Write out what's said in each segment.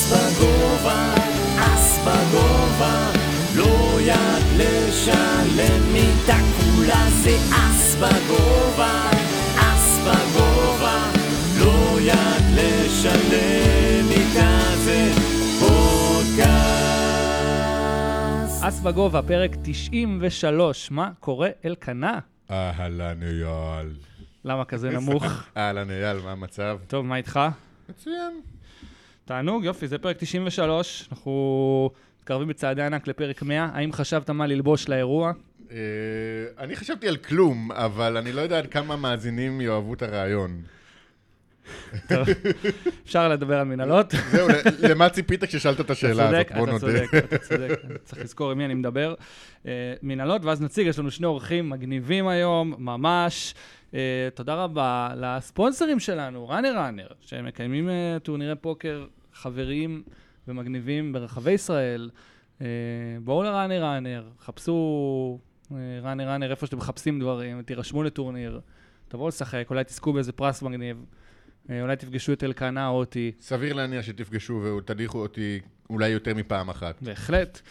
בגובה, אס בגובה, לא יד לשלם מיטה כולה, זה אס בגובה, אס בגובה, לא יד לשלם מיטה, זה פודקאסט. אס בגובה, פרק 93, מה קורה אלקנה? אהלן אייל. למה כזה נמוך? אהלן אייל, מה המצב? טוב, מה איתך? מצוין. תענוג, יופי, זה פרק 93, אנחנו מתקרבים בצעדי ענק לפרק 100, האם חשבת מה ללבוש לאירוע? אני חשבתי על כלום, אבל אני לא יודע עד כמה מאזינים יאהבו את הרעיון. טוב, אפשר לדבר על מנהלות? זהו, למה ציפית כששאלת את השאלה הזאת? בוא נודה. אתה צודק, צריך לזכור עם מי אני מדבר. מנהלות, ואז נציג, יש לנו שני אורחים מגניבים היום, ממש. תודה רבה לספונסרים שלנו, ראנר, שהם מקיימים טורנירי פוקר חבריים ומגניבים ברחבי ישראל. בואו לראנר, חפשו ראנר איפה שאתם מחפשים דברים, תירשמו לטורניר, תבואו לשחק, אולי תזכו באיזה פרס מגניב, אולי תפגשו את אלקנה או אותי. סביר להניח שתפגשו ותדיחו אותי אולי יותר מפעם אחת. בהחלט.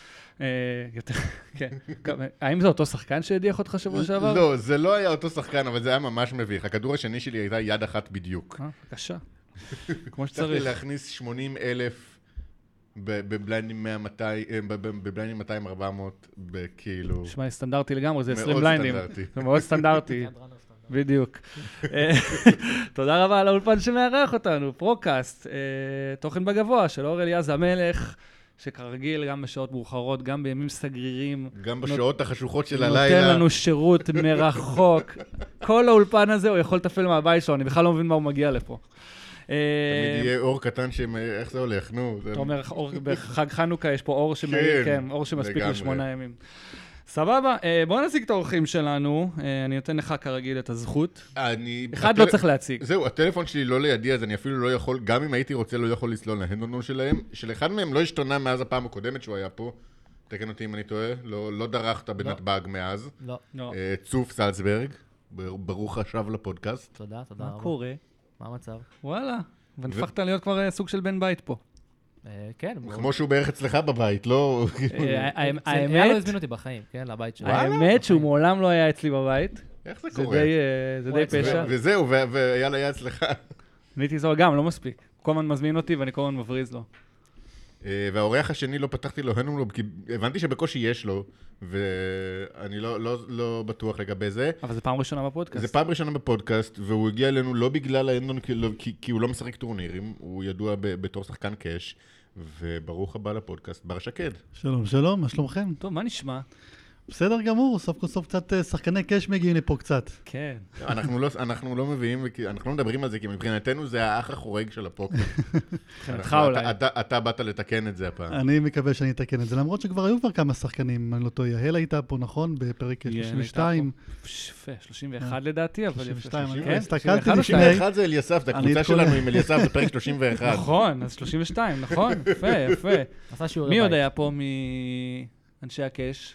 כן. האם זה אותו שחקן שהדיח אותך שבוע שעבר? לא, זה לא היה אותו שחקן, אבל זה היה ממש מביך. הכדור השני שלי הייתה יד אחת בדיוק. בבקשה. כמו צריך שצריך. להכניס 80,000 בבליינדים 200-400 בכאילו... שמע, סטנדרטי לגמרי, זה 20 מאוד בליינדים. סטנדרטי. זה מאוד סטנדרטי. בדיוק. תודה רבה על האולפן שמארח אותנו, פרוקאסט, תוכן בגבוה של אור אליעז המלך, שכרגיל גם בשעות מאוחרות, גם בימים סגרירים. גם בשעות החשוכות של הלילה. נותן לנו שירות מרחוק. כל האולפן הזה הוא יכול לטפל מהבית שלו, אני בכלל לא מבין מה הוא מגיע לפה. תמיד יהיה אור קטן, איך זה הולך? נו. אתה אומר, בחג חנוכה יש פה אור שמספיק ל8 ימים. סבבה, בואו נציג את האורחים שלנו, אני נותן לך כרגיל את הזכות. אחד לא צריך להציג. זהו, הטלפון שלי לא לידי, אז אני אפילו לא יכול, גם אם הייתי רוצה, לא יכול לסלול להנדון שלהם, שלאחד מהם לא השתנה מאז הפעם הקודמת שהוא היה פה, תקן אותי אם אני טועה, לא דרכת בנתב"ג מאז. לא. צוף סלצברג, ברוך השב לפודקאסט. תודה רבה. מה קורה? מה המצב? וואלה, ונפחת להיות כבר סוג של בן בית פה. כן. כמו שהוא בערך אצלך בבית, לא... היה לא הזמין אותי בחיים, כן, לבית שלו. האמת שהוא מעולם לא היה אצלי בבית. איך זה קורה? זה די פשע. וזהו, ואייל היה אצלך. נהייתי זו גם, לא מספיק. כל הזמן מזמין אותי ואני כל הזמן מבריז לו. והאורח השני לא פתחתי לו, כי הבנתי שבקושי יש לו, ואני לא בטוח לגבי זה. אבל זה פעם ראשונה בפודקאסט. זה פעם ראשונה בפודקאסט, והוא הגיע אלינו לא בגלל ההנדון, כי הוא לא משחק טורנירים, הוא ידוע בתור שחקן קאש, וברוך הבא לפודקאסט, בר שקד. שלום, מה שלומכם? טוב, מה נשמע? בסדר גמור, סוף כל סוף קצת שחקני קאש מגיעים לפה קצת. כן. אנחנו לא מביאים, אנחנו לא מדברים על זה, כי מבחינתנו זה האח החורג של הפוקר. מבחינתך אולי. אתה באת לתקן את זה הפעם. אני מקווה שאני אתקן את זה, למרות שכבר היו כבר כמה שחקנים, אני לא טועה, יהל הייתה פה, נכון? בפרק 32. יפה, 31 לדעתי, אבל 32, כן, הסתכלתי לפני. 31 זה אליסף, את הקבוצה שלנו עם אליסף בפרק 31. נכון, אז 32, נכון, יפה. מי עוד היה פה מאנשי הקאש?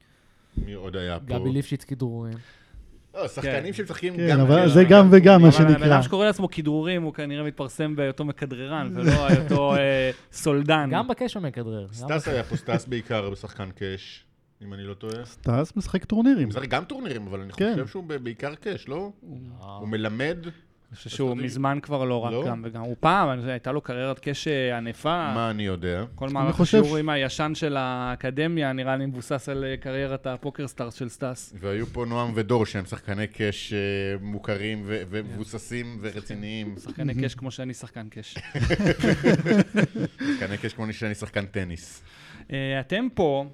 מי עוד היה פה? גבי ליפשיץ כדרורים. לא, שחקנים שמשחקים כן, גם... אבל זה גם וגם, מה שנקרא. אבל שקורא לעצמו כדרורים, הוא כנראה מתפרסם בהיותו מכדררן, ולא היותו סולדן. גם בקאש הוא מכדרר. סטס היה פה, סטס בעיקר בשחקן קאש, אם אני לא טועה. סטס משחק טורנירים. הוא משחק גם טורנירים, אבל אני חושב שהוא בעיקר קאש, לא? הוא מלמד... אני חושב שהוא מזמן כבר לא רק גם וגם. הוא פעם, הייתה לו קריירת קאש ענפה. מה אני יודע? כל מערך השיעורים הישן של האקדמיה נראה לי מבוסס על קריירת הפוקר סטארס של סטאס. והיו פה נועם ודור שהם שחקני קאש מוכרים ומבוססים ורציניים. שחקני קאש כמו שאני שחקן קאש. שחקני קאש כמו שאני שחקן טניס. אתם פה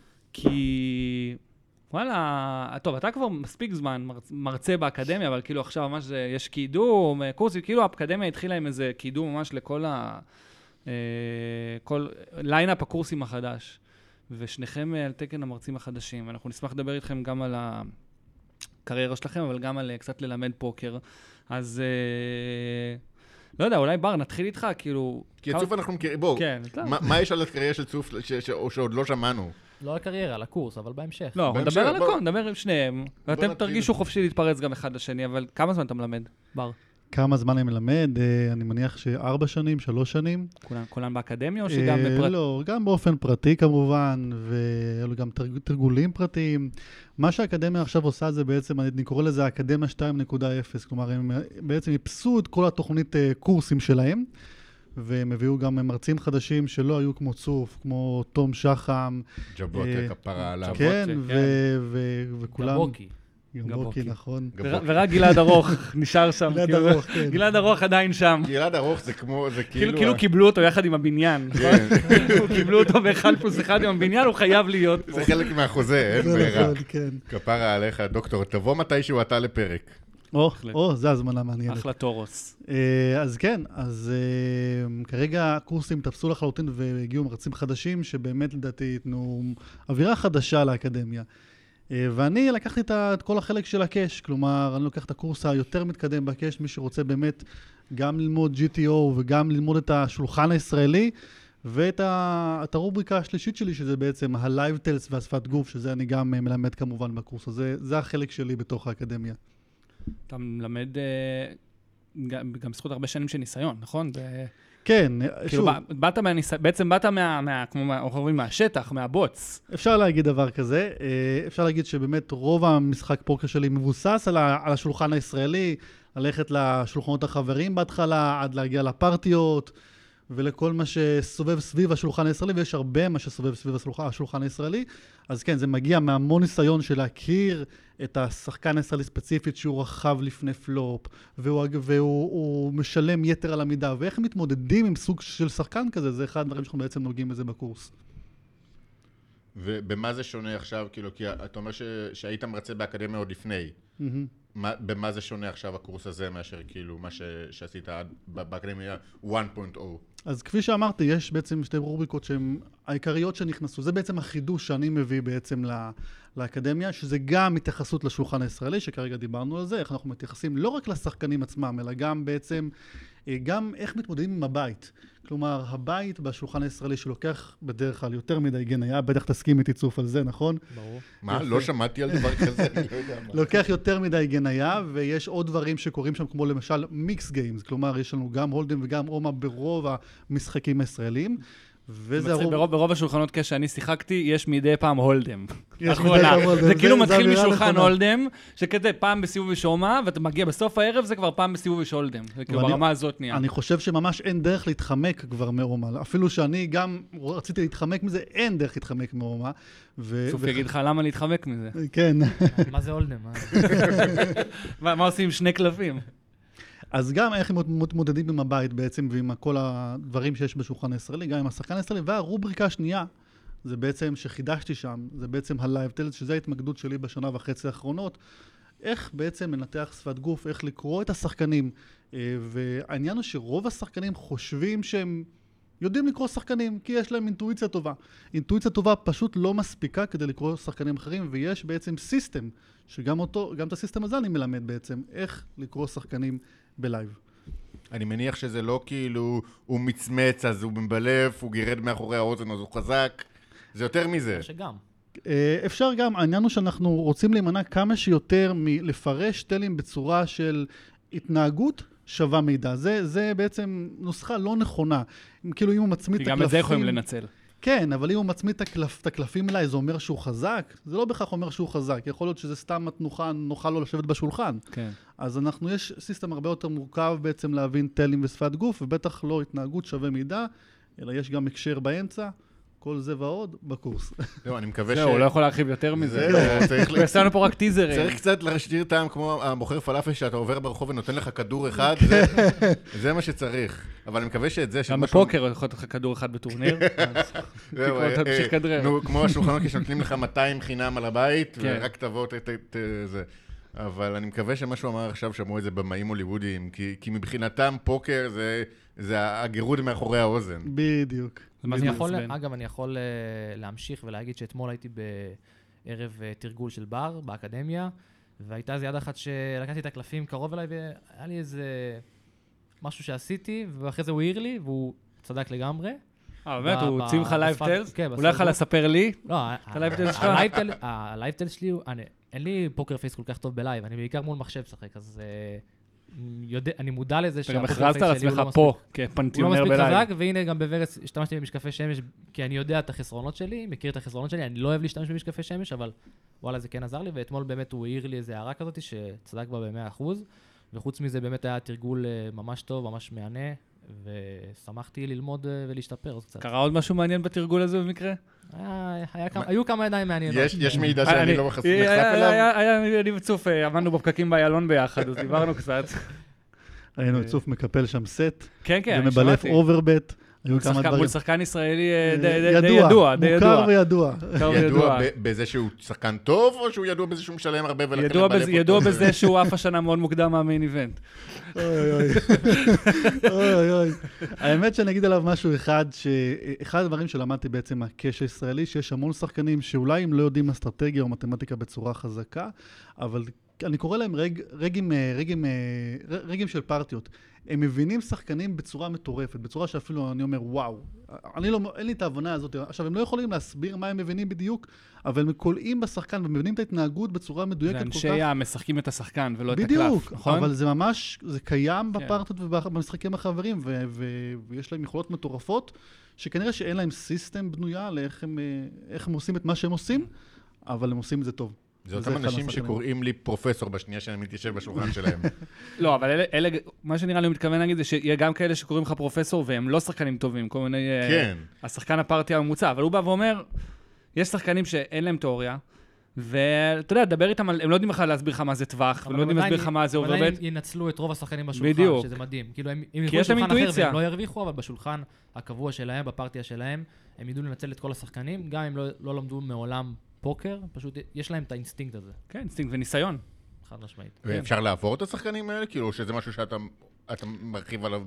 כי... וואלה, טוב, אתה כבר מספיק זמן מרצה באקדמיה, אבל כאילו עכשיו ממש יש קידום, קורסים, כאילו האקדמיה התחילה עם איזה קידום ממש לכל כל ליינאפ הקורסים החדש, ושניכם על תקן המרצים החדשים, ואנחנו נשמח לדבר איתכם גם על הקריירה שלכם, אבל גם על קצת ללמד פוקר, אז לא יודע, אולי בר, נתחיל איתך, כאילו... כי צוף אנחנו מכירים, בואו, מה יש על הקריירה של צוף שעוד לא שמענו? לא על קריירה, על הקורס, אבל בהמשך. לא, נדבר על הכל, נדבר עם שניהם. ואתם תרגישו חופשי להתפרץ גם אחד לשני, אבל כמה זמן אתה מלמד, בר? כמה זמן אני מלמד, אני מניח ש4 שנים, 3 שנים. כולן באקדמיה או שגם בפרטי? לא, גם באופן פרטי כמובן, והיו גם תרגולים פרטיים. מה שהאקדמיה עכשיו עושה זה בעצם, אני קורא לזה אקדמיה 2.0, כלומר הם בעצם איפסו את כל התוכנית קורסים שלהם, והם הביאו גם מרצים חדשים שלא היו כמו צוף, כמו תום שחם. ג'בוטה, כפרה עליו. כן, וכולם... גבוקי. נכון. ורק גלעד ארוך נשאר שם. גלעד ארוך, כן. גלעד ארוך עדיין שם. גלעד ארוך זה כמו, זה כאילו... כאילו קיבלו אותו יחד עם הבניין. קיבלו אותו ב1+1 עם הבניין, הוא חייב להיות פה. זה חלק מהחוזה, אין ברירה. נכון, כן. כפרה עליך, דוקטור, תבוא מתישהו אתה לפרק. זה הזמנה מעניינת. אחלה טורוס. אז כן, אז כרגע הקורסים תפסו לחלוטין והגיעו מרצים חדשים, שבאמת לדעתי ייתנו אווירה חדשה לאקדמיה. ואני לקחתי את כל החלק של הקש, כלומר, אני לוקח את הקורס היותר מתקדם בקש, מי שרוצה באמת גם ללמוד GTO וגם ללמוד את השולחן הישראלי, ואת הרובריקה השלישית שלי, שזה בעצם ה-Live Tales והשפת גוף, שזה אני גם מלמד כמובן בקורס הזה, זה החלק שלי בתוך האקדמיה. אתה מלמד גם בזכות הרבה שנים של ניסיון, נכון? כן, כאילו, בעצם באת כמו אומרים, מהשטח, מהבוץ. אפשר להגיד דבר כזה, אפשר להגיד שבאמת רוב המשחק פוקר שלי מבוסס על השולחן הישראלי, ללכת לשולחנות החברים בהתחלה, עד להגיע לפרטיות, ולכל מה שסובב סביב השולחן הישראלי, ויש הרבה מה שסובב סביב השולחן הישראלי, אז כן, זה מגיע מהמון ניסיון של להכיר את השחקן הישראלי ספציפית שהוא רחב לפני פלופ, והוא משלם יתר על המידה, ואיך מתמודדים עם סוג של שחקן כזה, זה אחד הדברים שאנחנו בעצם נוגעים בזה בקורס. ובמה זה שונה עכשיו, כאילו, כי אתה אומר שהיית מרצה באקדמיה עוד לפני. במה זה שונה עכשיו הקורס הזה מאשר כאילו מה שעשית באקדמיה 1.0? אז כפי שאמרתי, יש בעצם שתי רובריקות שהן העיקריות שנכנסו. זה בעצם החידוש שאני מביא בעצם לאקדמיה, שזה גם התייחסות לשולחן הישראלי, שכרגע דיברנו על זה, איך אנחנו מתייחסים לא רק לשחקנים עצמם, אלא גם בעצם, גם איך מתמודדים עם הבית. כלומר, הבית בשולחן הישראלי שלוקח בדרך כלל יותר מדי גניה, בטח תסכים איתי צוף על זה, נכון? ברור. מה? לא שמעתי על דבר כזה, אני לא יודע מה. לוקח יותר מדי גניה, ויש עוד דברים שקורים שם, כמו למשל מיקס גיימס, כלומר, יש לנו גם הולדם וגם אומה ברוב המשחקים הישראלים. ברוב השולחנות כשאני שיחקתי, יש מדי פעם הולדם. יש מדי פעם הולדם. זה כאילו מתחיל משולחן הולדם, שכזה פעם בסיבוב יש אומה, ואתה מגיע בסוף הערב, זה כבר פעם בסיבוב יש הולדם. זה כאילו ברמה הזאת נהיה. אני חושב שממש אין דרך להתחמק כבר מאומה. אפילו שאני גם רציתי להתחמק מזה, אין דרך להתחמק מאומה. סוף יגיד לך, למה להתחמק מזה? כן. מה זה הולדם? מה עושים עם שני קלפים? אז גם איך הם מתמודדים עם הבית בעצם, ועם כל הדברים שיש בשולחן הישראלי, גם עם השחקן הישראלי, והרובריקה השנייה, זה בעצם שחידשתי שם, זה בעצם ה-Live Tales, שזה ההתמקדות שלי בשנה וחצי האחרונות, איך בעצם מנתח שפת גוף, איך לקרוא את השחקנים, והעניין הוא שרוב השחקנים חושבים שהם יודעים לקרוא שחקנים, כי יש להם אינטואיציה טובה. אינטואיציה טובה פשוט לא מספיקה כדי לקרוא שחקנים אחרים, ויש בעצם סיסטם, שגם את הסיסטם הזה אני מלמד בעצם, איך לקרוא שחקנים בלייב. אני מניח שזה לא כאילו הוא מצמץ, אז הוא מבלף, הוא גירד מאחורי האוזן, אז הוא חזק. זה יותר מזה. שגם. אפשר גם, העניין הוא שאנחנו רוצים להימנע כמה שיותר מלפרש טלים בצורה של התנהגות שווה מידע. זה בעצם נוסחה לא נכונה. כאילו אם הוא מצמיד את הקלפים... כי גם את זה יכולים לנצל. כן, אבל אם הוא מצמיד את הקלפים אליי, זה אומר שהוא חזק? זה לא בכך אומר שהוא חזק. יכול להיות שזה סתם נוכל לו לשבת בשולחן. כן. אז יש סיסטם הרבה יותר מורכב בעצם להבין טלים ושפת גוף, ובטח לא התנהגות שווה מידע, אלא יש גם הקשר באמצע. כל זה ועוד בקורס. לא, אני מקווה הוא לא יכול להרחיב יותר מזה. עשינו פה רק טיזרים. צריך קצת להשאיר טעם כמו המוכר פלאפל שאתה עובר ברחוב ונותן לך כדור אחד, זה מה שצריך. אבל אני מקווה שאת זה... גם בפוקר יכול להיות לך כדור אחד בטורניר. תמשיך כדרר. כמו השולחנות שנותנים לך 200 חינם על הבית, ורק תבוא את זה. אבל אני מקווה שמה שהוא אמר עכשיו שמעו את זה במאים הוליוודיים, כי מבחינתם פוקר זה הגירוד מאחורי האוזן. בדיוק. אגב, אני יכול להמשיך ולהגיד שאתמול הייתי בערב תרגול של בר באקדמיה, והייתה איזו יד אחת שלקחתי את הקלפים קרוב אליי, והיה לי איזה משהו שעשיתי, ואחרי זה הוא העיר לי, והוא צדק לגמרי. באמת, הוא הוציא לך לייב טיילס? הוא לא יכול לספר לי? לא, הלייב טיילס שלך? הלייב טיילס שלי, אין לי פוקר פייס כל כך טוב בלייב, אני בעיקר מול מחשב שחק, אז אני מודע לזה אתה גם הכרזת על עצמך פה, כפנטיונר בלייב. הוא לא מספיק חזק, והנה גם בוורס השתמשתי במשקפי שמש, כי אני יודע את החסרונות שלי, מכיר את החסרונות שלי, אני לא אוהב להשתמש במשקפי שמש, אבל וואלה, זה כן עזר לי, ואתמול באמת הוא העיר לי איזו הערה כזאת, שצדק בה ב100%, וחוץ מזה באמת היה תרגול ממש טוב, ממש מענה, ושמחתי ללמוד ולהשתפר קצת. קרה עוד משהו מעניין בתרגול הזה במקרה? היו כמה ידיים מעניינות. יש מידע שאני לא נחשף אליו? אני וצוף, עמדנו בפקקים באיילון ביחד, אז דיברנו קצת. ראינו את צוף מקפל שם סט, כן, כן, ומבלף אוברבט. מול שחקן ישראלי די ידוע. מוכר וידוע. ידוע בזה שהוא שחקן טוב, או שהוא ידוע בזה שהוא משלם הרבה ולכן מבלף אותו? ידוע בזה שהוא אף השנה מאוד מוקדם מהמיין איבנט. אוי. האמת שאני אגיד עליו משהו אחד, שאחד הדברים שלמדתי בעצם מהקש הישראלי, שיש המון שחקנים שאולי הם לא יודעים אסטרטגיה או מתמטיקה בצורה חזקה, אבל אני קורא להם רגים של פרטיות. הם מבינים שחקנים בצורה מטורפת, בצורה שאפילו אני אומר, וואו, אין לי את ההבנה הזאת. עכשיו, הם לא יכולים להסביר מה הם מבינים בדיוק, אבל הם קולעים בשחקן ומבינים את ההתנהגות בצורה מדויקת כל כך. זה אנשי המשחקים את השחקן ולא את הקלף, בדיוק, נכון? אבל זה ממש, זה קיים בפרטיות ובמשחקים החברים, ויש להם יכולות מטורפות, שכנראה שאין להם סיסטם בנויה לאיך הם עושים את מה שהם עושים, אבל הם עושים את זה טוב. זה אותם אנשים שקוראים לי פרופסור בשנייה שאני מתיישב בשולחן שלהם. לא, אבל אלה, מה שנראה לי מתכוון להגיד זה שיהיה גם כאלה שקוראים לך פרופסור והם לא שחקנים טובים, כל מיני... כן. השחקן הפרטי הממוצע, אבל הוא בא ואומר, יש שחקנים שאין להם תיאוריה, ואתה יודע, דבר איתם, הם לא יודעים בכלל להסביר לך מה זה טווח, ולא יודעים להסביר לך מה זה אוברבט. אבל ינצלו את רוב השחקנים בשולחן, שזה מדהים. כאילו, הם ילכו לשולחן אחר והם לא ירוויחו, אבל בשולחן הקבוע שלהם, בפרטיה שלהם, הם ידעו לנצל את כל השחקנים, גם אם לא למדו מעולם פוקר, פשוט יש להם את האינסטינקט הזה. כן, אינסטינקט וניסיון. חד משמעית. ואפשר לעבור את השחקנים האלה? כאילו, שזה משהו שאתה מרחיב עליו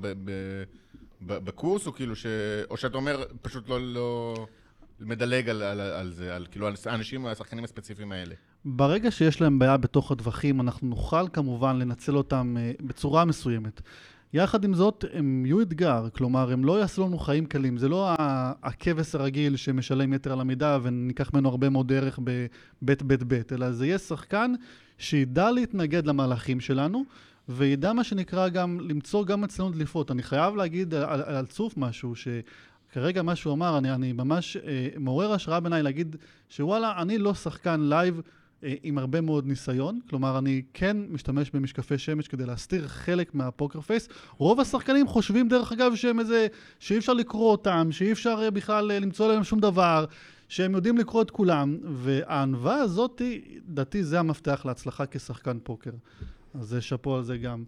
בקורס, או כאילו או שאתה אומר, פשוט לא מדלג על זה, על כאילו האנשים, השחקנים הספציפיים האלה. ברגע שיש להם בעיה בתוך הטווחים, אנחנו נוכל כמובן לנצל אותם בצורה מסוימת. יחד עם זאת, הם יהיו אתגר, כלומר, הם לא יעשו לנו חיים קלים. זה לא הכבש הרגיל שמשלם יתר על המידה וניקח ממנו הרבה מאוד דרך בבית, אלא זה יהיה שחקן שידע להתנגד למהלכים שלנו, וידע מה שנקרא גם למצוא גם אצלנו דליפות. אני חייב להגיד על צוף משהו, שכרגע מה שהוא אמר, אני ממש מעורר השראה בעיניי להגיד שוואלה, אני לא שחקן לייב, עם הרבה מאוד ניסיון, כלומר אני כן משתמש במשקפי שמש כדי להסתיר חלק מהפוקר פייס. רוב השחקנים חושבים דרך אגב שהם שאי אפשר לקרוא אותם, שאי אפשר בכלל למצוא להם שום דבר, שהם יודעים לקרוא את כולם, והענווה הזאת, דעתי, זה המפתח להצלחה כשחקן פוקר. אז זה שפו על זה גם.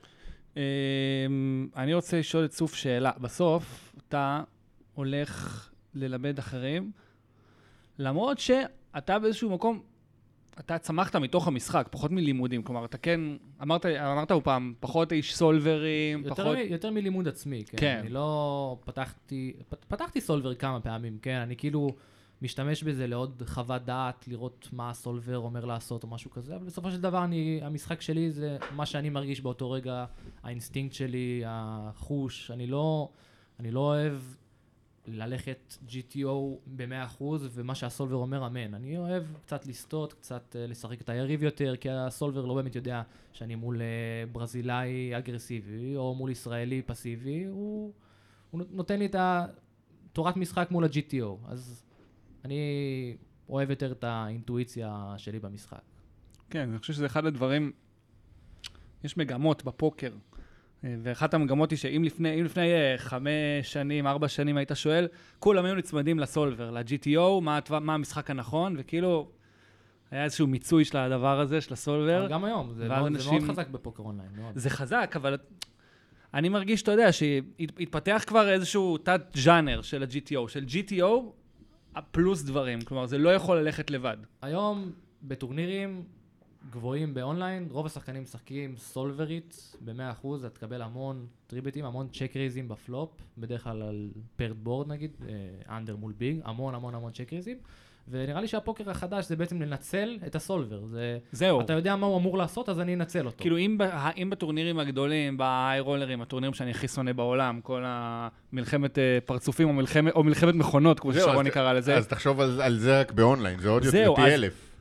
אני רוצה לשאול את צוף שאלה. בסוף אתה הולך ללמד אחרים, למרות שאתה באיזשהו מקום אתה צמחת מתוך המשחק, פחות מלימודים, כלומר, אתה כן, אמרת הוא פעם, פחות איש סולברים, פחות... יותר מלימוד עצמי, כן. אני לא פתחתי סולבר כמה פעמים, כן, אני כאילו משתמש בזה לעוד חוות דעת, לראות מה הסולבר אומר לעשות או משהו כזה, אבל בסופו של דבר המשחק שלי זה מה שאני מרגיש באותו רגע, האינסטינקט שלי, החוש, אני לא אוהב ללכת GTO ב100% ומה שהסולבר אומר אמן. אני אוהב קצת לסטות, קצת לשחק את היריב יותר, כי הסולבר לא באמת יודע שאני מול ברזילאי אגרסיבי או מול ישראלי פסיבי, הוא נותן לי את תורת משחק מול ה-GTO, אז אני אוהב יותר את האינטואיציה שלי במשחק. כן, אני חושב שזה אחד הדברים, יש מגמות בפוקר, ואחת המגמות היא שאם לפני 5 שנים, 4 שנים היית שואל, כולם היו נצמדים לסולבר, ל-GTO, מה המשחק הנכון, וכאילו היה איזשהו מיצוי של הדבר הזה, של הסולבר. אבל גם היום, זה מאוד חזק בפוקר אונליין. זה חזק, אבל אני מרגיש, אתה יודע, שהתפתח כבר איזשהו תת-ז'אנר של ה-GTO, של GTO פלוס דברים, כלומר זה לא יכול ללכת לבד. היום בטורנירים גבוהים באונליין, רוב השחקנים משחקים סולברית ב100%, אתה תקבל המון טריבטים, המון צ'ק רייזים בפלופ, בדרך כלל על פרד בורד נגיד, אנדר מול ביג, המון צ'ק רייזים, ונראה לי שהפוקר החדש זה בעצם לנצל את הסולבר. זהו. אתה יודע מה הוא אמור לעשות, אז אני אנצל אותו. כאילו אם בטורנירים הגדולים, בהיי רולרים, הטורנירים שאני הכי שונא בעולם, כל המלחמת פרצופים או מלחמת מכונות, כמו ששרוני קרא לזה. אז תחשוב על זה רק באונליין, זה עוד יותר פי 1000.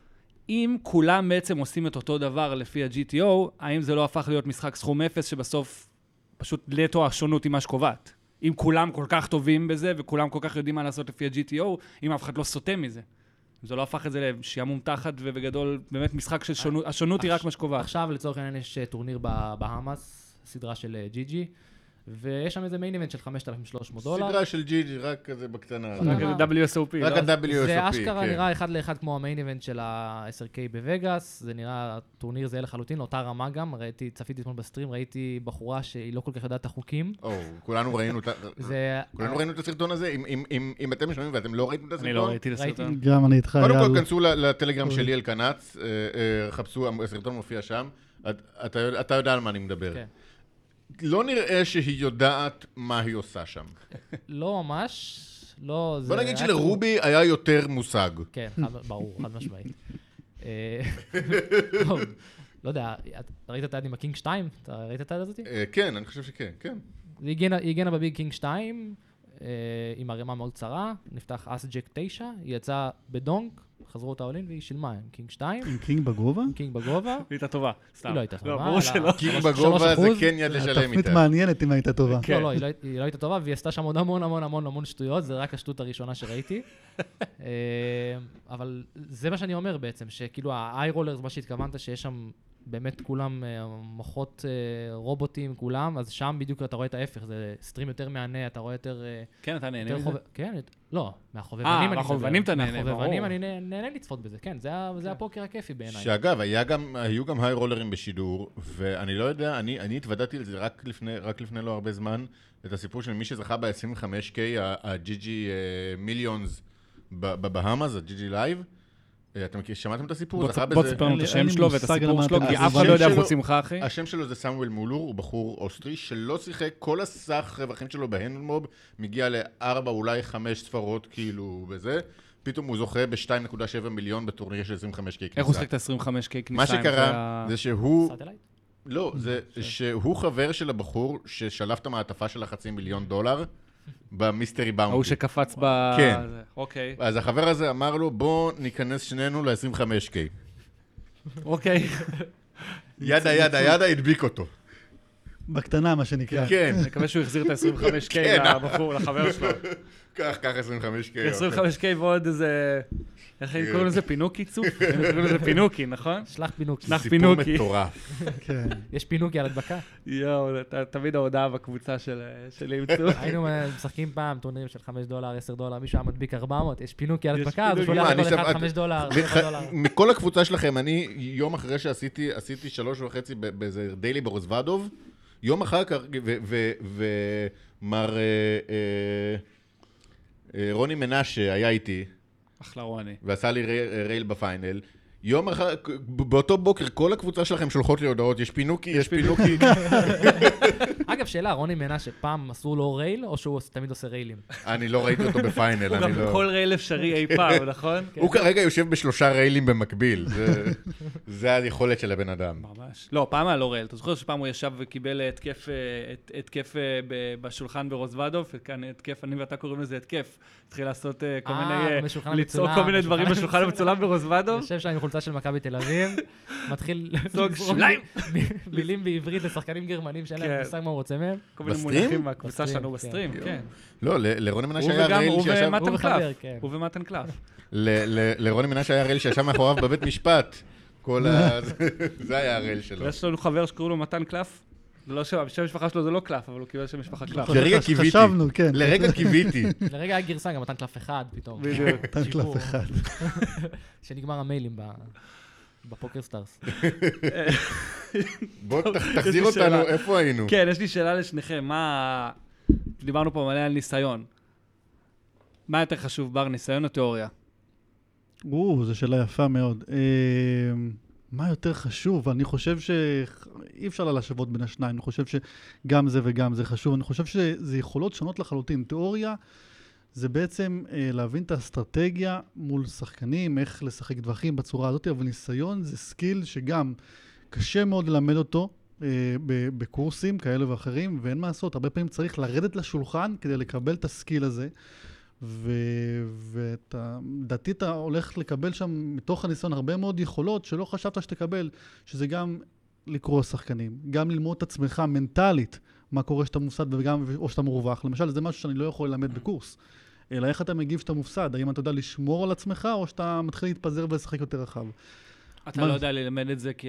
אם כולם בעצם עושים את אותו דבר לפי ה-GTO, האם זה לא הפך להיות משחק סכום אפס שבסוף פשוט נטו השונות היא מה שקובעת? אם כולם כל כך טובים בזה וכולם כל כך יודעים מה לעשות לפי ה-GTO, אם אף אחד לא סוטה מזה. זה לא הפך את זה לשעמום תחת ובגדול באמת משחק של שונות, השונות היא רק מה שקובעת. עכשיו לצורך העניין יש טורניר בבהאמאס, סדרה של ג'י-ג'י, ויש שם איזה מיין איבנט של $5,300. סדרה של ג'י-ג'י, רק כזה בקטנה. רק ה-WSOP. רק ה-WSOP, זה אשכרה כן. נראה אחד לאחד כמו המיין איבנט של ה-SRK בווגאס, זה נראה טורניר זהה לחלוטין, אותה רמה גם, צפיתי אתמול בסטרים, ראיתי בחורה שהיא לא כל כך יודעת את החוקים. כולנו ראינו את הסרטון הזה, אם אתם משלמים ואתם לא ראיתם את הסרטון. אני לא ראיתי את הסרטון. גם אני איתך, קודם כל, כנסו לטלגרם שלי אל קנץ, חפשו, הסרטון מופיע שם, אתה יודע על מה אני מדבר. כן. לא נראה שהיא יודעת מה היא עושה שם. לא ממש, לא... בוא נגיד שלרובי היה יותר מושג. כן, ברור, חד משמעית. לא יודע, ראית את היד עם הקינג 2? אתה ראית את היד הזאת? כן, אני חושב שכן, כן. היא הגנה בביג קינג 2, עם הרמה מאוד צרה, נפתח אס ג'ק 9, היא יצאה בדונק, חזרו אותה עולין והיא שילמה עם קינג 2. עם קינג בגובה? עם קינג בגובה. היא הייתה טובה, סתם. היא לא הייתה טובה. ברור שלא. קינג בגובה זה כן יד לשלם התפנית איתה. מעניינת אם הייתה טובה. לא, היא לא הייתה טובה, והיא עשתה שם עוד המון שטויות, זה רק השטות הראשונה שראיתי. אבל זה מה שאני אומר בעצם, שכאילו ה-eye-rollers, מה שהתכוונת, שיש שם באמת כולם מוחות רובוטים, כולם, אז שם בדיוק אתה רואה את ההפך, זה סטרים יותר מענה, אתה רואה יותר... כן, אתה נהנה מזה? כן, לא, מהחובבנים אני... מהחובבנים אתה נהנה, ברור. מהחובבנים אני נהנה לצפות בזה, כן, זה הפוקר הכיפי בעיניי. שאגב, היו גם היי-רולרים בשידור, ואני לא יודע, אני התוודעתי לזה רק לפני לא הרבה זמן, את הסיפור של מי שזכה ב-25K, הג'י-ג'י מיליונס בבהאמאס, הג'י-ג'י לייב. אתם שמעתם את הסיפור? בוא תספר לנו את השם שלו ואת הסיפור שלו, כי אף אחד לא יודע חוץ ממך, אחי. השם שלו זה סמואל מולור, הוא בחור אוסטרי שלא שיחק, כל הסך רווחים שלו בהנדמוב מגיע ל4 אולי 5 ספרות כאילו בזה, פתאום הוא זוכה ב2.7 מיליון בטורניר של 25K כניסה. איך הוא שחק את ה-25K כניסה? מה שקרה זה שהוא... סאטלייט? לא, זה שהוא חבר של הבחור ששלף את המעטפה של $500,000 במיסטרי באונטי. ההוא שקפץ ב... כן. אוקיי. אז החבר הזה אמר לו, בוא ניכנס שנינו ל-25K. אוקיי. ידה, הדביק אותו. בקטנה, מה שנקרא. כן. אני מקווה שהוא החזיר את ה-25K לבחור, לחבר שלו. קח 25K. 25K ועוד איזה... איך הם קוראים לזה? פינוקי צוף? הם קוראים לזה פינוקי, נכון? שלח פינוקי. שלח סיפור פינוקי. מטורף. כן. יש פינוקי על הדבקה. יואו, תמיד ההודעה בקבוצה שלי עם צוף. היינו משחקים פעם טורנירים של $5, $10, מישהו היה מדביק 400, יש פינוקי על יש הדבקה, אז הוא פינוקי. שולח לכל אחד $5, $7. מכל הקבוצה שלכם, אני יום אחרי שעשיתי 3.5 באיזה דיילי ברוזוודוב, יום אחר כך, ומר רוני מנשה היה איתי, אחלה רוני. ועשה לי רייל בפיינל. יום אחר, באותו בוקר, כל הקבוצה שלכם שולחות לי הודעות, יש פינוקי, יש פינוקי. אגב, שאלה, רוני מנשה, פעם אסור לו רייל, או שהוא תמיד עושה ריילים? אני לא ראיתי אותו בפיינל, הוא אני גם לא... בכל רייל אפשרי אי פעם, נכון? הוא כרגע יושב ב3 ריילים במקביל, זה היכולת של הבן אדם. ממש. לא, פעם היה לא רייל. אתה זוכר שפעם הוא ישב וקיבל התקף בשולחן ברוזוודוב, וכאן התקף, אני ואתה קוראים לזה התקף. התחיל לעשות כל מיני, ליצור כל מיני דברים בשולחן המצולם ברוזוודוב. אני חושב שאני חולצה של מכבי תל אביב, מתחיל לזרוק מילים בעברית לשחקנים גרמנים שאין להם מושג מה הוא רוצה מהם. כל מיני מונחים מהקבוצה שלנו בסטרים, כן. לא, לרוני מנשה היה רייל שישב... הוא ומתן קלף. לרוני מנשה היה רייל שישב מאחוריו בבית משפט. זה היה הרייל שלו. יש לנו חבר שקוראים לו מתן קלף. זה לא שם, השם המשפחה שלו זה לא קלף, אבל הוא קיבל שם משפחה קלף. לרגע קיוויתי. חשבנו, כן. לרגע קיוויתי. לרגע היה גרסה, גם מתן קלף אחד פתאום. בדיוק. מתן קלף אחד. שנגמר המיילים בפוקר סטארס. בוא תחזיר אותנו, איפה היינו? כן, יש לי שאלה לשניכם. דיברנו פה מלא על ניסיון. מה יותר חשוב, בר, ניסיון או תיאוריה? זו שאלה יפה מאוד. מה יותר חשוב? אני חושב שאי אפשר להשוות בין השניים. אני חושב שגם זה וגם זה חשוב. אני חושב שזה יכולות שונות לחלוטין. תיאוריה זה בעצם להבין את האסטרטגיה מול שחקנים, איך לשחק דברים בצורה הזאת, אבל ניסיון זה סקיל שגם קשה מאוד ללמד אותו בקורסים כאלה ואחרים, ואין מה לעשות. הרבה פעמים צריך לרדת לשולחן כדי לקבל את הסקיל הזה. ודעתי אתה הולך לקבל שם מתוך הניסיון הרבה מאוד יכולות שלא חשבת שתקבל, שזה גם לקרוא שחקנים, גם ללמוד את עצמך מנטלית, מה קורה שאתה מופסד או שאתה מרווח. למשל, זה משהו שאני לא יכול ללמד בקורס. אלא איך אתה מגיב שאתה מופסד? האם אתה יודע לשמור על עצמך, או שאתה מתחיל להתפזר ולשחק יותר רחב? אתה לא יודע ללמד את זה כי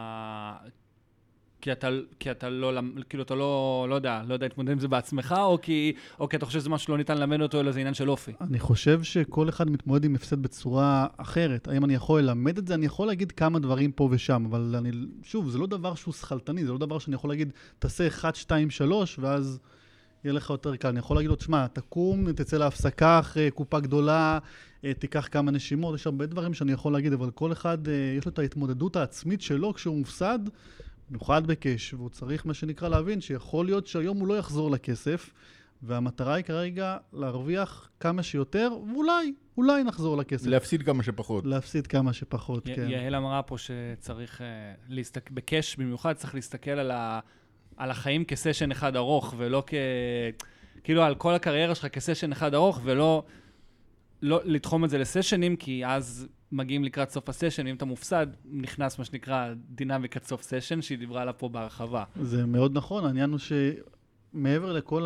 אתה לא, כאילו אתה לא יודע להתמודד עם זה בעצמך, או כי אתה חושב שזה משהו שלא ניתן ללמד אותו, אלא זה עניין של אופי? אני חושב שכל אחד מתמודד עם הפסד בצורה אחרת. האם אני יכול ללמד את זה? אני יכול להגיד כמה דברים פה ושם, אבל שוב, זה לא דבר שהוא שחלטני, זה לא דבר שאני יכול להגיד, תעשה 1, 2, 3, ואז יהיה לך יותר קל. אני יכול להגיד לו, תשמע, תקום, תצא להפסקה אחרי קופה גדולה, תיקח כמה נשימות, יש הרבה דברים שאני יכול להגיד, אבל כל אחד יש לו את ההתמודדות העצמית שלו כשהוא מופסד, במיוחד בקש, והוא צריך מה שנקרא להבין שיכול להיות שהיום הוא לא יחזור לכסף, והמטרה היא כרגע להרוויח כמה שיותר, ואולי נחזור לכסף. להפסיד כמה שפחות. להפסיד כמה שפחות, כן. יעל אמרה פה שצריך בקש במיוחד צריך להסתכל על החיים כסשן אחד ארוך, ולא כאילו על כל הקריירה שלך כסשן אחד ארוך, ולא לתחום את זה לסשנים, כי אז מגיעים לקראת סוף הסשן, אם אתה מופסד, נכנס מה שנקרא דינמיקת סוף סשן, שהיא דיברה לה פה בהרחבה. זה מאוד נכון, העניין הוא שמעבר לכל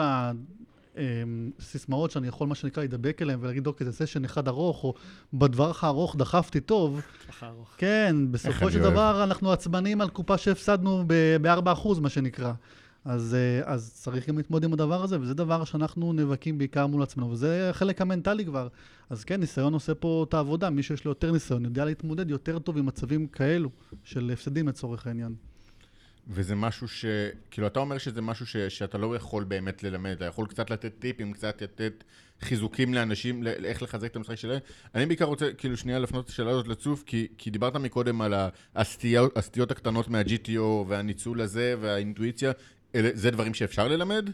הסיסמאות שאני יכול מה שנקרא להידבק אליהם, ולהגיד אוקיי, זה סשן אחד ארוך, או בדבר הארוך דחפתי טוב. כן, בסופו של דבר אנחנו עצבנים על קופה שהפסדנו ב-4%, מה שנקרא. אז צריך גם להתמודד עם הדבר הזה, וזה דבר שאנחנו נאבקים בעיקר מול עצמנו, וזה החלק המנטלי כבר. אז כן, ניסיון עושה פה את העבודה, מי שיש לו יותר ניסיון, יודע להתמודד יותר טוב עם מצבים כאלו, של הפסדים לצורך העניין. וזה משהו כאילו אתה אומר שזה משהו שאתה לא יכול באמת ללמד, אתה יכול קצת לתת טיפים, קצת לתת חיזוקים לאנשים, איך לחזק את המשחק שלהם. אני בעיקר רוצה כאילו שנייה לפנות את השאלה הזאת לצוף, כי דיברת מקודם על הסטיות הקטנות מה-GTO והניצול הזה והאינטואיציה, זה דברים שאפשר ללמד?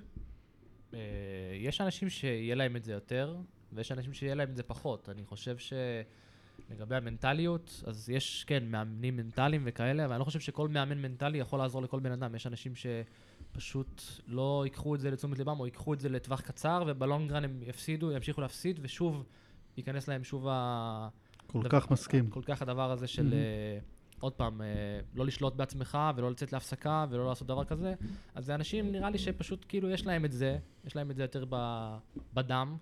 יש אנשים שיהיה להם את זה יותר, ויש אנשים שיהיה להם את זה פחות. אני חושב שלגבי המנטליות, אז יש, כן, מאמנים מנטליים וכאלה, אבל אני לא חושב שכל מאמן מנטלי יכול לעזור לכל בן אדם. יש אנשים שפשוט לא ייקחו את זה לתשומת ליבם, או ייקחו את זה לטווח קצר, ובלונגרן הם ימשיכו להפסיד, ושוב ייכנס להם שוב כל כך מסכים. כל כך הדבר הזה של... עוד פעם, לא לשלוט בעצמך ולא לצאת להפסקה ולא לעשות דבר כזה. אז זה אנשים, נראה לי שפשוט כאילו יש להם את זה יותר בדם,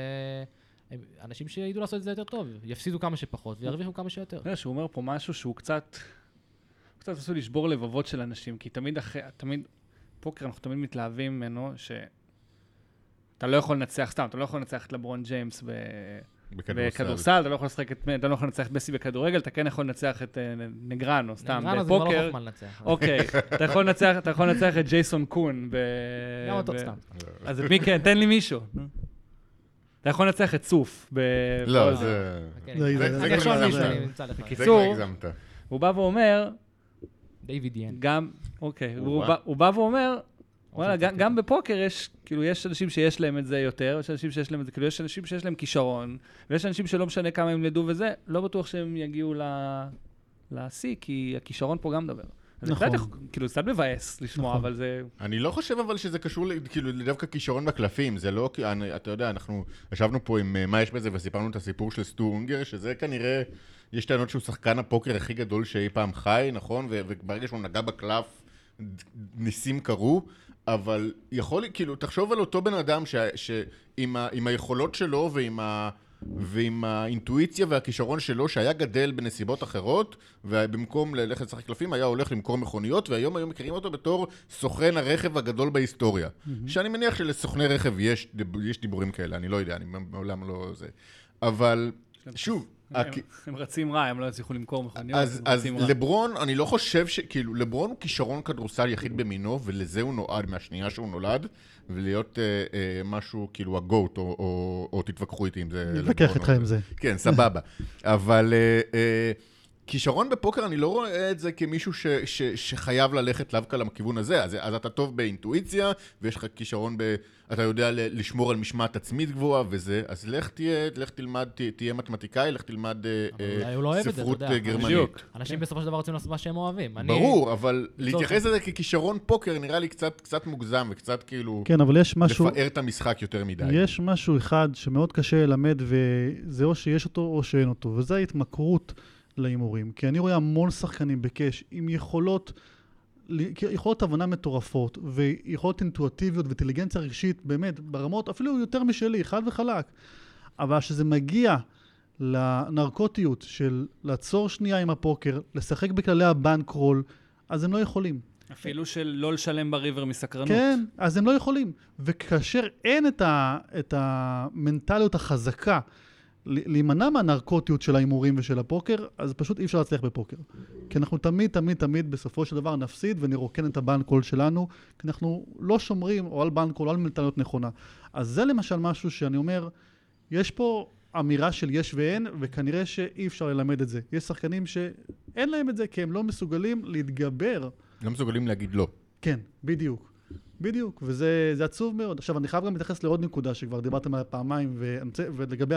ואנשים שידעו לעשות את זה יותר טוב, יפסידו כמה שפחות וירוויחו כמה שיותר. שהוא אומר פה משהו שהוא קצת עשוי לשבור לבבות של אנשים, כי תמיד פוקר אנחנו תמיד מתלהבים ממנו שאתה לא יכול לנצח סתם, אתה לא יכול לנצח את לברון ג'יימס בכדורסל, אתה לא יכול לנצח את מסי בכדורגל, אתה כן יכול לנצח את נגרנו, סתם, בפוקר. נגרנו זה לא חוכמה לנצח. אוקיי, אתה יכול לנצח את ג'ייסון קון. גם אותו סתם. אז את מי כן? תן לי מישהו. אתה יכול לנצח את צוף. לא, זה... אני אחשוב מישהו, אני נמצא לך. בקיצור, הוא בא ואומר... דיוויד ין. גם, אוקיי, הוא בא ואומר... וואלה, גם בפוקר יש אנשים שיש להם את זה יותר, יש אנשים שיש להם את זה, כאילו יש אנשים שיש להם כישרון, ויש אנשים שלא משנה כמה הם ידעו וזה, לא בטוח שהם יגיעו לעשי, כי הכישרון פה גם מדבר. נכון. כאילו, זה קצת מבאס לשמוע, אבל זה... אני לא חושב אבל שזה קשור, כאילו, דווקא כישרון בקלפים, זה לא, אתה יודע, אנחנו ישבנו פה עם מה יש בזה, וסיפרנו את הסיפור של סטו אונגר, שזה כנראה, יש טענות שהוא שחקן הפוקר הכי גדול שאי פעם חי, נכון? וברגע שהוא נגע בקלף, ניסים קרו, אבל יכול, כאילו, תחשוב על אותו בן אדם שעם היכולות שלו ועם האינטואיציה והכישרון שלו שהיה גדל בנסיבות אחרות, ובמקום ללכת לשחק קלפים היה הולך למכור מכוניות, והיום היו מכירים אותו בתור סוכן הרכב הגדול בהיסטוריה. שאני מניח שלסוכני רכב יש דיבורים כאלה, אני לא יודע, אני מעולם לא זה. אבל שוב, הם רצים רע, הם לא יצליחו למכור מכוניות. אז לברון, אני לא חושב כאילו, לברון הוא כישרון כדורסל יחיד במינו, ולזה הוא נועד מהשנייה שהוא נולד, ולהיות משהו כאילו הגוט, או תתווכחו איתי עם זה. נתווכח איתך עם זה. כן, סבבה. אבל כישרון בפוקר, אני לא רואה את זה כמישהו שחייב ללכת דווקא לכיוון הזה. אז אתה טוב באינטואיציה, ויש לך כישרון אתה יודע לשמור על משמעת עצמית גבוהה וזה, אז לך תלמד, תהיה מתמטיקאי, לך תלמד ספרות גרמנית. אנשים בסופו של דבר רוצים לעשות מה שהם אוהבים. ברור, אבל להתייחס לזה ככישרון פוקר נראה לי קצת מוגזם, וקצת כאילו כן, אבל יש משהו, לפאר את המשחק יותר מדי. יש משהו אחד שמאוד קשה ללמד, וזה או שיש אותו או שאין אותו, וזה ההתמכרות להימורים. כי אני רואה המון שחקנים בקש עם יכולות הבנה מטורפות, ויכולות אינטואטיביות ואינטליגנציה רגשית, באמת, ברמות אפילו יותר משלי, חד וחלק. אבל שזה מגיע לנרקוטיות של לעצור שנייה עם הפוקר, לשחק בכללי הבנקרול, אז הם לא יכולים. אפילו של לא לשלם בריבר מסקרנות. כן, אז הם לא יכולים. וכאשר אין את המנטליות החזקה, להימנע מהנרקוטיות של ההימורים ושל הפוקר, אז פשוט אי אפשר להצליח בפוקר. כי אנחנו תמיד בסופו של דבר נפסיד ונרוקן את הבנקול שלנו, כי אנחנו לא שומרים או על בנקול או על מנטליות נכונה. אז זה למשל משהו שאני אומר, יש פה אמירה של יש ואין, וכנראה שאי אפשר ללמד את זה. יש שחקנים שאין להם את זה, כי הם לא מסוגלים להתגבר. לא מסוגלים להגיד לא. כן, בדיוק, וזה עצוב מאוד. עכשיו, אני חייב גם להתייחס לעוד נקודה שכבר דיברתם עליה פעמיים, ולגבי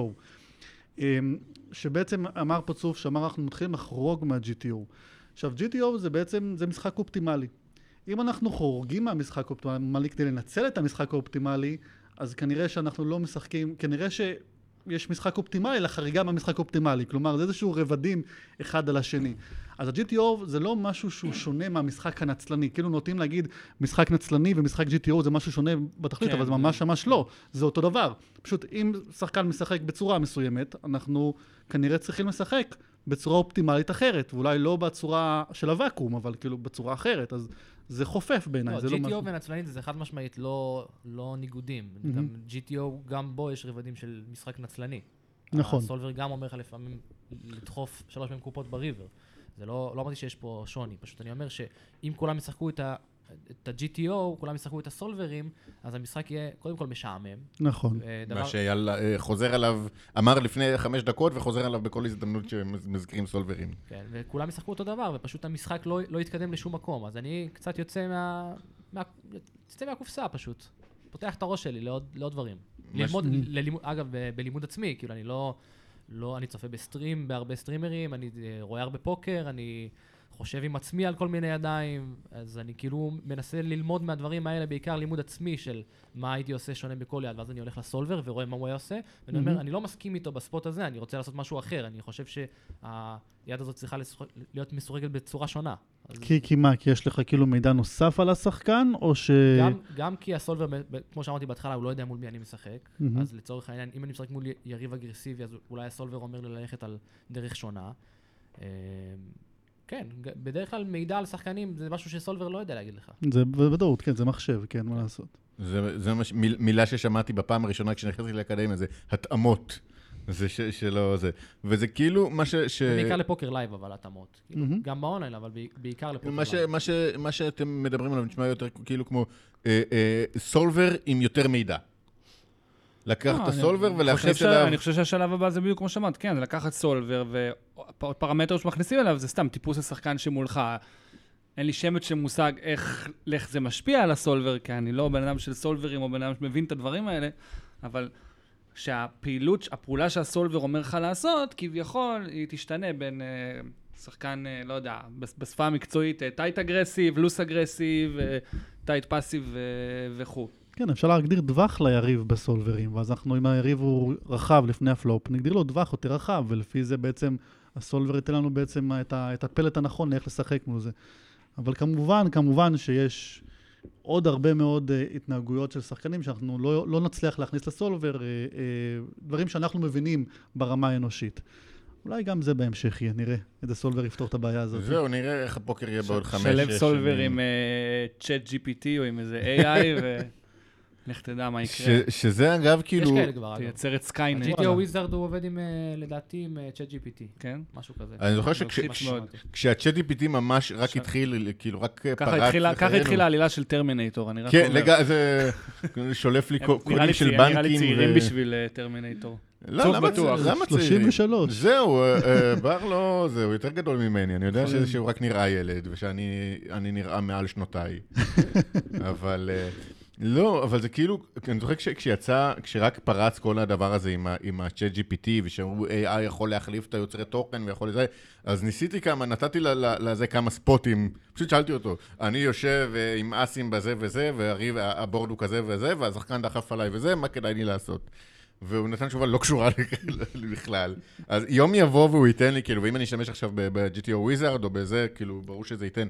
ה-GTO, שבעצם אמר פה צוף, שאמר אנחנו מתחילים לחרוג מה-GTO. עכשיו, GTO זה בעצם, זה משחק אופטימלי. אם אנחנו חורגים מהמשחק האופטימלי כדי לנצל את המשחק האופטימלי, אז כנראה שאנחנו לא משחקים, כנראה שיש משחק אופטימלי לחריגה מהמשחק האופטימלי. כלומר, זה איזשהו רבדים אחד על השני. אז ה-GTO זה לא משהו שהוא שונה מהמשחק הנצלני. כאילו נוטים להגיד משחק נצלני ומשחק GTO זה משהו שונה בתכלית, אבל זה ממש לא. זה אותו דבר. פשוט אם שחקן משחק בצורה מסוימת, אנחנו כנראה צריכים לשחק בצורה אופטימלית אחרת, ואולי לא בצורה של הוואקום, אבל כאילו בצורה אחרת. אז זה חופף בעיניי. לא, GTO ונצלנית זה חד משמעית לא ניגודים. גם GTO, גם בו יש רבדים של משחק נצלני. נכון. הסולבר גם אומר לך לפעמים לדחוף 3 מהם קופות בריבר. זה לא אמרתי שיש פה שוני, פשוט אני אומר שאם כולם ישחקו את ה-GTO, כולם ישחקו את הסולברים, אז המשחק יהיה קודם כל משעמם. נכון. מה שחוזר עליו, אמר לפני 5 דקות, וחוזר עליו בכל הזדמנות שמזכירים סולברים. כן, וכולם ישחקו אותו דבר, ופשוט המשחק לא יתקדם לשום מקום. אז אני קצת יוצא מהקופסה פשוט. פותח את הראש שלי לעוד דברים. אגב, בלימוד עצמי, כאילו אני אני צופה בסטרים, בהרבה סטרימרים, אני רואה הרבה פוקר, אני חושב עם עצמי על כל מיני ידיים, אז אני כאילו מנסה ללמוד מהדברים האלה, בעיקר לימוד עצמי של מה הייתי עושה שונה בכל יד, ואז אני הולך לסולבר ורואה מה הוא היה עושה, ואני אומר, אני לא מסכים איתו בספוט הזה, אני רוצה לעשות משהו אחר, אני חושב שהיד הזאת צריכה להיות מסורגת בצורה שונה. כי מה? כי יש לך כאילו מידע נוסף על השחקן, או ש... גם כי הסולבר, כמו שאמרתי בהתחלה, הוא לא יודע מול מי אני משחק, אז לצורך העניין, אם אני משחק מול יריב אגרסיבי, אז אולי הסולבר אומר לי ללכת על דרך שונה. כן, בדרך כלל מידע על שחקנים זה משהו שסולבר לא יודע להגיד לך. זה בוודאות, כן, זה מחשב, כן, מה לעשות. זה מילה ששמעתי בפעם הראשונה כשנכנסתי לאקדמיה, זה התאמות. זה שלא זה. וזה כאילו מה בעיקר לפוקר לייב, אבל התאמות. גם באונליין, אבל בעיקר לפוקר לייב. מה שאתם מדברים עליו נשמע יותר כאילו כמו סולבר עם יותר מידע. לקחת את הסולבר ולהכניס אליו... אני חושב שהשלב הבא זה בדיוק כמו שאמרת, כן, זה לקחת סולבר, ועוד פרמטר שמכניסים אליו זה סתם טיפוס השחקן שמולך. אין לי שמץ שמושג איך זה משפיע על הסולבר, כי אני לא בן אדם של סולברים או בן אדם שמבין את הדברים האלה, אבל הפעולה שהסולבר אומר לך לעשות, כביכול היא תשתנה בין שחקן, לא יודע, בשפה המקצועית, טייט אגרסיב, לוס אגרסיב, טייט פאסיב וכו'. כן, אפשר להגדיר דווח ליריב בסולברים, ואז אנחנו, אם היריב הוא רחב לפני הפלופ, נגדיר לו דווח יותר רחב, ולפי זה בעצם הסולבר ייתן לנו בעצם את הפלט הנכון לאיך לשחק מול זה. אבל כמובן שיש עוד הרבה מאוד התנהגויות של שחקנים שאנחנו לא נצליח להכניס לסולבר, דברים שאנחנו מבינים ברמה האנושית. אולי גם זה בהמשך יהיה, נראה איזה סולבר יפתור את הבעיה הזאת. זהו, נראה איך הפוקר יהיה בעוד 5-6 שנים. שלב סולבר עם צ'אט GPT או עם איזה AI לך תדע מה יקרה. שזה אגב כאילו... יש כאלה כבר, אגב. תייצר את סקיינט. ה-GTO Wizard הוא עובד עם, לדעתי, עם צ'אט GPT. כן? משהו כזה. אני זוכר שכשה-צ'אט GPT ממש רק התחיל, כאילו רק פרץ... ככה התחילה העלילה של טרמינטור, אני רק כן, אומר. זה שולף לי קולים של בנקים. נראה לי צעירים בשביל טרמינטור. לא, בטוח. למה צעירים? 33. זהו, בר לא, זהו, יותר גדול ממני. אני יודע שהוא רק נראה ילד, ושאני נראה מעל שנותיי. אבל לא, אבל זה כאילו, אני זוכר כשרק פרץ כל הדבר הזה עם ה-Chat GPT, ושאמרו AI יכול להחליף את היוצרי תוכן ויכול לזה, אז ניסיתי נתתי לזה כמה ספוטים, פשוט שאלתי אותו, אני יושב עם אסים בזה וזה, והבורד הוא כזה וזה, והשחקן דחף עליי וזה, מה כדאי לי לעשות? והוא נתן תשובה לא קשורה בכלל. אז יום יבוא והוא ייתן לי, כאילו, ואם אני אשתמש עכשיו ב-GTO Wizard או בזה, כאילו, ברור שזה ייתן.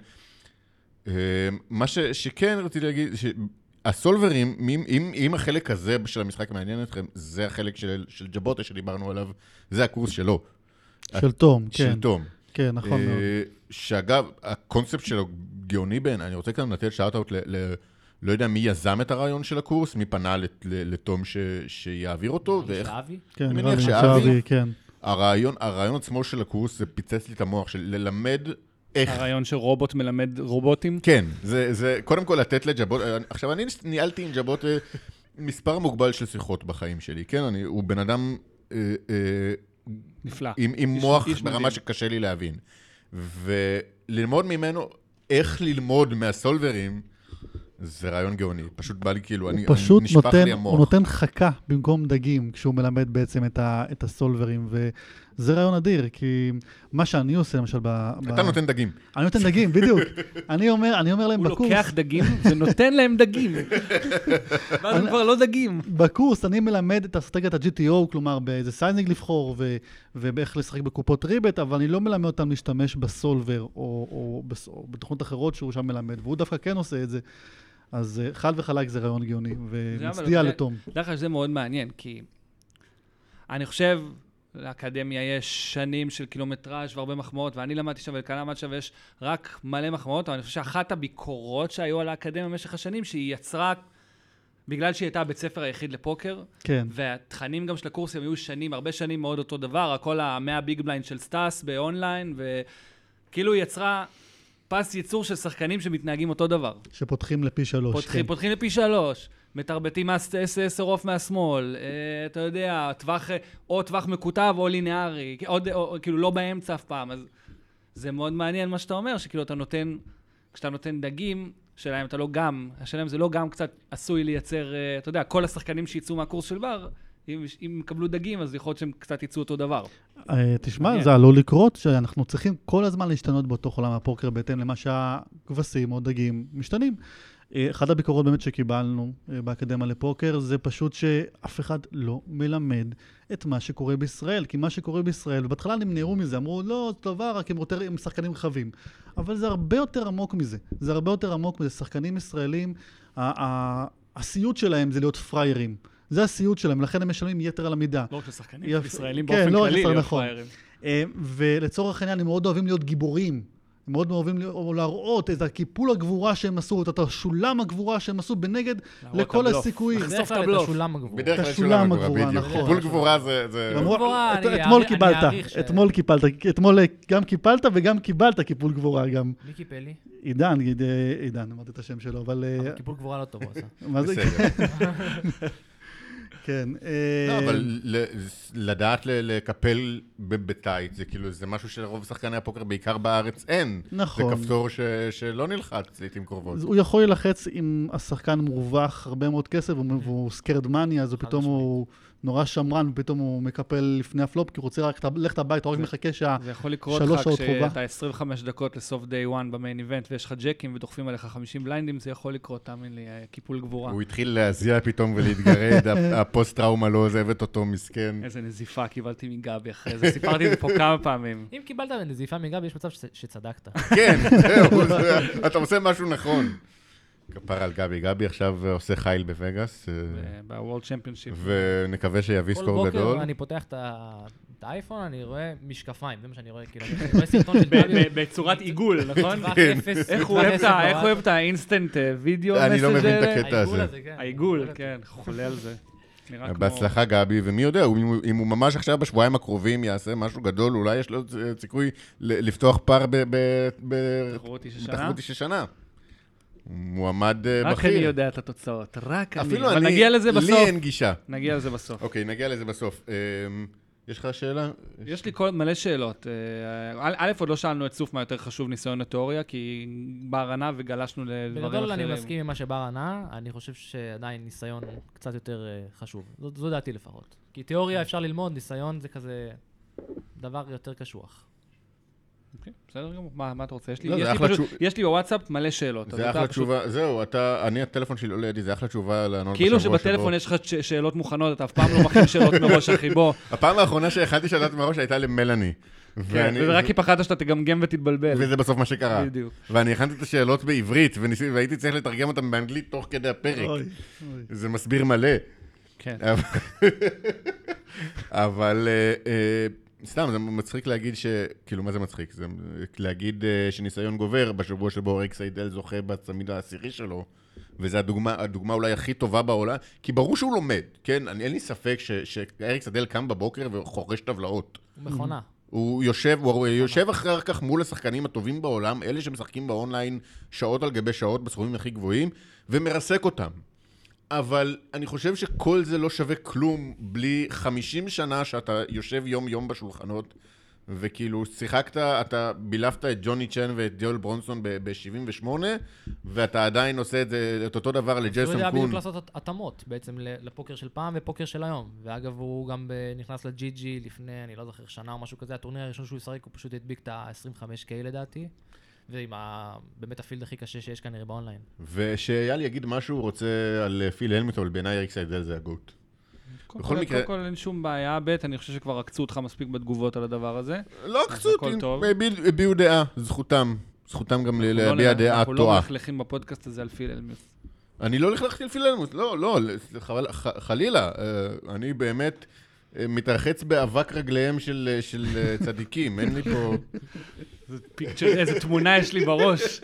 מה שכן רציתי להגיד, הסולברים, אם החלק הזה של המשחק מעניין אתכם, זה החלק של ג'בוטה שדיברנו עליו, זה הקורס שלו. של תום, כן. של תום. כן, נכון מאוד. שאגב, הקונספט שלו גאוני בין, אני רוצה כאן לתת שאוט-אוט לא יודע מי יזם את הרעיון של הקורס, מי פנה לתום שיעביר אותו, ואיך... שאבי? כן, אני נראה מניח לי שאבי. שאבי, כן. הרעיון עצמו של הקורס זה פיצץ לי את המוח, של ללמד איך... הרעיון שרובוט מלמד רובוטים? כן, זה קודם כל לתת לג'בוט... עכשיו, אני ניהלתי עם ג'בוט מספר מוגבל של שיחות בחיים שלי, כן? הוא בן אדם... נפלא. עם מוח ברמה שקשה לי להבין. וללמוד ממנו איך ללמוד מהסולברים, זה רעיון גאוני. פשוט בא לי כאילו, הוא פשוט נשפך לי המוח. הוא נותן חכה במקום דגים, כשהוא מלמד בעצם את הסולברים, וזה רעיון אדיר, כי מה שאני עושה, למשל, אתה נותן דגים. אני נותן דגים, בדיוק. אני אומר להם בקורס... הוא לוקח דגים ונותן להם דגים. ואז הם כבר לא דגים. בקורס אני מלמד את אסטרטגיית ה-GTO, כלומר באיזה סייזינג לבחור ובאיך לשחק בקופות ריבט, אבל אני לא מלמד אותם להשתמש בסולבר או בתוכנות אחרות שהוא שם מלמד, והוא דווקא כן עושה את זה. אז חד וחלק זה רעיון גאוני, ומצדיע לתום. דרך כלל זה מאוד מעניין, כי אני חושב, לאקדמיה יש שנים של קילומטראז' והרבה מחמאות, ואני למדתי שם ולכאן למד שם ויש רק מלא מחמאות, אבל אני חושב שאחת הביקורות שהיו על האקדמיה במשך השנים, שהיא יצרה, בגלל שהיא הייתה הבית ספר היחיד לפוקר, כן. והתכנים גם של הקורסים היו שנים, הרבה שנים מאוד אותו דבר, הכל 100 ביג בליינד של סטאס באונליין, וכאילו היא יצרה פס ייצור של שחקנים שמתנהגים אותו דבר. שפותחים לפי 3. פותחים לפי 3. מתרבטים S10 אוף מהשמאל, אתה יודע, או טווח מקוטב או ליניארי, כאילו לא באמצע אף פעם, אז זה מאוד מעניין מה שאתה אומר, שכאילו אתה נותן, כשאתה נותן דגים, שלהם אתה לא גם, השאלה זה לא גם קצת עשוי לייצר, אתה יודע, כל השחקנים שיצאו מהקורס של בר, אם יקבלו דגים, אז יכול להיות שהם קצת יצאו אותו דבר. תשמע, זה עלול לקרות שאנחנו צריכים כל הזמן להשתנות בתוך עולם הפוקר, בהתאם למה שהכבשים או דגים משתנים. אחד הביקורות באמת שקיבלנו באקדמיה לפוקר, זה פשוט שאף אחד לא מלמד את מה שקורה בישראל. כי מה שקורה בישראל, ובהתחלה נמנעו מזה, אמרו, לא, טובה, רק הם שחקנים רחבים. אבל זה הרבה יותר עמוק מזה. זה הרבה יותר עמוק מזה. שחקנים ישראלים, הסיוט שלהם זה להיות פריירים. זה הסיוט שלהם, לכן הם משלמים יתר על המידה. לא רק לשחקנים ישראלים באופן כללי להיות פריירים. ולצורך העניין, הם מאוד אוהבים להיות גיבורים. הם מאוד אוהבים להראות את הקיפול הגבורה שהם עשו, את השולם הגבורה שהם עשו בנגד לכל הסיכויים. לחשוף את הבלוף. בדרך כלל שולם הגבורה, בדיוק. קיפול גבורה זה... אתמול קיפלת, אתמול גם קיפלת וגם קיבלת קיפול גבורה גם. מי קיפל לי? עידן, אמרתי את השם שלו, אבל... קיפול גבורה לא טוב, הוא עשה. מה זה? כן. לא, אבל לדעת לקפל בטייט, זה כאילו, זה משהו שלרוב שחקני הפוקר, בעיקר בארץ, אין. נכון. זה כפתור שלא נלחץ לעתים קרובות. הוא יכול ללחץ אם השחקן מורווח הרבה מאוד כסף, והוא סקרד מניה, אז פתאום הוא נורא שמרן, ופתאום הוא מקפל לפני הפלופ, כי הוא רוצה רק ללכת הבית, הוא רק מחכה זה יכול לקרות לך כשאתה 25 דקות לסוף דיי 1 במיין איבנט, ויש לך ג'קים ודוחפים עליך 50 בליינדים, זה יכול לקרות, תאמין לי, קיפול גבורה. הוא התחיל להזיע פתאום ולהתגרד, הפוסט-טראומה לא עוזבת אותו מסכן. איזה נזיפה קיבלתי מגבי אחרי זה, סיפרתי את זה פה כמה פעמים. אם קיבלת נזיפה מגבי, יש מצב שצדקת. כן, זהו, אתה עושה משהו נכון. כפר על גבי. גבי עכשיו עושה חייל בווגאס. בוורלד צ'מפיונשיפ. ונקווה שיביא סקור גדול. כל בוקר אני פותח את האייפון, אני רואה משקפיים, זה מה שאני רואה, כאילו, אני רואה סרטון של גבי. בצורת עיגול, נכון? איך הוא אוהב את האינסטנט וידאו? אני לא מבין את הקטע הזה. העיגול, כן, חולה על זה. בהצלחה גבי, ומי יודע, אם הוא ממש עכשיו בשבועיים הקרובים יעשה משהו גדול, אולי יש לו סיכוי לפתוח פער בתחרות איש השנה. מועמד בכיר. רק אני יודע את התוצאות, רק אני. אפילו אבל אני, נגיע לזה בסוף. לי אין גישה. נגיע לזה בסוף. אוקיי, נגיע לזה בסוף. יש לך שאלה? יש לי מלא שאלות. א', עוד לא שאלנו את סוף מה יותר חשוב ניסיון לתיאוריה, כי בר ענה וגלשנו לדברים אחרים. בגדול אני מסכים עם מה שבר ענה, אני חושב שעדיין ניסיון קצת יותר חשוב. זו דעתי לפחות. כי תיאוריה אפשר ללמוד, ניסיון זה כזה דבר יותר קשוח. אוקיי, בסדר גמור. מה אתה רוצה? יש לי בוואטסאפ מלא שאלות. זה אחלה תשובה, זהו, אני הטלפון שלי לא לידי, זה אחלה תשובה לענות כאילו שבטלפון יש לך שאלות מוכנות, אתה אף פעם לא מכין שאלות מראש, אחי, בוא. הפעם האחרונה שהכנתי שאלות מראש הייתה למלאני. ורק כי פחדת שאתה תגמגם ותתבלבל. וזה בסוף מה שקרה. בדיוק. ואני הכנתי את השאלות בעברית, והייתי צריך לתרגם אותן באנגלית תוך כדי הפרק. זה מסביר מלא. כן. אבל סתם, זה מצחיק להגיד כאילו, מה זה מצחיק? זה להגיד שניסיון גובר בשבוע שבו אריק סיידל זוכה בצמיד העשירי שלו, וזו הדוגמה אולי הכי טובה בעולם, כי ברור שהוא לומד, כן? אין לי ספק שאריק סיידל קם בבוקר וחורש טבלאות. הוא מכונה. הוא יושב אחר כך מול השחקנים הטובים בעולם, אלה שמשחקים באונליין שעות על גבי שעות בסכומים הכי גבוהים, ומרסק אותם. אבל אני חושב שכל זה לא שווה כלום בלי 50 שנה שאתה יושב יום בשולחנות, וכאילו שיחקת, אתה בילפת את ג'וני צ'ן ואת דיול ברונסון ב-78, ואתה עדיין עושה את אותו דבר לג'ייסון קון. הוא יודע בדיוק לעשות התאמות בעצם לפוקר של פעם ופוקר של היום. ואגב, הוא גם נכנס לג'י-ג'י לפני, אני לא זוכר, שנה או משהו כזה. הטורניר הראשון שהוא ישחק, הוא פשוט הדביק את ה-25K לדעתי. ועם באמת הפילד הכי קשה שיש כנראה באונליין. ושאייל יגיד מה שהוא רוצה על פיל הלמוט, אבל בעיניי אריק סיידל זה הגוט. בכל מקרה... קודם כל אין שום בעיה, אני חושב שכבר עקצו אותך מספיק בתגובות על הדבר הזה. לא עקצו אותי, הביעו דעה, זכותם גם להביע דעה אנחנו טועה. לא מלכלכים בפודקאסט הזה על פיל הלמוט. אני לא לכלכתי על פיל הלמוט, לא, חלילה, אני באמת מתרחץ באבק רגליהם של צדיקים, אין לי פה... איזה תמונה יש לי בראש.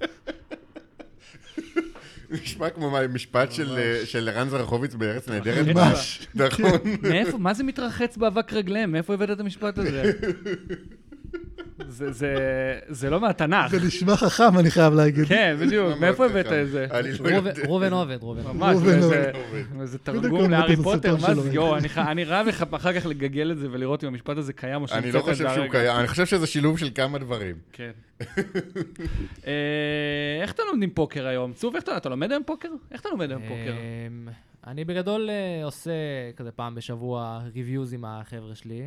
נשמע כמו משפט של רן זרחוביץ בארץ נהדרת. ממש. נכון. מה זה מתרחץ באבק רגליהם? מאיפה הבאת את המשפט הזה? זה לא מהתנ"ך. זה נשמע חכם, אני חייב להגיד. כן, בדיוק. מאיפה הבאת את זה? רובן עובד. ממש, זה תרגום להארי פוטר. מה זה? יו, אני רב אחר כך לגגל את זה ולראות אם המשפט הזה קיים או אני לא חושב שהוא קיים. אני חושב שזה שילוב של כמה דברים. כן. איך אתה לומדים פוקר היום? צוף, איך אתה לומד היום פוקר? איך אתה לומד היום פוקר? אני בגדול עושה כזה פעם בשבוע ריוויוז עם החבר'ה שלי.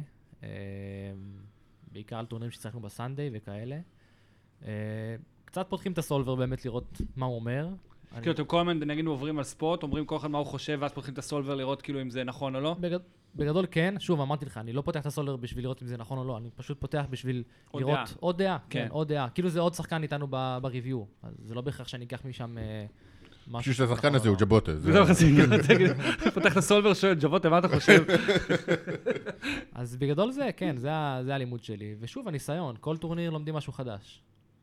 בעיקר על טורנירים שצריכנו בסנדיי וכאלה. קצת פותחים את הסולבר באמת לראות מה הוא אומר. כאילו אתם כל הזמן נגיד עוברים על ספוט, אומרים כל אחד מה הוא חושב, ואז פותחים את הסולבר לראות כאילו אם זה נכון או לא? בגדול כן, שוב אמרתי לך, אני לא פותח את הסולבר בשביל לראות אם זה נכון או לא, אני פשוט פותח בשביל לראות עוד דעה. כן, עוד דעה. כאילו זה עוד שחקן איתנו בריוויו, אז זה לא בהכרח שאני אקח משם משהו שהשחקן הזה הוא ג'בוטה. זה לא חצי, פותח את הסולבר שואל, ג'בוטה, מה אתה חושב? אז בגדול זה, כן, זה הלימוד שלי. ושוב, הניסיון, כל טורניר לומדים משהו חדש.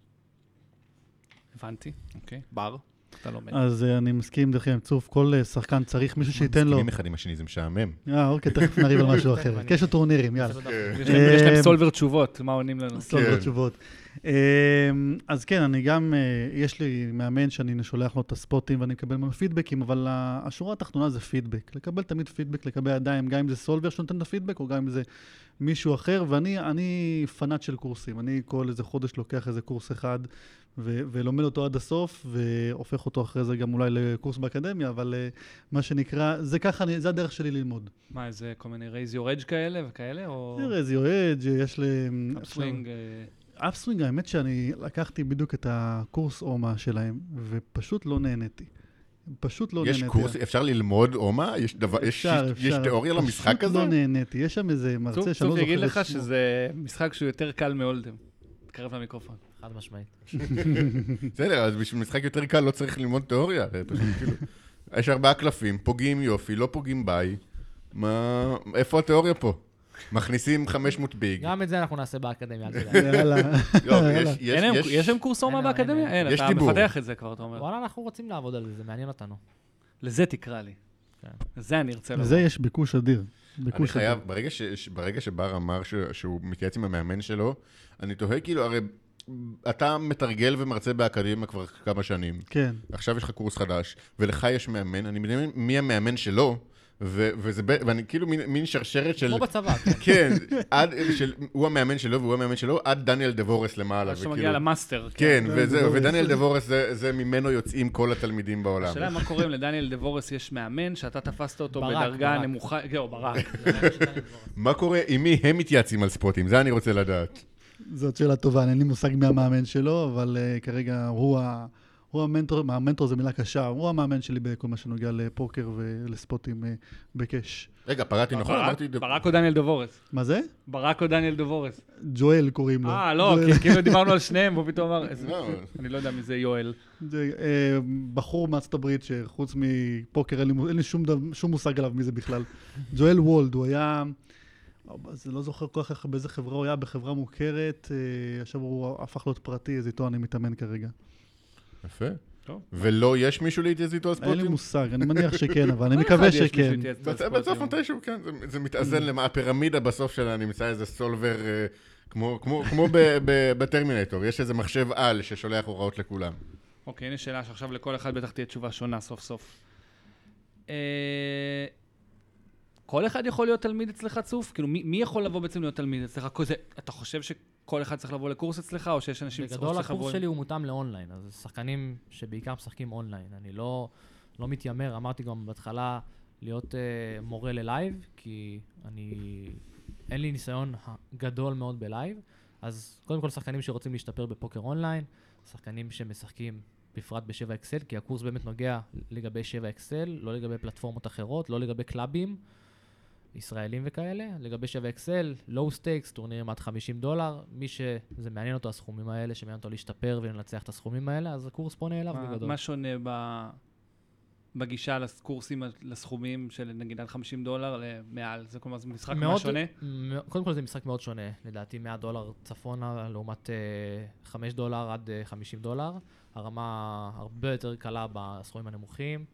הבנתי, אוקיי. בר, אתה לומד. אז אני מסכים דרך עם צוף, כל שחקן צריך מישהו שייתן לו... מסכימים אחד עם השני, זה משעמם. אוקיי, תכף נריב על משהו אחר. קשר טורנירים, יאללה. יש להם סולבר תשובות, מה עונים לנו? סולבר תשובות. אז כן, אני גם, יש לי מאמן שאני שולח לו את הספוטים ואני מקבל ממנו פידבקים, אבל השורה התחתונה זה פידבק. לקבל תמיד פידבק, לקבל ידיים, גם אם זה סולבר שנותן את הפידבק, או גם אם זה מישהו אחר, ואני פנאט של קורסים. אני כל איזה חודש לוקח איזה קורס אחד, ולומד אותו עד הסוף, והופך אותו אחרי זה גם אולי לקורס באקדמיה, אבל מה שנקרא, זה ככה, זה הדרך שלי ללמוד. מה, איזה כל מיני raise your edge כאלה וכאלה, או... זה raise your edge, יש לי... upswing... אפסווינג, האמת שאני לקחתי בדיוק את הקורס אומה שלהם, ופשוט לא נהניתי. פשוט לא נהניתי. יש קורס, אפשר ללמוד אומה? יש תיאוריה למשחק הזה? פשוט לא נהניתי. יש שם איזה מרצה שלא זוכר. צוף יגיד לך שזה משחק שהוא יותר קל מאולדם. תקרב למיקרופון. חד משמעית. בסדר, אז בשביל משחק יותר קל לא צריך ללמוד תיאוריה. יש 4 קלפים, פוגעים יופי, לא פוגעים ביי. איפה התיאוריה פה? מכניסים 500 ביג. גם את זה אנחנו נעשה באקדמיה. יש שם קורס אומה באקדמיה? אין, אתה מפתח את זה כבר, אתה אומר. וואלה, אנחנו רוצים לעבוד על זה, זה מעניין אותנו. לזה תקרא לי. לזה אני ארצה לבוא. לזה יש ביקוש אדיר. אני חייב, ברגע שבר אמר שהוא מתייעץ עם המאמן שלו, אני תוהה כאילו, הרי אתה מתרגל ומרצה באקדמיה כבר כמה שנים. כן. עכשיו יש לך קורס חדש, ולך יש מאמן, אני מבין מי המאמן שלו, ואני כאילו מין שרשרת של... כמו בצבא, כן. כן, הוא המאמן שלו והוא המאמן שלו, עד דניאל דבורס למעלה. שמגיע למאסטר. כן, ודניאל דבורס זה ממנו יוצאים כל התלמידים בעולם. השאלה מה קורה אם לדניאל דבורס יש מאמן, שאתה תפסת אותו בדרגה נמוכה, ברק. מה קורה עם מי הם מתייעצים על ספוטים? זה אני רוצה לדעת. זאת שאלה טובה, אין לי מושג מהמאמן שלו, אבל כרגע הוא המנטור זה מילה קשה, הוא המאמן שלי בכל מה שנוגע לפוקר ולספוטים בקש. רגע, פרעתי נכון? ברק או דניאל דבורס? מה זה? ברק או דניאל דבורס? ג'ואל קוראים לו. לא, כאילו דיברנו על שניהם, והוא פתאום אמר, אני לא יודע מי זה יואל. בחור מארצות הברית שחוץ מפוקר, אין לי שום מושג עליו מי זה בכלל. ג'ואל וולד, הוא היה... אז אני לא זוכר כל כך באיזה חברה הוא היה, בחברה מוכרת, עכשיו הוא הפך להיות פרטי, אז איתו אני מתאמן כרגע. יפה. ולא יש מישהו להתייעץ איתו על ספוטים? אין לי מושג, אני מניח שכן, אבל אני מקווה שכן. בסוף מתישהו, כן, זה מתאזן למה, הפירמידה בסוף שלה נמצא איזה סולבר, כמו בטרמינטור, יש איזה מחשב על ששולח הוראות לכולם. אוקיי, הנה שאלה שעכשיו לכל אחד בטח תהיה תשובה שונה סוף סוף. כל אחד יכול להיות תלמיד אצלך צוף? כאילו, מי יכול לבוא בעצם להיות תלמיד אצלך? אתה חושב שכל אחד צריך לבוא לקורס אצלך, או שיש אנשים שצריכים לבוא? בגדול, הקורס שלי הוא מותאם לאונליין, אז שחקנים שבעיקר משחקים אונליין. אני לא מתיימר, אמרתי גם בהתחלה, להיות מורה ללייב, כי אין לי ניסיון גדול מאוד בלייב, אז קודם כל שחקנים שרוצים להשתפר בפוקר אונליין, שחקנים שמשחקים בפרט ב7 אקסל, כי הקורס באמת נוגע לגבי 7 אקסל, לא לגבי פלטפורמות אחרות, לא לגבי קלאבים, ישראלים וכאלה. לגבי 7 אקסל, לואו סטייקס, טורנירים עד $50. מי שזה מעניין אותו הסכומים האלה, שמעניין אותו להשתפר ולנצח את הסכומים האלה, אז הקורס פונה אליו בגדול. מה שונה בגישה לקורסים, לסכומים של נגיד עד $50 למעל? זה כלומר, זה משחק מה שונה? קודם כל זה משחק מאוד שונה. לדעתי $100 צפונה לעומת $5 עד $50. הרמה הרבה יותר קלה בסכומים הנמוכים.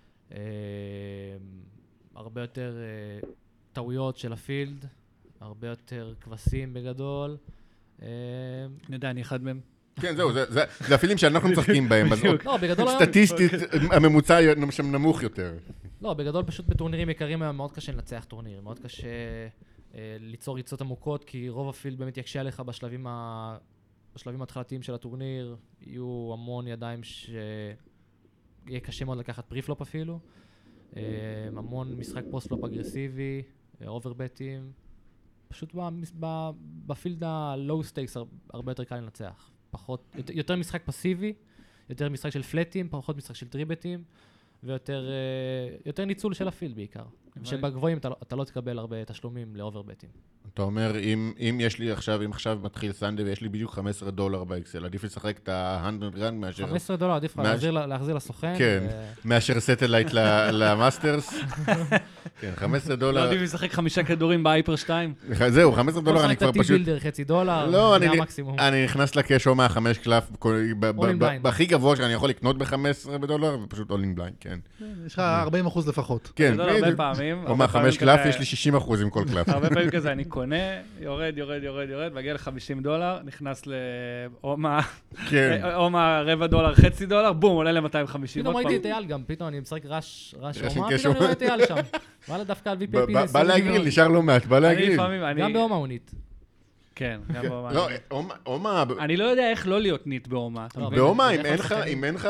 הרבה יותר טעויות של הפילד, הרבה יותר כבשים בגדול. אני יודע, אני אחד מהם. כן, זהו, זה הפילים שאנחנו משחקים בהם. לא, בגדול... סטטיסטית, הממוצע שם נמוך יותר. לא, בגדול פשוט בטורנירים יקרים היום מאוד קשה לנצח טורניר, מאוד קשה ליצור ריצות עמוקות, כי רוב הפילד באמת יקשה עליך בשלבים ההתחלתיים של הטורניר, יהיו המון ידיים שיהיה קשה מאוד לקחת פריפלופ אפילו. המון משחק פוסט-פלופ אגרסיבי, אוברבטים, פשוט בפילד הלואו סטייקס הרבה יותר קל לנצח. יותר משחק פסיבי, יותר משחק של פלטים, פחות משחק של טריבטים, ויותר ניצול של הפילד בעיקר. שבגבוהים אתה לא תקבל הרבה תשלומים לאוברבטים. אתה אומר, אם יש לי עכשיו, אם עכשיו מתחיל סנדה ויש לי בדיוק $15 באקסל, עדיף לשחק את ה-100 גרנד מאשר... $15 עדיף להחזיר לסוכן. כן, מאשר סטלייט למאסטרס. כן, $15. לא עדיף לשחק 5 כדורים בהייפר 2. זהו, $15 אני כבר פשוט... בילדר, $0.50, לא, זה המקסימום. אני נכנס לקש או מה-5 קלף, בהכי גבוה שאני יכול לקנות $15, ופשוט all in blind, כן. יש לך 40% לפחות. כן, הרבה פעמים. או מה-5 קלף, יש לי 60% עם כל קלף. הרבה פעמים כזה, אני קונה, יורד, מגיע $50, נכנס לאומה, אומה $0.25, בום, עולה ל-250. פתאום ראיתי את אייל גם, פתאום אני משחק רש אומה, פתאום אני רואה את אייל שם. וואלה, דווקא על VPP. בא להגריל, נשאר לא מעט, בא להגריל. גם באומה הוא ניט. כן, גם באומה. לא, אומה... אני לא יודע איך לא להיות ניט באומה. באומה, אם אין לך...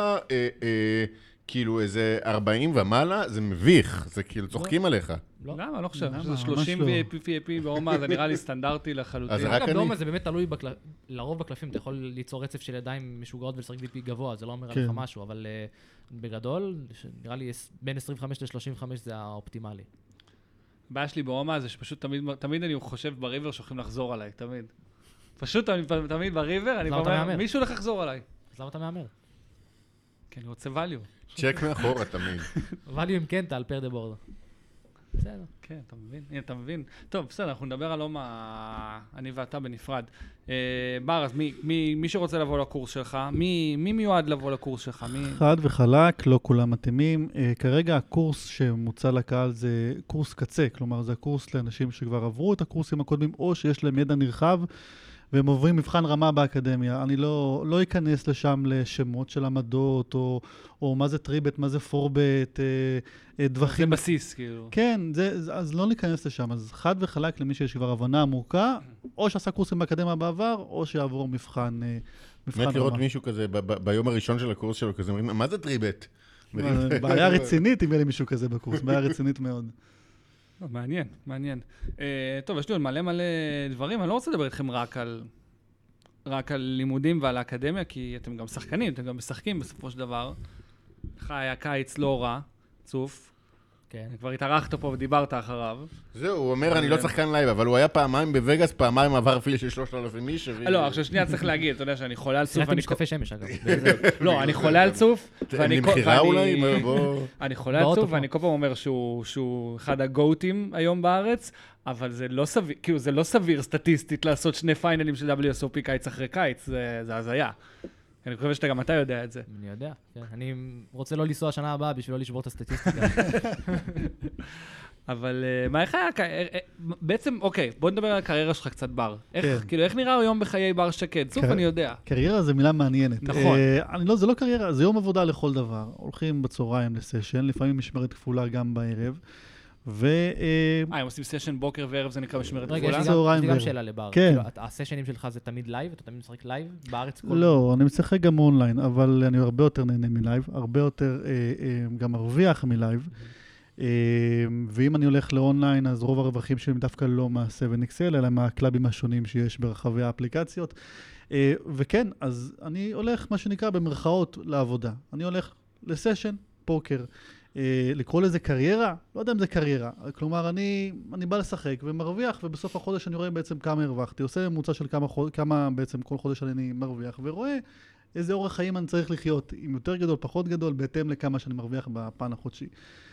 כאילו איזה 40 ומעלה, זה מביך, זה כאילו צוחקים עליך. למה? אני לא חושב, שזה 30 VIP באומה, זה נראה לי סטנדרטי לחלוטין. אגב, באומה זה באמת תלוי, לרוב בקלפים אתה יכול ליצור רצף של ידיים משוגעות ולשחק VP גבוה, זה לא אומר עליך משהו, אבל בגדול, נראה לי בין 25 ל-35 זה האופטימלי. הבעיה שלי באומה זה שפשוט תמיד אני חושב בריבר שהולכים לחזור עליי, תמיד. פשוט תמיד בריבר, אני אומר, מישהו הולך לחזור עליי. אז למה אתה מאמר? כי אני רוצה value. צ'ק מאחורה תמיד. value עם קנטה על פר דה בורד. בסדר. כן, אתה מבין? הנה, אתה מבין. טוב, בסדר, אנחנו נדבר על אומה, אני ואתה בנפרד. בר, אז מי שרוצה לבוא לקורס שלך, מי מיועד לבוא לקורס שלך? חד וחלק, לא כולם מתאימים. כרגע הקורס שמוצע לקהל זה קורס קצה, כלומר זה הקורס לאנשים שכבר עברו את הקורסים הקודמים, או שיש להם ידע נרחב, והם עוברים מבחן רמה באקדמיה. אני לא אכנס לשם לשמות של עמדות, או מה זה טריבט, מה זה פורבט, דווחים. זה בסיס, כאילו. כן, אז לא ניכנס לשם. אז חד וחלק למי שיש כבר הבנה עמוקה, או שעשה קורסים באקדמיה בעבר, או שיעבור מבחן רמה. באמת לראות מישהו כזה, ביום הראשון של הקורס שלו, כזה, מה זה טריבט? בעיה רצינית אם יהיה לי מישהו כזה בקורס, בעיה רצינית מאוד. מעניין, מעניין. טוב, יש לי עוד מלא דברים, אני לא רוצה לדבר איתכם רק על לימודים ועל האקדמיה, כי אתם גם שחקנים, אתם גם משחקים בסופו של דבר. לך היה קיץ לא רע, צוף. כן. כבר התארחת פה ודיברת אחריו. זהו, הוא אומר, אני לא שחקן לייב, אבל הוא היה פעמיים בווגאס, פעמיים עבר פיל של 3,000 איש. לא, עכשיו שנייה צריך להגיד, אתה יודע שאני חולה על צוף. שיחקתי משקפי שמש, אגב. לא, אני חולה על צוף. למחירה אולי? אני חולה על צוף, ואני כל פעם אומר שהוא אחד הגוטים היום בארץ, אבל זה לא סביר, כאילו זה לא סביר סטטיסטית לעשות שני פיינלים של WSOP קיץ אחרי קיץ, זה הזיה. אני חושב שאתה גם אתה יודע את זה. אני יודע, כן. אני רוצה לא לנסוע השנה הבאה בשביל לא לשבור את הסטטיסטיקה. אבל איך היה, בעצם, אוקיי, בוא נדבר על הקריירה שלך קצת בר. איך נראה היום בחיי בר שקד? סוף אני יודע. קריירה זה מילה מעניינת. נכון. זה לא קריירה, זה יום עבודה לכל דבר. הולכים בצהריים לסשן, לפעמים משמרת כפולה גם בערב. הם עושים סשן בוקר וערב, זה נקרא משמרת כפולה? רגע, יש לי גם שאלה לבר. כן. הסשנים שלך זה תמיד לייב? אתה תמיד משחק לייב בארץ? לא, אני משחק גם אונליין, אבל אני הרבה יותר נהנה מלייב, הרבה יותר גם מרוויח מלייב. ואם אני הולך לאונליין, אז רוב הרווחים שלי דווקא לא מה-7XL, אלא מהקלאבים השונים שיש ברחבי האפליקציות. וכן, אז אני הולך, מה שנקרא, במרכאות לעבודה. אני הולך לסשן, פוקר. לקרוא לזה קריירה? לא יודע אם זה קריירה. כלומר, אני בא לשחק ומרוויח, ובסוף החודש אני רואה בעצם כמה הרווחתי. עושה ממוצע של כמה בעצם כל חודש אני מרוויח, ורואה איזה אורח חיים אני צריך לחיות, אם יותר גדול, פחות גדול, בהתאם לכמה שאני מרוויח בפן החודשי.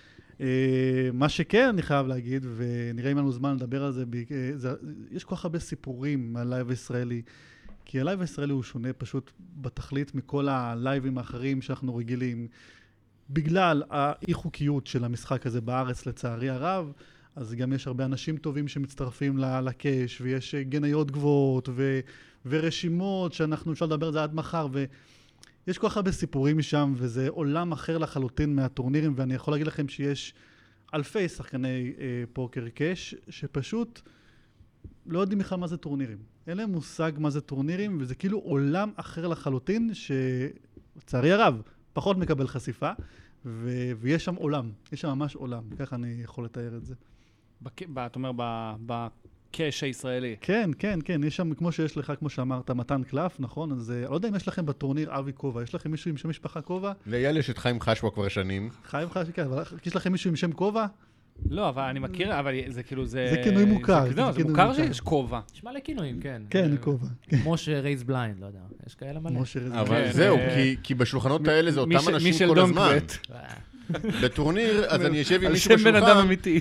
מה שכן אני חייב להגיד, ונראה אם לנו זמן לדבר על זה, יש כל כך הרבה סיפורים מהלייב הישראלי, כי הלייב הישראלי הוא שונה פשוט בתכלית מכל הלייבים האחרים שאנחנו רגילים, בגלל האי-חוקיות של המשחק הזה בארץ לצערי הרב, אז גם יש הרבה אנשים טובים שמצטרפים לקש, ויש גניות גבוהות, ורשימות שאנחנו אפשר לדבר על זה עד מחר, ויש כל כך הרבה סיפורים משם, וזה עולם אחר לחלוטין מהטורנירים, ואני יכול להגיד לכם שיש אלפי שחקני פוקר קש, שפשוט לא יודעים בכלל מה זה טורנירים. אין להם מושג מה זה טורנירים, וזה כאילו עולם אחר לחלוטין, שלצערי הרב, פחות מקבל חשיפה, ויש שם עולם, יש שם ממש עולם, ככה אני יכול לתאר את זה. אתה אומר, בקש הישראלי. כן, כן, כן, יש שם, כמו שיש לך, כמו שאמרת, מתן קלף, נכון? אז לא יודע אם יש לכם בטורניר אבי קובה, יש לכם מישהו עם שם משפחה קובה? ליאל יש את חיים חשווה כבר שנים. חיים חשווה, כן, אבל יש לכם מישהו עם שם קובה? לא, אבל אני מכיר, אבל זה כאילו, זה כינוי מוכר. זה מוכר שיש קובה. יש מלא כינויים, כן. כן, קובה. משה רייז בליינד, לא יודע, יש כאלה מלא. אבל זהו, כי בשולחנות האלה זה אותם אנשים כל הזמן. בטורניר, אז אני אשב עם מישהו בשולחן. על שם בן אדם אמיתי.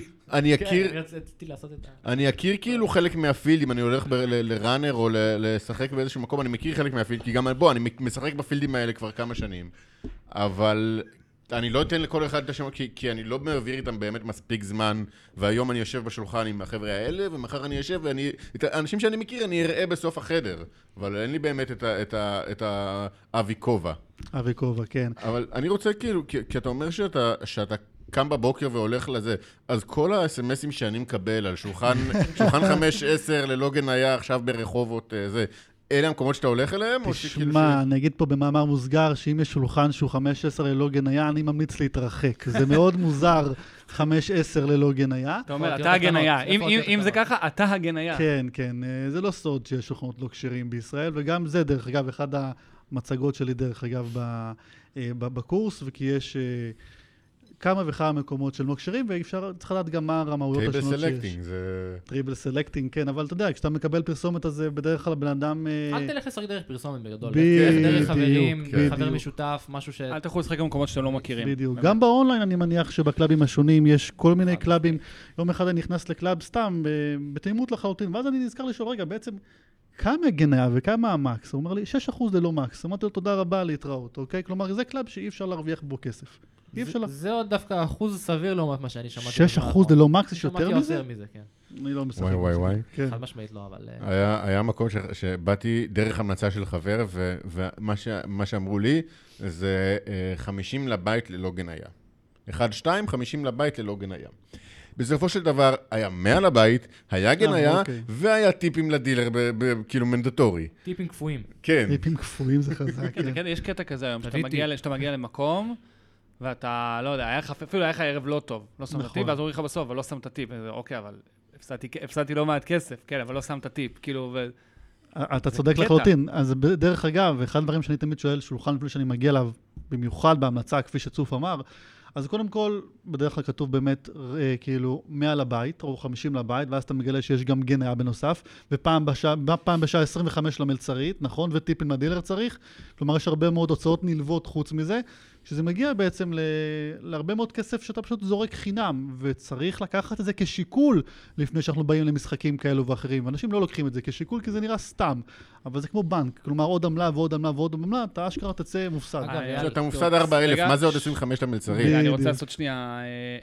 אני אכיר כאילו חלק מהפילדים, אני הולך לראנר או לשחק באיזשהו מקום, אני מכיר חלק מהפילד, כי גם בוא, אני משחק בפילדים האלה כבר כמה שנים. אבל אני לא אתן לכל אחד את השם, כי אני לא מעביר איתם באמת מספיק זמן, והיום אני יושב בשולחן עם החבר'ה האלה, ומחר אני יושב, את האנשים שאני מכיר אני אראה בסוף החדר, אבל אין לי באמת את האבי קובה. אבי קובה, כן. אבל אני רוצה כאילו, כי אתה אומר שאתה קם בבוקר והולך לזה, אז כל ה-SMSים שאני מקבל על שולחן 5-10 ללוגן היה עכשיו ברחובות, אלה המקומות שאתה הולך אליהם? תשמע, אני אגיד פה במאמר מוסגר, שאם יש שולחן שהוא 5-10 ללוגן היה, אני ממליץ להתרחק. זה מאוד מוזר 5-10 ללוגן היה. אתה אומר, אתה הגן היה. אם זה ככה, אתה הגן היה. כן, כן. זה לא סוד שיש שולחנות לא כשרים בישראל, וגם זה, דרך אגב, אחד המצגות שלי, דרך אגב, בקורס, וכי יש כמה וכמה מקומות של לא כשרים, ואפשר, צריך לדעת גם מה הרמאויות השונות שיש. טריבל סלקטינג, זה... טריבל סלקטינג, כן, אבל אתה יודע, כשאתה מקבל פרסומת הזה, בדרך כלל בן אדם... אל תלך לשחק דרך פרסומת בגדול. דרך חברים, חבר משותף, משהו ש... אל תלכו לשחק במקומות שאתם לא מכירים. בדיוק. גם באונליין אני מניח שבקלאבים השונים יש כל מיני קלאבים. יום אחד אני נכנס לקלאב סתם, בתאימות לחלוטין, ואז אני נזכר לשאול, רגע, בעצם, כמה גניה וכמה המקס? הוא אומר לי, 6% ללא מקס. אמרתי לו, תודה רבה להתראות, אוקיי? כלומר, זה קלאב שאי אפשר להרוויח בו כסף. אי אפשר זה עוד דווקא אחוז סביר לעומת מה שאני שמעתי. 6% ללא מקס, יש יותר שמעתי מזה? יותר מזה, כן. אני לא משחק. וואי. כן. חד משמעית לא, אבל... היה מקום שבאתי דרך המלצה של חבר, ומה שאמרו לי זה 50 לבית ללא גניה. 1-2, 50 לבית ללא גניה. בסופו של דבר היה 100 לבית, היה גניה, אוקיי. והיה טיפים לדילר, כאילו מנדטורי. טיפים קפואים. כן. טיפים קפואים זה חזק. כן, יש קטע כזה היום, תביא שאתה מגיע למקום, ואתה, לא יודע, אפילו היה לך ערב לא טוב, לא שמת טיפ, ואז אומרים לך בסוף, אבל לא שמת טיפ. אוקיי, אבל הפסדתי לא מעט כסף, כן, אבל לא שמת טיפ, כאילו, אתה צודק לחלוטין. אז דרך אגב, אחד הדברים שאני תמיד שואל שולחן לפני שאני מגיע אליו, במיוחד בהמלצה, כפי שצוף אמר, אז קודם כל, בדרך כלל כתוב באמת, כאילו, 100 לבית, או 50 לבית, ואז אתה מגלה שיש גם גניה בנוסף, ופעם בשעה 25 למלצרית, נכון? וטיפים לדילר צריך. כלומר, יש הרבה מאוד הוצאות נלוות חוץ מזה, שזה מגיע בעצם להרבה מאוד כסף שאתה פשוט זורק חינם, וצריך לקחת את זה כשיקול לפני שאנחנו באים למשחקים כאלו ואחרים. ואנשים לא לוקחים את זה כשיקול, כי זה נראה סתם. אבל זה כמו בנק, כלומר, עוד עמלה ועוד עמלה ועוד עמלה, אתה אשכרה תצא מופסד. אתה מופסד 4,000, מה זה עוד 25 למלצרים? אני רוצה לעשות שנייה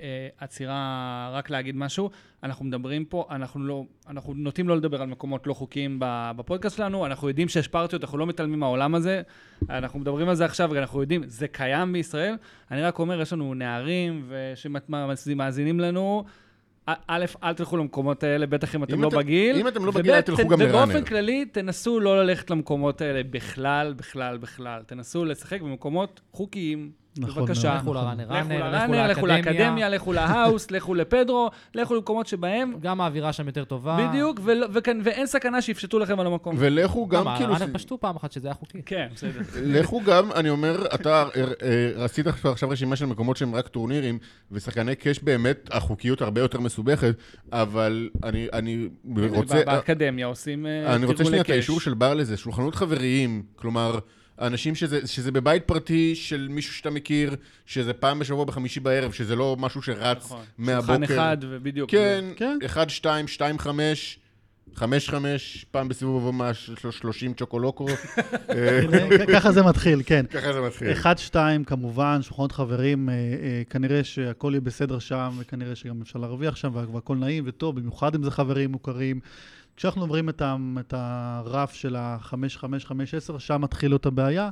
עצירה, רק להגיד משהו. אנחנו מדברים פה, אנחנו נוטים לא לדבר על מקומות לא חוקיים בפודקאסט שלנו, אנחנו יודעים שיש פרטיות, אנחנו לא מתעלמים מהעולם הזה, אנחנו מדברים על זה עכשיו, ואנחנו יודעים, זה קיים בישראל. אני רק אומר, יש לנו נערים שמאזינים לנו, א', אל תלכו למקומות האלה, בטח אם אתם לא בגיל. אם אתם לא בגיל, אל תלכו גם לראנר. ובאופן כללי, תנסו לא ללכת למקומות האלה בכלל. תנסו לשחק במקומות חוקיים. בבקשה. לכו לראנר, לכו לאקדמיה, לכו להאוס, לכו לפדרו, לכו למקומות שבהם... גם האווירה שם יותר טובה. בדיוק, ואין סכנה שיפשטו לכם על המקום. ולכו גם כאילו... ראנר פשטו פעם אחת שזה היה חוקי. כן, בסדר. לכו גם, אני אומר, אתה רצית עכשיו רשימה של מקומות שהם רק טורנירים, ושחקני קש באמת, החוקיות הרבה יותר מסובכת, אבל אני רוצה... באקדמיה עושים תרגולי קש. אני רוצה שנייה את האישור של בר לזה, שולחנות חבריים, כלומר... אנשים שזה בבית פרטי של מישהו שאתה מכיר, שזה פעם בשבוע בחמישי בערב, שזה לא משהו שרץ מהבוקר. שולחן אחד ובדיוק. כן, 1, 2, 2, 5, 5, 5, פעם בסיבוב מה, 30 צ'וקולוקו. ככה זה מתחיל, כן. ככה זה מתחיל. 1, 2, כמובן, שולחנות חברים, כנראה שהכל יהיה בסדר שם, וכנראה שגם אפשר להרוויח שם, והכל נעים וטוב, במיוחד אם זה חברים מוכרים. כשאנחנו עוברים את הרף של ה-5-5-5-10, שם מתחיל את הבעיה.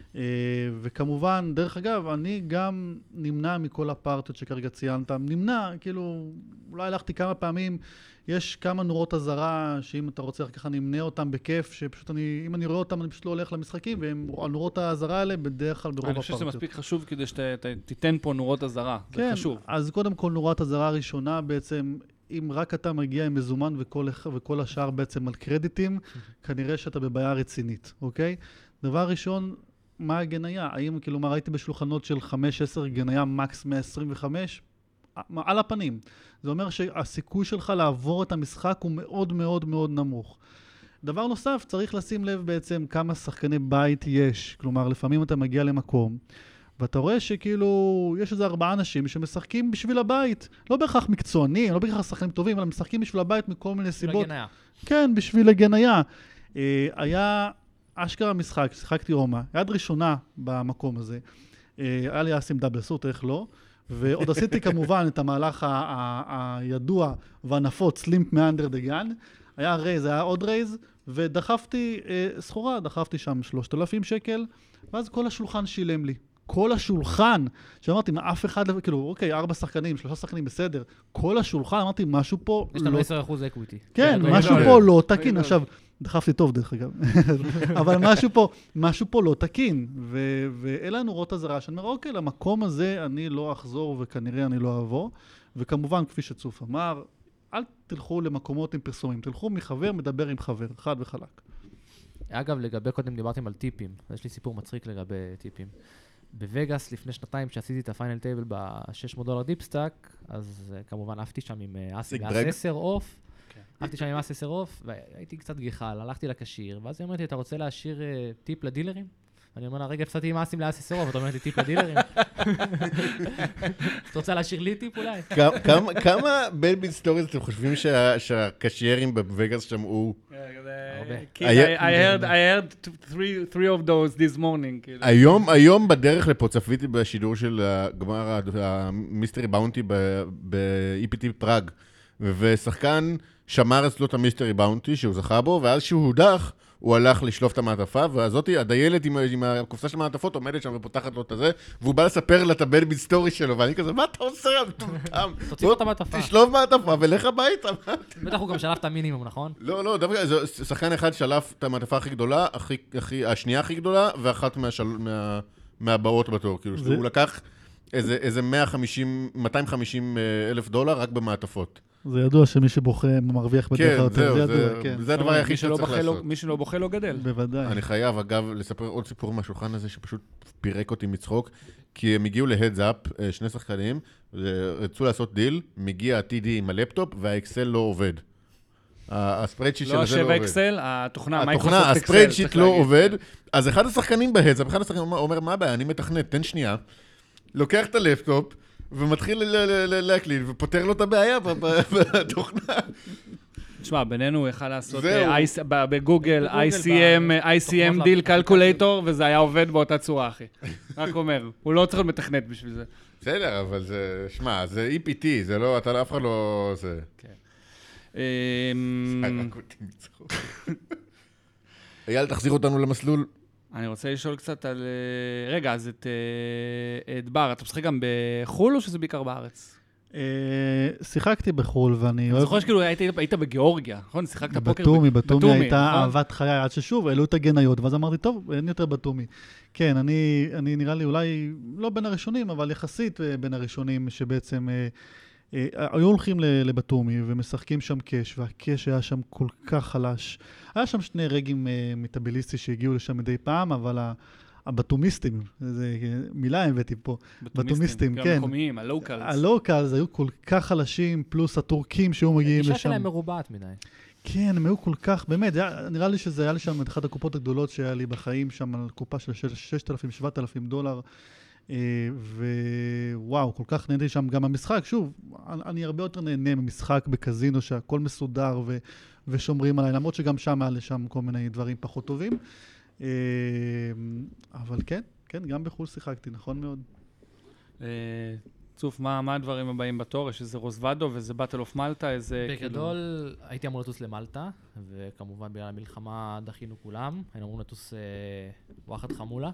וכמובן, דרך אגב, אני גם נמנע מכל הפרטיות שכרגע ציינת. נמנע, כאילו, אולי הלכתי כמה פעמים, יש כמה נורות הזרה, שאם אתה רוצה ככה נמנה אותם בכיף, שפשוט אם אני רואה אותם, אני פשוט לא הולך למשחקים, והנורות הזרה האלה בדרך כלל ברוב הפרטיות. אני חושב שזה מספיק חשוב כדי שתיתן פה נורות הזרה. זה חשוב. כן, אז קודם כל נורת הזרה הראשונה בעצם, אם רק אתה מגיע עם מזומן וכל השאר בעצם על קרדיטים, כנראה שאתה בבעיה רצינית, אוקיי? דבר ראשון, מה הגניה? האם, כלומר, הייתי בשולחנות של 5-10 גניה מקס 125? על הפנים. זה אומר שהסיכוי שלך לעבור את המשחק הוא מאוד מאוד מאוד נמוך. דבר נוסף, צריך לשים לב בעצם כמה שחקני בית יש. כלומר, לפעמים אתה מגיע למקום, ואתה רואה שכאילו יש איזה 4 אנשים שמשחקים בשביל הבית. לא בהכרח מקצוענים, לא בהכרח שחקנים טובים, אלא משחקים בשביל הבית מכל מיני סיבות. בשביל הגניה. כן, בשביל הגניה. היה אשכרה משחק, שיחקתי רומא, יד ראשונה במקום הזה. היה לי אסים דאבל סוט, איך לא? ועוד עשיתי כמובן את המהלך הידוע והנפוץ, לימפ מאנדר דה גן. היה רייז, היה עוד רייז, ודחפתי סחורה, דחפתי שם 3,000 שקל, ואז כל השולחן שילם לי. כל השולחן, שאמרתי, מה אף אחד, כאילו, אוקיי, 4 שחקנים, 3 שחקנים, בסדר. כל השולחן, אמרתי, משהו פה... יש לנו 10% אקוויטי. כן, משהו פה לא תקין. עכשיו, דחפתי טוב דרך אגב, אבל משהו פה לא תקין. ואלה הנורות הזרה, שאני אומר, אוקיי, למקום הזה אני לא אחזור, וכנראה אני לא אעבור. וכמובן, כפי שצוף אמר, אל תלכו למקומות עם פרסומים, תלכו מחבר, מדבר עם חבר, חד וחלק. אגב, לגבי קודם דיברתם על טיפים, יש לי סיפור מצחיק לגבי טיפים. בווגאס, לפני 2 שעשיתי את הפיינל טייבל ב$600 דיפסטאק, אז כמובן עפתי שם עם אס 10 אוף, עפתי שם עם אס 10 אוף, והייתי קצת גיחל, הלכתי לקשיר, ואז היא אומרת לי, אתה רוצה להשאיר טיפ לדילרים? אני אומר לה, רגע, הפסדתי עם אסים לאס 10 אוף, אתה אומרת לי טיפ לדילרים? אתה רוצה להשאיר לי טיפ אולי? כמה בלביט סטוריז אתם חושבים שהקשיירים בווגאס שמעו? הרבה. I heard three of those this morning. היום בדרך לפה צפיתי בשידור של גמר המיסטרי באונטי ב-EPT פראג, ושחקן שמר אצלו את המיסטרי באונטי שהוא זכה בו, ואז שהוא הודח, הוא הלך לשלוף את המעטפה, והזאתי, הדיילת עם הקופסה של המעטפות עומדת שם ופותחת לו את הזה, והוא בא לספר לה את הבן סטורי שלו, ואני כזה, מה אתה עושה? תוציא לו את המעטפה. תשלוף מעטפה ולך הביתה. בטח הוא גם שלף את המינימום, נכון? לא, דווקא, שחקן אחד שלף את המעטפה הכי גדולה, השנייה הכי גדולה, ואחת מהבאות בתור, כאילו, הוא לקח איזה 250 אלף דולר רק במעטפות. זה ידוע שמי שבוכה מרוויח בדרך יותר, זה ידוע, כן. זה הדבר היחיד שצריך לעשות. מי שלא בוכה לא גדל. בוודאי. אני חייב, אגב, לספר עוד סיפור מהשולחן הזה, שפשוט פירק אותי מצחוק, כי הם הגיעו להדס-אפ, שני שחקנים, רצו לעשות דיל, מגיע ה-TD עם הלפטופ, והאקסל לא עובד. הספרדשיט של זה לא עובד. לא, 7 אקסל, התוכנה, מייקרוסופט אקסל. הספרדשיט לא עובד, אז אחד השחקנים בהדס-אפ, אחד השחקנים אומר, מה הבעיה? אני מתכנת, תן שנייה. לוקח את הלפטופ, ומתחיל להקליד, ופותר לו את הבעיה בתוכנה. תשמע, בינינו הוא יכל לעשות בגוגל ICM דיל קלקולטור, וזה היה עובד באותה צורה, אחי. רק אומר, הוא לא צריך להיות מתכנת בשביל זה. בסדר, אבל זה, שמע, זה EPT, זה לא, אתה אף אחד לא... זה... סרק אותי מצחוק. אייל, תחזיר אותנו למסלול. אני רוצה לשאול קצת על... רגע, אז את בר, אתה משחק גם בחול או שזה בעיקר בארץ? שיחקתי בחול ואני... אני זוכר שכאילו היית בגיאורגיה, נכון? שיחקת פוקר... בתומי הייתה אהבת חיי, עד ששוב העלו את הגניות, ואז אמרתי, טוב, אין יותר בתומי. כן, אני נראה לי אולי לא בין הראשונים, אבל יחסית בין הראשונים שבעצם... היו הולכים לבתומי ומשחקים שם קש, והקש היה שם כל כך חלש. היה שם שני רגים מטאביליסטי שהגיעו לשם מדי פעם, אבל הבתומיסטים, זו מילה הבאתי פה, בתומיסטים, כן. המקומיים, הלוקלס. הלוקלס היו כל כך חלשים, פלוס הטורקים שהיו מגיעים לשם. הגישה שלהם מרובעת מדי. כן, הם היו כל כך, באמת, נראה לי שזה היה לי שם את אחת הקופות הגדולות שהיה לי בחיים, שם על קופה של $6,000-7,000. ווואו, כל כך נהניתי שם גם המשחק. שוב, אני הרבה יותר נהנה ממשחק בקזינו שהכל מסודר ושומרים עליי, למרות שגם שם היה לשם כל מיני דברים פחות טובים. אבל כן, גם בחו"ל שיחקתי, נכון מאוד. צוף, מה הדברים הבאים בתור? יש איזה רוזוודו ואיזה באטל אוף מלטה, איזה... בגדול, הייתי אמור לטוס למלטה, וכמובן בגלל המלחמה דחינו כולם. היינו אמורים לטוס וואחד חמולה.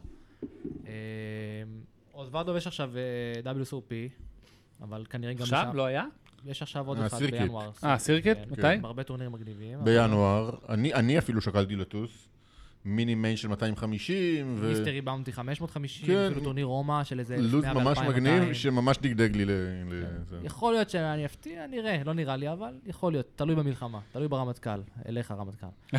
רוזוודו יש עכשיו WSOP, אבל כנראה גם... עכשיו? לא היה? יש עכשיו עוד אחד בינואר. סירקט? מתי? הרבה טורנירים מגניבים. בינואר. אני אפילו שקלתי לטוס. מיני מיין של 250 מיסטרי באונטי 550, אפילו טורניר רומא של איזה 100 לוז ממש מגניב שממש דגדג לי יכול להיות שאני אפתיע, נראה, לא נראה לי, אבל יכול להיות, תלוי במלחמה, תלוי ברמטכ"ל, אליך רמטכ"ל.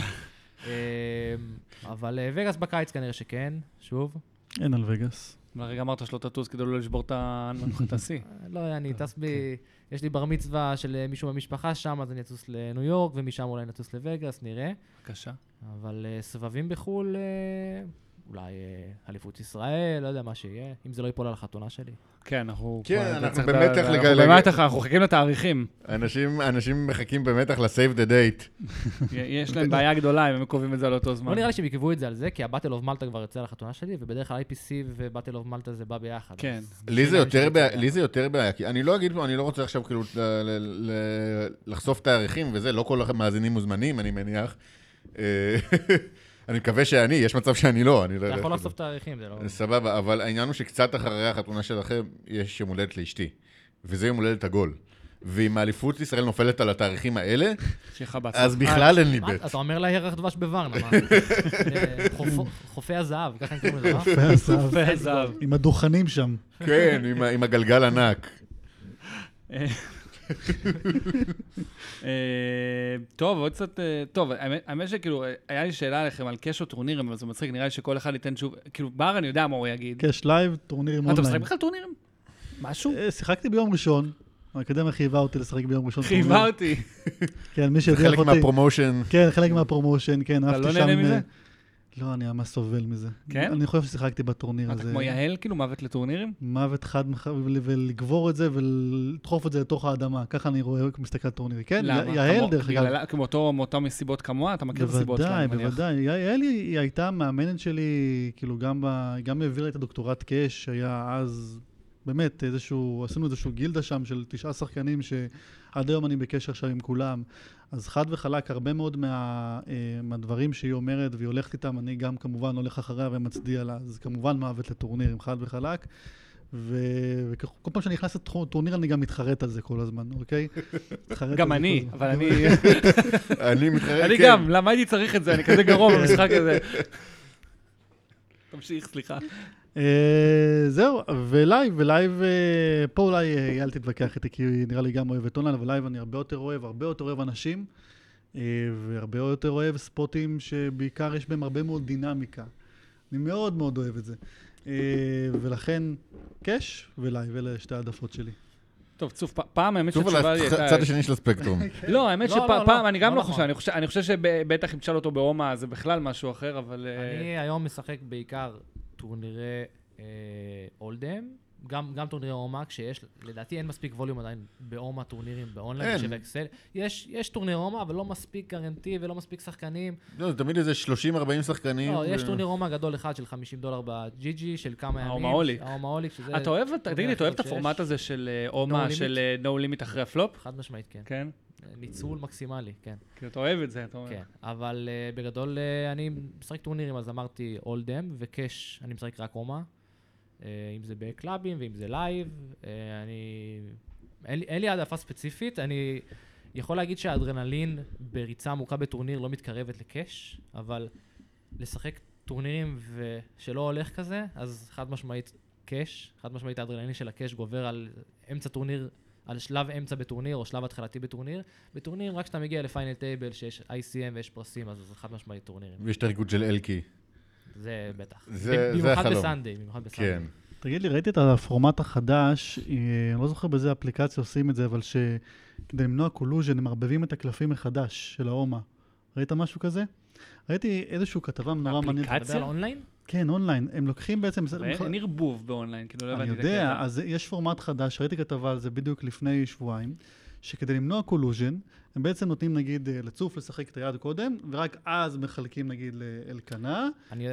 אבל וגאס בקיץ כנראה שכן, שוב. אין על וגאס. לרגע אמרת שלא תטוס כדי לא לשבור את השיא. לא, אני טס יש לי בר מצווה של מישהו במשפחה שם, אז אני אטוס לניו יורק, ומשם אולי נטוס לווגאס, נראה. בבקשה. אבל סבבים בחול, אולי אליפות ישראל, לא יודע מה שיהיה, אם זה לא ייפול על החתונה שלי. כן, אנחנו במתח, אנחנו מחכים לתאריכים. אנשים מחכים במתח ל-save the date. יש להם בעיה גדולה אם הם קובעים את זה על אותו זמן. לא נראה לי שהם יקבעו את זה על זה, כי הבטל אוף מלטה כבר יוצא על החתונה שלי, ובדרך כלל IPC ובטל אוף מלטה זה בא ביחד. כן. לי זה יותר בעיה, כי אני לא אגיד פה, אני לא רוצה עכשיו כאילו לחשוף תאריכים וזה, לא כל המאזינים מוזמנים, אני מניח. אני מקווה שאני, יש מצב שאני לא. אתה יכול לחשוף תאריכים, זה לא... סבבה, אבל העניין הוא שקצת אחרי החתונה שלכם, יש יום הולדת לאשתי, וזה יום הולדת עגול. ואם האליפות ישראל נופלת על התאריכים האלה, אז בכלל אין לי בית. אתה אומר לה ירח דבש בוורנה, מה? חופי הזהב, ככה אני קוראים לזה, חופי הזהב. עם הדוכנים שם. כן, עם הגלגל ענק. טוב, עוד קצת, טוב, האמת שכאילו, היה לי שאלה עליכם על קש או טורנירים, אבל זה מצחיק, נראה לי שכל אחד ייתן שוב, כאילו, בר אני יודע מה הוא יגיד. קש לייב, טורנירים אונליין. אתה משחק בכלל טורנירים? משהו? שיחקתי ביום ראשון, האקדמיה חייבה אותי לשחק ביום ראשון. חייבה אותי. כן, מי שהדיח אותי. חלק מהפרומושן. כן, חלק מהפרומושן, כן, אתה לא נהנה מזה? לא, אני ממש סובל מזה. כן? אני חושב ששיחקתי בטורניר הזה. אתה כמו יהל, כאילו מוות לטורנירים? מוות חד, ולגבור את זה ולדחוף את זה לתוך האדמה. ככה אני רואה, מסתכל על טורנירים. כן, יהל דרך אגב. כמו מאותו מסיבות כמוה, אתה מכיר את הסיבות שלה, אני מניח. בוודאי. יהל היא הייתה מאמנת שלי, כאילו גם העבירה את הדוקטורט קאש, שהיה אז באמת עשינו איזשהו גילדה שם של 9 שחקנים שעד היום אני בקשר שם עם כולם. אז חד וחלק, הרבה מאוד מהדברים שהיא אומרת והיא הולכת איתם, אני גם כמובן הולך אחריה ומצדיע לה, אז כמובן מוות לטורנירים, חד וחלק. וכל פעם שאני נכנס לטורניר אני גם מתחרט על זה כל הזמן, אוקיי? גם אני, אבל אני... אני מתחרט, אני גם, למה הייתי צריך את זה? אני כזה גרוע במשחק הזה. תמשיך, סליחה. זהו, ולייב, פה אולי יאל תתווכח איתי, כי נראה לי גם אוהבת אונליין, אבל לייב אני הרבה יותר אוהב אנשים, והרבה יותר אוהב ספוטים שבעיקר יש בהם הרבה מאוד דינמיקה. אני מאוד מאוד אוהב את זה. ולכן, קש ולייב, אלה שתי העדפות שלי. טוב, צוף, פעם האמת צוף שתשובה לי הייתה... צד השני של הספקטרום. לא, האמת שפעם, אני גם לא חושב, אני חושב שבטח אם תשאל אותו ברומא זה בכלל משהו אחר, אבל... אני היום משחק בעיקר טורנירי אולדם, גם טורנירי רומא, כשיש, לדעתי אין מספיק ווליום עדיין ברומא טורנירים באונליין, בשביל אקסל. יש טורניר רומא, אבל לא מספיק גרנטי ולא מספיק שחקנים. לא, זה תמיד איזה 30-40 שחקנים. לא, יש טורניר רומא גדול אחד של $50 בג'י-ג'י, של כמה ימים. ההומאוליק, שזה... אתה אוהב, תגיד לי, אתה אוהב את הפורמט הזה של רומא, של no limit אחרי הפלופ? חד משמעית, כן. כן. ניצול מקסימלי, כן. כי אתה אוהב את זה, אתה אומר. כן, אבל בגדול אני משחק טורנירים, אז אמרתי אולדם וקש, אני משחק רק רומא. אם זה בקלאבים ואם זה לייב, אין לי העדפה ספציפית, אני יכול להגיד שהאדרנלין בריצה עמוקה בטורניר לא מתקרבת לקש, אבל לשחק טורנירים ושלא הולך כזה, אז חד משמעית קש, חד משמעית האדרנלין של הקש גובר על אמצע טורניר, על שלב אמצע בטורניר או שלב התחלתי בטורניר. בטורניר רק כשאתה מגיע לפיינל טייבל שיש ICM ויש פרסים, אז זה חד משמעית טורנירים. ויש את הריקוד של אלקי. זה בטח. זה במיוחד החלום. בסנדיי, במיוחד בסנדיי. כן. תגיד לי, ראיתי את הפורמט החדש, אני לא זוכר באיזה אפליקציה עושים את זה, אבל שכדי למנוע קולוז'ן, הם מערבבים את הקלפים מחדש של האומה. ראית משהו כזה? ראיתי איזשהו כתבה נורא מעניינת. אתה מדבר על אונליין? כן, אונליין. הם לוקחים בעצם... אין ערבוב באונליין, כאילו לא הבנתי את הקטע. אני יודע, אז יש פורמט חדש, ראיתי כתבה על זה בדיוק לפני שבועיים, שכדי למנוע קולוז'ן, הם בעצם נותנים נגיד לצוף לשחק את היד קודם, ורק אז מחלקים נגיד לאלקנה.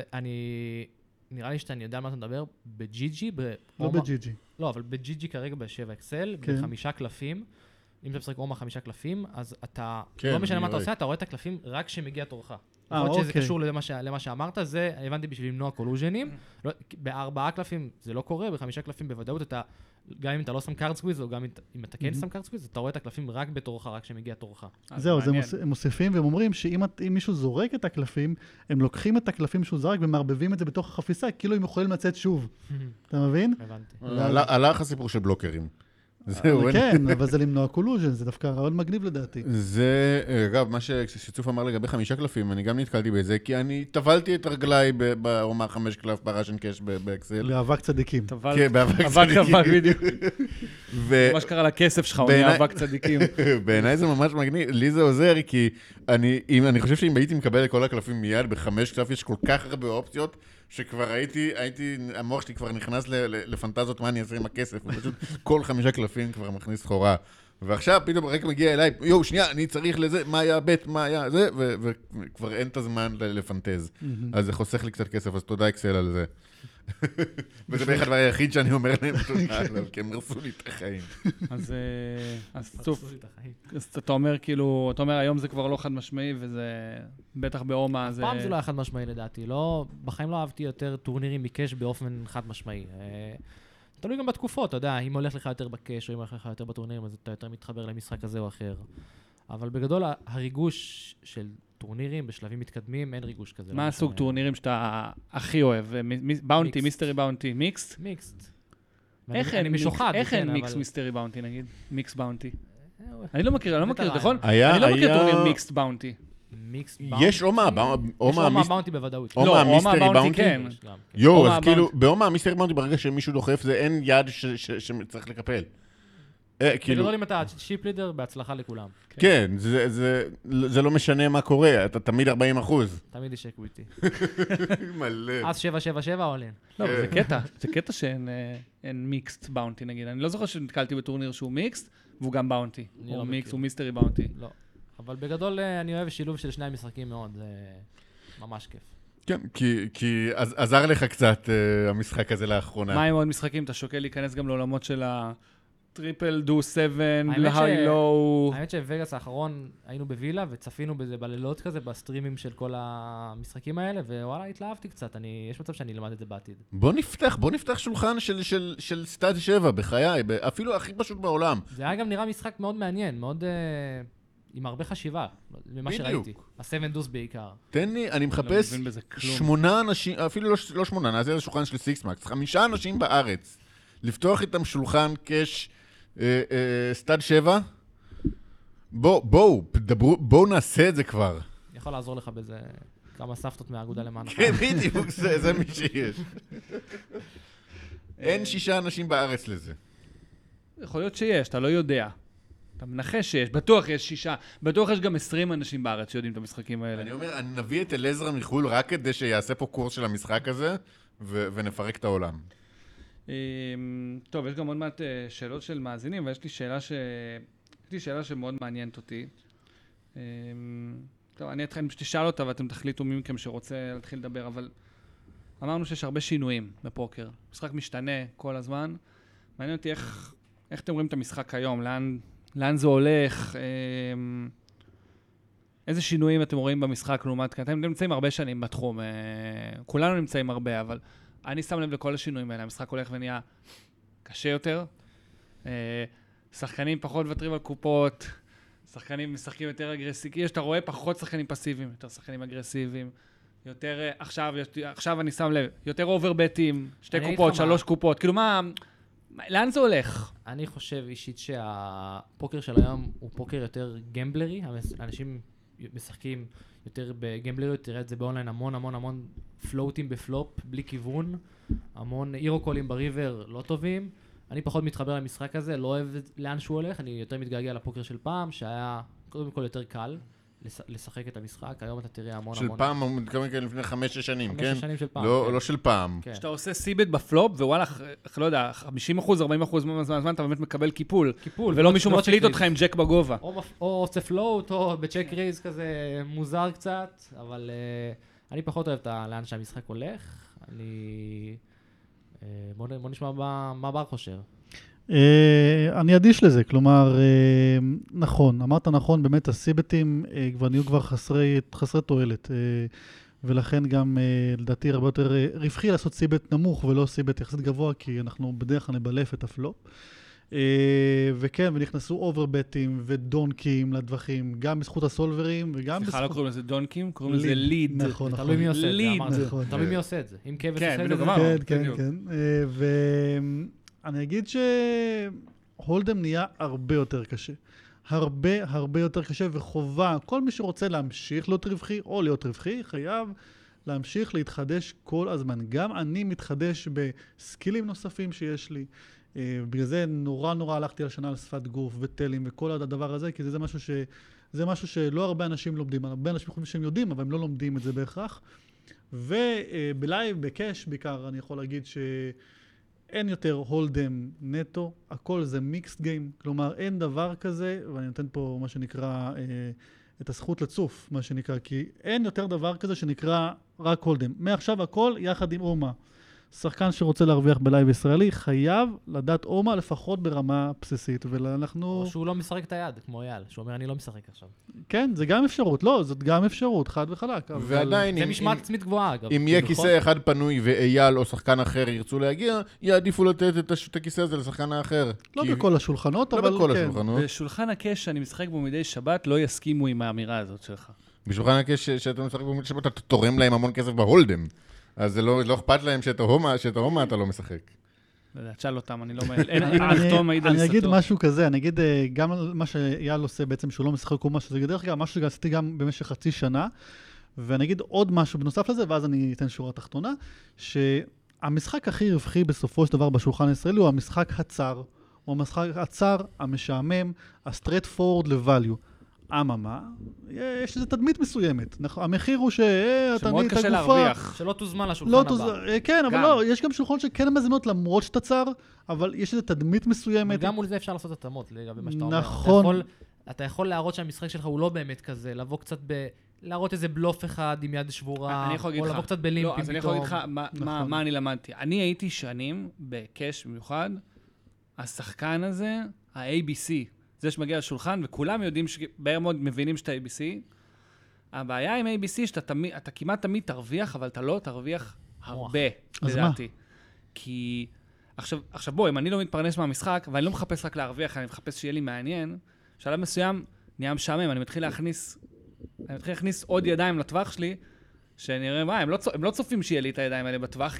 נראה לי שאני יודע על מה אתה מדבר, בג'י-ג'י, לא בג'י-ג'י. לא, אבל בג'י-ג'י כרגע ב7 אקסל, ב5 קלפים, אם אתה משחק רומא 5 קלפים, אז אתה, לא משנה מה אתה עושה, אתה רואה את הקלפים רק כשמגיע תורך. יכול להיות שזה קשור למה שאמרת, זה הבנתי בשביל למנוע קולוז'נים. ב4 קלפים זה לא קורה, ב5 קלפים בוודאות אתה, גם אם אתה לא שם קארד סקוויז, או גם אם אתה כן שם קארד סקוויז, אתה רואה את הקלפים רק בתורך, רק כשמגיע תורך. זהו, הם מוסיפים והם אומרים שאם מישהו זורק את הקלפים, הם לוקחים את הקלפים שהוא זרק ומערבבים את זה בתוך החפיסה, כאילו הם יכולים לצאת שוב. אתה מבין? הבנתי. הלך הסיפור של בלוקרים. כן, אבל זה למנוע קולוז'ן, זה דווקא רעיון מגניב לדעתי. זה, אגב, מה שצוף אמר לגבי 5 קלפים, אני גם נתקלתי בזה, כי אני טבלתי את רגליי ברומא 5 קלף בראשן קאש באקסל. באבק צדיקים. כן, באבק צדיקים. אבק בדיוק. מה שקרה לכסף שלך, הוא מאבק צדיקים. בעיניי זה ממש מגניב, לי זה עוזר, כי אני חושב שאם הייתי מקבל את כל הקלפים מיד, ב5 קלף יש כל כך הרבה אופציות, שכבר המוח שלי כבר נכנס לפנטזות מה אני אעשה עם הכסף, ופשוט כל 5 קלפים כבר מכניס סחורה. ועכשיו פתאום רק מגיע אליי, שנייה, אני צריך לזה, מה היה בית, מה היה זה, וכבר אין את הזמן לפנטז. אז זה חוסך לי קצת כסף, אז תודה אקסל על זה. וזה בערך הדבר היחיד שאני אומר להם תודה עליו, כי הם הרסו לי את החיים. אז צוף, אתה אומר כאילו, אתה אומר היום זה כבר לא חד משמעי, וזה בטח ברומא זה... פעם זה לא היה חד משמעי לדעתי, בחיים לא אהבתי יותר טורנירים מקש באופן חד משמעי. תלוי גם בתקופות, אתה יודע, אם הולך לך יותר בקש, או אם הולך לך יותר בטורנירים, אז אתה יותר מתחבר למשחק כזה או אחר. אבל בגדול, הריגוש של טורנירים בשלבים מתקדמים, אין ריגוש כזה. מה הסוג טורנירים שאתה הכי אוהב? באונטי, מיסטרי באונטי, מיקסט? מיקסט. איך אין מיקס מיסטרי באונטי, נגיד? מיקס באונטי. אני לא מכיר, נכון? אני לא מכיר טורניר מיקסט באונטי. יש אומה באונטי בוודאות. אומה מיסטרי באונטי? כן. אז כאילו, באומה מיסטרי באונטי ברגע שמישהו דוחף זה אין יד שצריך לקפל. בגדול אם אתה שיפ לידר, בהצלחה לכולם. כן, זה לא משנה מה קורה, אתה תמיד 40%. תמיד יש אקוויטי. מלא. אז 777 עולין. לא, זה קטע שאין מיקסט באונטי נגיד. אני לא זוכר שנתקלתי בטורניר שהוא מיקסט, והוא גם באונטי. הוא מיקסט, הוא מיסטרי באונטי. לא. אבל בגדול אני אוהב שילוב של שני המשחקים מאוד, זה ממש כיף. כן, כי עזר לך קצת המשחק הזה לאחרונה. מה עם עוד משחקים? אתה שוקל להיכנס גם לעולמות של הטריפל דו 7, להי-לואו. האמת שבווגאס האחרון היינו בווילה וצפינו בזה בלילות כזה, בסטרימים של כל המשחקים האלה, ווואלה, התלהבתי קצת, יש מצב שאני אלמד את זה בעתיד. בוא נפתח שולחן של סטאד 7 בחיי, אפילו הכי פשוט בעולם. זה היה גם נראה משחק מאוד מעניין, מאוד עם הרבה חשיבה, ממה שראיתי. ה-7 דוס בעיקר. תן לי, אני מחפש 8 אנשים, אפילו לא 8, נעשה איזה שולחן של 6-Max, 5 אנשים בארץ, לפתוח איתם שולחן קש סטאד 7, בואו נעשה את זה כבר. אני יכול לעזור לך בזה כמה סבתות מהאגודה למען כן, בדיוק, זה מי שיש. אין 6 אנשים בארץ לזה. יכול להיות שיש, אתה לא יודע. אתה מנחש שיש, בטוח יש 6, בטוח יש גם 20 אנשים בארץ שיודעים את המשחקים האלה. אני אומר, אני נביא את אלעזר מחול רק כדי שיעשה פה קורס של המשחק הזה, ונפרק את העולם. טוב, יש גם עוד מעט שאלות של מאזינים, ויש לי שאלה שמאוד מעניינת אותי. טוב, אני פשוט אשאל אותה, ואתם תחליטו מי מכם שרוצה להתחיל לדבר, אבל אמרנו שיש הרבה שינויים בפוקר. משחק משתנה כל הזמן. מעניין אותי איך אתם רואים את המשחק היום, לאן זה הולך, איזה שינויים אתם רואים במשחק לעומת כאן. אתם נמצאים הרבה שנים בתחום, כולנו נמצאים הרבה, אבל אני שם לב לכל השינויים האלה. המשחק הולך ונהיה קשה יותר, שחקנים פחות ותרים על קופות, שחקנים משחקים יותר אגרסיביים, אתה רואה פחות שחקנים פסיביים, יותר שחקנים אגרסיביים, יותר, עכשיו אני שם לב, יותר אוברבטים, 2 קופות, 3 קופות, כאילו לאן זה הולך? אני חושב אישית שהפוקר של היום הוא פוקר יותר גמבלרי, אנשים משחקים יותר בגמבלריות, תראה את זה באונליין, המון פלוטים בפלופ, בלי כיוון, המון אירו-קולים בריבר לא טובים, אני פחות מתחבר למשחק הזה, לא אוהב לאן שהוא הולך, אני יותר מתגעגע לפוקר של פעם, שהיה קודם כל יותר קל לשחק את המשחק, היום אתה תראה המון. של פעם, הוא מתכוון כאן לפני 5-6 שנים, כן? 5 שנים של פעם. לא של פעם. כשאתה עושה סיבט בפלופ, ווואלה, לא יודע, 50%, 40% מהזמן אתה באמת מקבל קיפול. ולא מישהו מפליט אותך עם ג'ק בגובה. או עושה פלוט, או בצ'ק רייז כזה מוזר קצת, אבל אני פחות אוהב לאן שהמשחק הולך. בוא נשמע מה בר חושב. אני אדיש לזה, כלומר, נכון, אמרת נכון, באמת הסיבטים כבר נהיו כבר חסרי תועלת, ולכן גם לדעתי הרבה יותר רווחי לעשות סיבט נמוך ולא סיבט יחסית גבוה, כי אנחנו בדרך כלל נבלף את הפלופ. וכן, ונכנסו אוברבטים ודונקים לדווחים, גם בזכות הסולברים וגם סליחה, לא קוראים לזה דונקים, קוראים לזה ליד. נכון, נכון. תלוי מי עושה את זה, אמרתי. תלוי מי עושה את זה. אם כבש עושה את זה. כן, כן. ואני אגיד שהולדם נהיה הרבה יותר קשה. הרבה יותר קשה, וחובה, כל מי שרוצה להמשיך להיות רווחי או להיות רווחי, חייב להמשיך להתחדש כל הזמן. גם אני מתחדש בסקילים נוספים שיש לי. בגלל זה נורא הלכתי על שנה על שפת גוף וטלים וכל הדבר הזה, כי זה משהו שלא הרבה אנשים לומדים. הרבה אנשים חושבים שהם יודעים, אבל הם לא לומדים את זה בהכרח. ובלייב, בקש בעיקר, אני יכול להגיד שאין יותר הולדם נטו, הכל זה מיקסט גיים, כלומר אין דבר כזה, ואני נותן פה מה שנקרא את הזכות לצוף, מה שנקרא, כי אין יותר דבר כזה שנקרא רק הולדם. מעכשיו הכל יחד עם אומה. שחקן שרוצה להרוויח בלייב ישראלי חייב לדעת אומה לפחות ברמה בסיסית, ואנחנו... או שהוא לא משחק את היד, כמו אייל, שהוא אומר אני לא משחק עכשיו. כן, זה גם אפשרות, לא, זאת גם אפשרות, חד וחלק. ועדיין, זה משמעת עצמית גבוהה, אגב. אם יהיה כיסא אחד פנוי ואייל או שחקן אחר ירצו להגיע, יעדיפו לתת את הכיסא הזה לשחקן האחר. לא בכל השולחנות, אבל כן. לא בכל השולחנות. בשולחן הקש שאני משחק בו מדי שבת לא יסכימו עם האמירה הזאת שלך. בשולחן הקש שאתה משחק בו מדי שבת, אתה תורם להם המון כסף בהולדם. אז זה לא אכפת להם שאת ההומה אתה לא משחק. לא יודע, תשאל אותם, אני לא מעיד. אין לחתום מעיד על אני אגיד סתו. משהו כזה, אני אגיד גם מה שאייל עושה בעצם שהוא לא משחק אומה, שזה דרך כלל משהו שעשיתי גם במשך חצי שנה, ואני אגיד עוד משהו בנוסף לזה, ואז אני אתן שורה תחתונה, שהמשחק הכי רווחי בסופו של דבר בשולחן הישראלי הוא המשחק הצר, הוא המשחק הצר, המשעמם, הסטרייט פורוורד לvalue. אממה, יש לזה תדמית מסוימת. המחיר הוא שמאוד קשה להרוויח. שלא תוזמן לשולחן הבא. כן, אבל לא, יש גם שולחנות שכן מזמינות למרות שאתה צר, אבל יש לזה תדמית מסוימת. גם מול זה אפשר לעשות התאמות לגבי מה שאתה אומר. נכון. אתה יכול להראות שהמשחק שלך הוא לא באמת כזה, לבוא קצת להראות איזה בלוף אחד עם יד שבורה, או לבוא קצת בלימפים פתאום. אז אני יכול להגיד לך מה אני למדתי. אני הייתי שנים בקש במיוחד, השחקן הזה, ה-ABC, זה שמגיע לשולחן, וכולם יודעים שבהר מאוד מבינים שאתה ABC. הבעיה עם ABC שאתה כמעט תמיד תרוויח, אבל אתה לא תרוויח הרבה, לדעתי. כי עכשיו בוא, אם אני לא מתפרנס מהמשחק, ואני לא מחפש רק להרוויח, אני מחפש שיהיה לי מעניין, בשלב מסוים נהיה משעמם, אני מתחיל להכניס עוד ידיים לטווח שלי, שנראה, הם לא צופים שיהיה לי את הידיים האלה בטווח,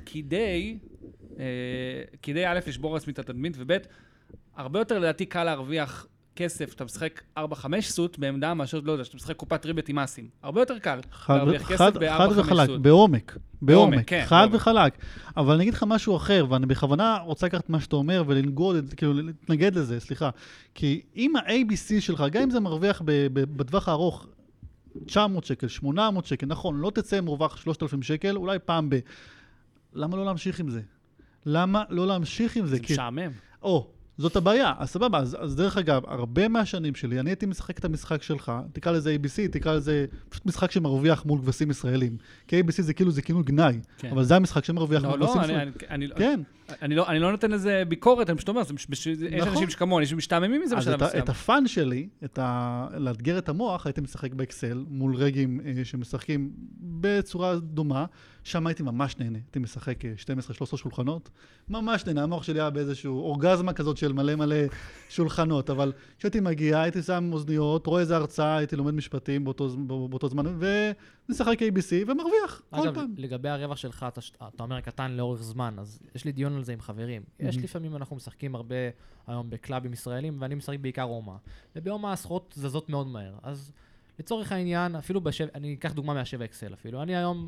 כדי א' לשבור עצמי את התדמית, וב' הרבה יותר לדעתי קל להרוויח כסף, שאתה משחק 4-5 סוט בעמדה, מאשר לא יודע, שאתה משחק קופת ריבית עם מסים. הרבה יותר קל להרוויח כסף ב-4-5 סוט. בעומק, חד וחלק. אבל אני אגיד לך משהו אחר, ואני בכוונה רוצה לקחת מה שאתה אומר, ולנגוד, כאילו, להתנגד לזה, סליחה. כי אם ה-ABC שלך, גם אם זה מרוויח בטווח הארוך, 900 שקל, 800 שקל, נכון, לא תצא מרווח 3,000 שקל, אולי פעם למה לא להמשיך עם זה? למה לא להמשיך עם זה? זה משעמם. זאת הבעיה. אז סבבה, אז דרך אגב, הרבה מהשנים שלי, אני הייתי משחק את המשחק שלך, תקרא לזה ABC, תקרא לזה פשוט משחק שמרוויח מול כבשים ישראלים. כי ABC זה כאילו גנאי, אבל זה המשחק שמרוויח מול כבשים ישראלים. כן. אני לא נותן לזה ביקורת, אני פשוט אומר, יש אנשים שכמוני, יש משתעממים מזה בשלב מסוים. את הפאן שלי, לאתגר את המוח, הייתי משחק באקסל, מול רגים שמשחקים בצורה דומה, שם הייתי ממש נהנה. הייתי משחק 12-13 שולחנות, ממש נהנה. המוח שלי היה באיזשהו אורגזמה כזאת של מלא שולחנות, אבל כשהייתי מגיע, הייתי שם אוזניות, רואה איזה הרצאה, הייתי לומד משפטים באותו זמן, ומשחק ABC ומרוויח כל פעם. לגבי הרווח שלך, אתה אומר קטן לאורך זמן, אז יש לי דיון על זה עם חברים. יש לפעמים אנחנו משחקים הרבה היום בקלאבים ישראלים, ואני משחק בעיקר רומא. וביום הסחורות זזות מאוד מהר. אז לצורך העניין, אפילו אני אקח דוגמה מהשבע אקסל אפילו.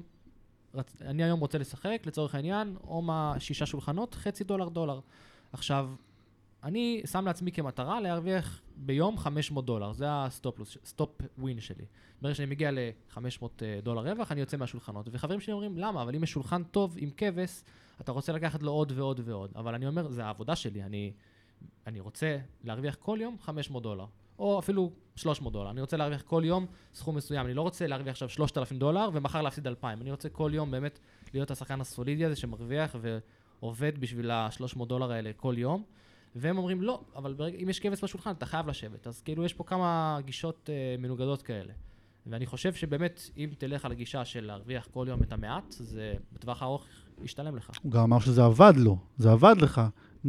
אני היום רוצה לשחק, לצורך העניין, רומא 6 שולחנות, $0.50. עכשיו, אני שם לעצמי כמטרה להרוויח ביום $500. זה הסטופ ווין שלי. ברגע שאני מגיע ל$500 רווח, אני יוצא מהשולחנות. וחברים שלי אומרים, למה? אבל אם יש שולחן טוב עם כבש, אתה רוצה לקחת לו עוד ועוד ועוד. אבל אני אומר, זה העבודה שלי. אני רוצה להרוויח כל יום $500. או אפילו $300. אני רוצה להרוויח כל יום סכום מסוים. אני לא רוצה להרוויח עכשיו $3,000 ומחר להפסיד 2,000. אני רוצה כל יום באמת להיות השחקן הסולידי הזה שמרוויח ועובד בשביל $300 האלה כל יום. והם אומרים, לא, אבל אם יש כבש בשולחן, אתה חייב לשבת. אז כאילו יש פה כמה גישות מנוגדות כאלה. ואני חושב שבאמת, אם תלך על הגישה של להרוויח כל יום את המעט, זה בטווח הארוך ישתלם לך. הוא גם אמר שזה עבד לו, זה עבד לך.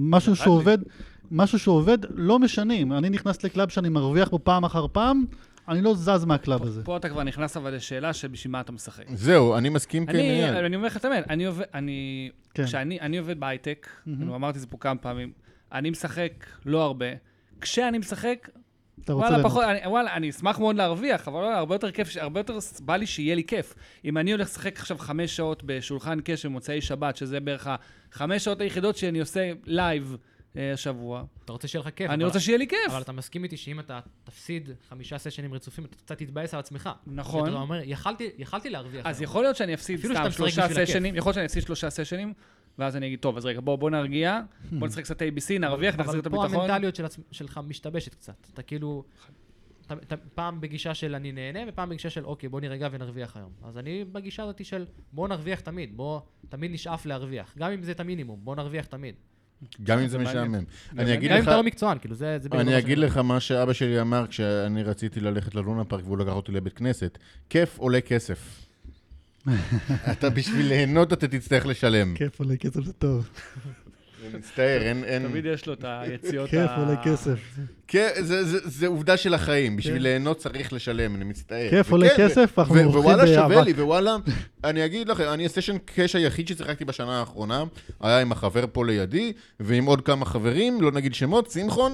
משהו שעובד לא משנים. אני נכנס לקלאב שאני מרוויח בו פעם אחר פעם, אני לא זז מהקלאב הזה. פה אתה כבר נכנס אבל לשאלה שבשביל מה אתה משחק. זהו, אני מסכים כן. אני אומר לך את האמת, כשאני עובד בהייטק, אמרתי זה פה כמה פעמים, אני משחק לא הרבה. כשאני משחק, וואלה, אני אשמח מאוד להרוויח, אבל הרבה יותר כיף, הרבה יותר בא לי שיהיה לי כיף. אם אני הולך לשחק עכשיו 5 שעות בשולחן קשב במוצאי שבת, שזה בערך 5 שעות היחידות שאני עושה לייב השבוע. אתה רוצה שיהיה לך כיף. אני רוצה שיהיה לי כיף. אבל אתה מסכים איתי שאם אתה תפסיד 5 סשנים רצופים, אתה קצת תתבאס על עצמך. נכון. אתה אומר, יכלתי להרוויח. אז יכול להיות שאני אפסיד סתם 3 סשנים, יכול להיות שאני אפסיד 3 סשנים, ואז אני אגיד, טוב, אז רגע, בוא נרגיע, בוא נשחק קצת ABC, נרוויח, נחזיר את הביטחון. אבל פה המנטליות שלך משתבשת קצת. אתה כאילו, פעם בגישה של אני נהנה, ופעם בגישה של אוקיי, בוא נרגע ונרוויח היום. אז אני בגישה הזאת של בוא נרוויח תמיד, בוא תמיד נשאף להרוויח. גם אם זה את המינימום, בוא נרוויח תמיד. גם אם זה משעמם. גם אם אתה לא מקצוען, כאילו זה... אני אגיד לך מה שאבא שלי אמר כשאני רציתי ללכת ללונה פארק והוא לקח אותי לבית כנסת. כיף עולה כסף. אתה בשביל ליהנות אתה תצטרך לשלם. כיף עולה כסף זה טוב. זה מצטער, אין... תמיד יש לו את היציאות כיף עולה כסף. זה עובדה של החיים, בשביל ליהנות צריך לשלם, אני מצטער. כיף עולה כסף, אנחנו הולכים ווואלה שווה לי, ווואלה, אני אגיד לכם, אני הסשן קש היחיד ששיחקתי בשנה האחרונה, היה עם החבר פה לידי, ועם עוד כמה חברים, לא נגיד שמות, שמחון.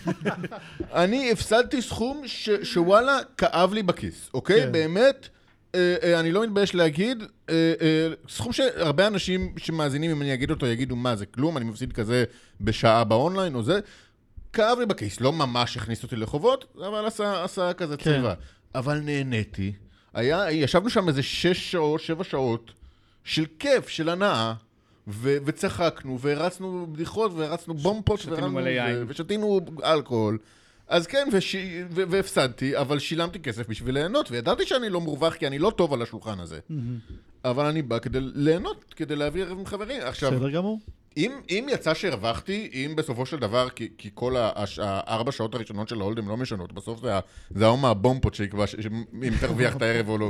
אני הפסדתי סכום שוואלה כאב לי בכיס, אוקיי? באמת, אני לא מתבייש להגיד, סכום שהרבה אנשים שמאזינים, אם אני אגיד אותו, יגידו מה זה כלום, אני מפסיד כזה בשעה באונליין או זה, כאב לי בכיס, לא ממש הכניס אותי לחובות, אבל עשה כזה צבע. אבל נהניתי. ישבנו שם איזה 6 שעות, 7 שעות, של כיף, של הנאה, וצחקנו, והרצנו בדיחות, והרצנו בומפות, ושתינו אלכוהול. אז כן, והפסדתי, אבל שילמתי כסף בשביל ליהנות, וידעתי שאני לא מורווח, כי אני לא טוב על השולחן הזה. אבל אני בא כדי ליהנות, כדי להביא ערב עם חברים. עכשיו, בסדר גמור. אם יצא שהרווחתי, אם בסופו של דבר, כי כל 4 שעות הראשונות של ההולדם לא משנות, בסוף זה היום מהבומפות שיקבע, אם תרוויח את הערב או לא.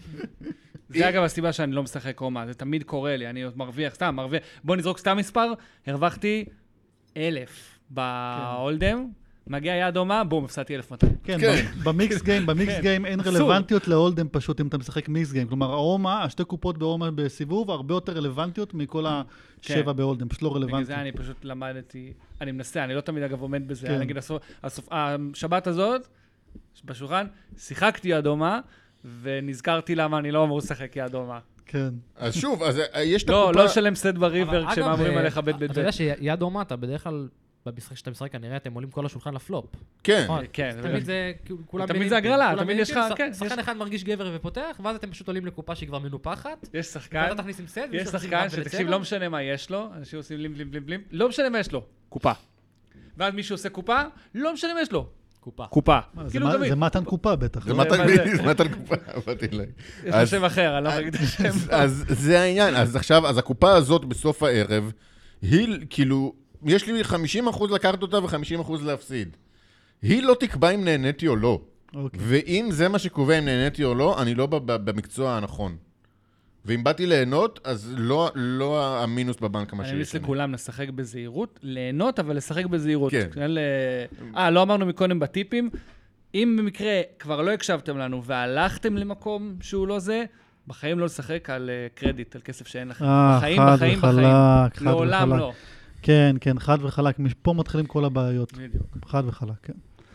זה אגב הסיבה שאני לא משחק קומה, זה תמיד קורה לי, אני מרוויח, סתם מרוויח. בוא נזרוק סתם מספר, הרווחתי 1,000 בהולדם, מגיע יד דומה, בום, הפסדתי 1,200. כן, במיקס גיים אין רלוונטיות להולדם פשוט אם אתה משחק מיקס גיים. כלומר, האומה, 2 קופות באומה בסיבוב, הרבה יותר רלוונטיות מכל 7 בהולדם, פשוט לא רלוונטיות. בגלל זה אני פשוט למדתי, אני מנסה, אני לא תמיד אגב עומד בזה, נגיד השבת הזאת, בשולחן, שיחקתי יד דומה, ונזכרתי למה אני לא אמור לשחק יד דומה. כן. אז שוב, אז יש את הקופה... לא לשלם סט בריבר כשמאמרים עליך בית בית. אתה יודע שיד דומה, אתה בדרך כלל, במשחק שאתה משחק, כנראה אתם עולים כל השולחן לפלופ. כן. כן. תמיד זה, כולם תמיד זה הגרלה, תמיד יש לך, כן. שחקן אחד מרגיש גבר ופותח, ואז אתם פשוט עולים לקופה שהיא כבר מנופחת. יש שחקן, שתקשיב, לא משנה מה יש לו, אנשים עושים בלים, לא משנה מה יש לו, קופה. ואז מישהו עושה קופה, לא משנה מה יש לו. קופה. זה מתן קופה בטח. זה מתן קופה, עבדתי לי. יש לו שם אחר, אני לא אגיד את השם. אז זה העניין, אז עכשיו, אז הקופה הזאת בסוף הערב, היא כאילו, יש לי 50% לקחת אותה ו50% להפסיד. היא לא תקבע אם נהניתי או לא. ואם זה מה שקובע אם נהניתי או לא, אני לא במקצוע הנכון. ואם באתי ליהנות, אז לא המינוס בבנק מה שיש. אני ממליץ לכולם לשחק בזהירות, ליהנות, אבל לשחק בזהירות. כן. לא אמרנו מקודם בטיפים, אם במקרה כבר לא הקשבתם לנו והלכתם למקום שהוא לא זה, בחיים לא לשחק על קרדיט, על כסף שאין לכם. בחיים. לעולם לא. כן, חד וחלק. מפה מתחילים כל הבעיות. בדיוק. חד וחלק, כן.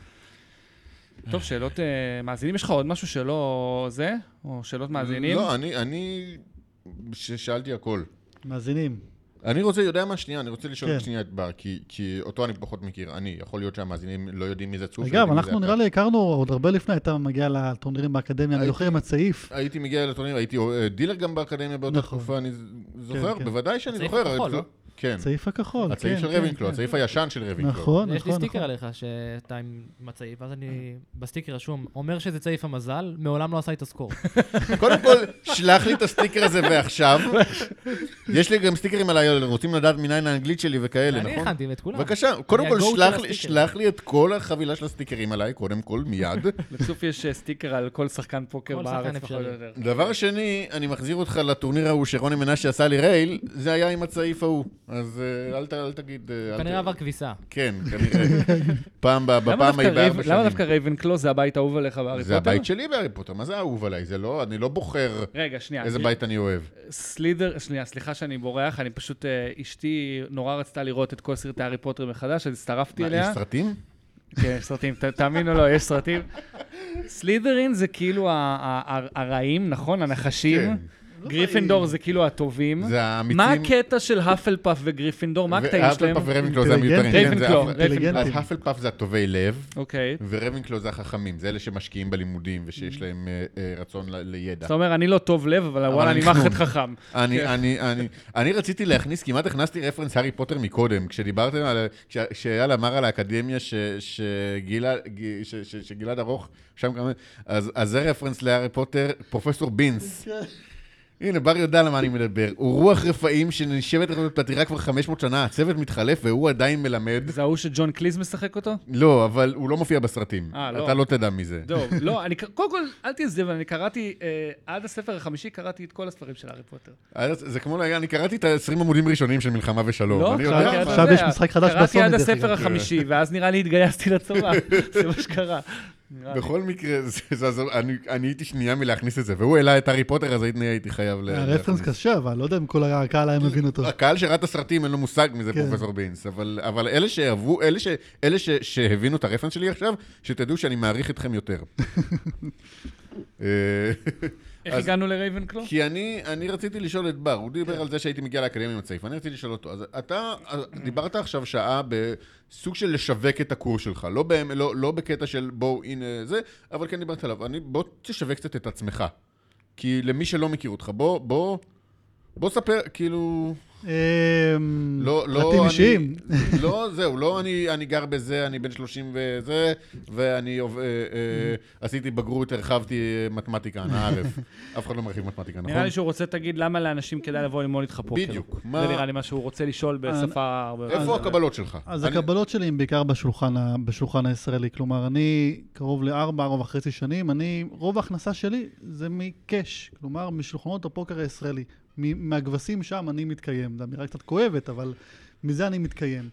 טוב, שאלות מאזינים, יש לך עוד משהו שלא זה? או שאלות מאזינים? לא, אני שאלתי הכל. מאזינים. אני רוצה לשאול שנייה את בר, כי אותו אני פחות מכיר. יכול להיות שהמאזינים לא יודעים מי זה צוף. אגב, אנחנו נראה לי הכרנו עוד הרבה לפני, אתה מגיע לטורנירים באקדמיה, אני זוכר עם הצעיף. הייתי מגיע לטורנירים, הייתי דילר גם באקדמיה באותה תקופה, אני זוכר, בוודאי שאני זוכר. הצעיף הכחול, הצעיף של רבינקלו, הצעיף הישן של רבינקלו. נכון. יש לי סטיקר עליך שאתה עם הצעיף, אז אני בסטיקר רשום, אומר שזה צעיף המזל, מעולם לא עשה את הסקור. קודם כל, שלח לי את הסטיקר הזה ועכשיו. יש לי גם סטיקרים עליי, רוצים לדעת מניין האנגלית שלי וכאלה, נכון? אני הכנתי את כולם. בבקשה, קודם כל, שלח לי את כל החבילה של הסטיקרים עליי, קודם כל, מיד. לצוף יש סטיקר על כל שחקן פוקר בארץ. דבר שני, אני מחזיר אותך לטורניר ההוא שרוני מנשה עשה לי רייל, זה היה עם הצעיף ההוא. אז אל תגיד... כנראה עבר כביסה. כן, כנראה. בפעם ההיא בארבע שנים. למה דווקא רייבנקלו זה הבית האהוב עליך בהארי פוטר? זה הבית שלי בהארי פוטר, מה זה האהוב עליי? אני לא בוחר איזה בית אני אוהב. סליחה שאני בורח, אני פשוט, אשתי נורא רצתה לראות את כל סרטי הארי פוטר מחדש, אז הצטרפתי אליה. יש סרטים? כן, יש סרטים, תאמינו לו, יש סרטים. סלית'רין זה כאילו הרעים, נכון? הנחשים. גריפינדור זה כאילו הטובים. זה האמיצים. מה הקטע של הפלפאף וגריפינדור? מה הקטעים שלהם? הפלפאף ורבינקלו זה המיותרים. רבינקלו. אז הפלפאף זה הטובי לב, אוקיי. ורבינקלו זה החכמים. זה אלה שמשקיעים בלימודים ושיש להם רצון לידע. זאת אומרת, אני לא טוב לב, אבל וואלה, אני מחט חכם. אני רציתי להכניס, כמעט הכנסתי רפרנס הארי פוטר מקודם, כשדיברתם על, כשאייל אמר על האקדמיה שגלעד ארוך, שם כמה, אז זה רפרנס להארי פוטר, פרופסור בינס. הנה, בר יודע למה אני מדבר. הוא רוח רפאים שנשבת בפלטירה כבר 500 שנה, הצוות מתחלף והוא עדיין מלמד. זה ההוא שג'ון קליז משחק אותו? לא, אבל הוא לא מופיע בסרטים. אתה לא תדע מזה. לא, קודם כל, אל תעזב, אבל אני קראתי, עד הספר החמישי קראתי את כל הספרים של הארי פוטר. זה כמו, אני קראתי את 20 עמודים ראשונים של מלחמה ושלום. לא, עכשיו יש משחק חדש בסוני. קראתי עד הספר החמישי, ואז נראה לי התגייסתי לצבא. זה מה שקרה. בכל מקרה, אני הייתי שנייה מלהכניס את זה, והוא העלה את הארי פוטר, אז הייתי חייב הרפרנס קשה, אבל לא יודע אם כל הקהל היה מבין אותו. הקהל שראה את הסרטים, אין לו מושג מזה פרופסור בינס, אבל אלה שאהבו, אלה שהבינו את הרפרנס שלי עכשיו, שתדעו שאני מעריך אתכם יותר. איך הגענו לרייבנקלו? כי אני רציתי לשאול את בר, הוא דיבר על זה שהייתי מגיע לאקדמיה עם הצעיף, אני רציתי לשאול אותו, אז אתה דיברת עכשיו שעה בסוג של לשווק את הקורס שלך, לא בקטע של בואו, הנה זה, אבל כן דיברת עליו, בוא תשווק קצת את עצמך, כי למי שלא מכיר אותך, בוא ספר, כאילו... פרטים אישיים. לא, זהו, לא אני גר בזה, אני בן 30 וזה, ואני עשיתי בגרות, הרחבתי מתמטיקה, נערף. אף אחד לא מרחיב מתמטיקה, נכון? נראה לי שהוא רוצה תגיד למה לאנשים כדאי לבוא ללמוד איתך פוקר. בדיוק. זה נראה לי מה שהוא רוצה לשאול בשפה הרבה... איפה הקבלות שלך? אז הקבלות שלי הן בעיקר בשולחן הישראלי, כלומר, אני קרוב ל4.5 שנים, רוב ההכנסה שלי זה מקש, כלומר, משולחנות הפוקר הישראלי. מהגבסים שם אני מתקיים. זו אמירה קצת כואבת, אבל מזה אני מתקיים.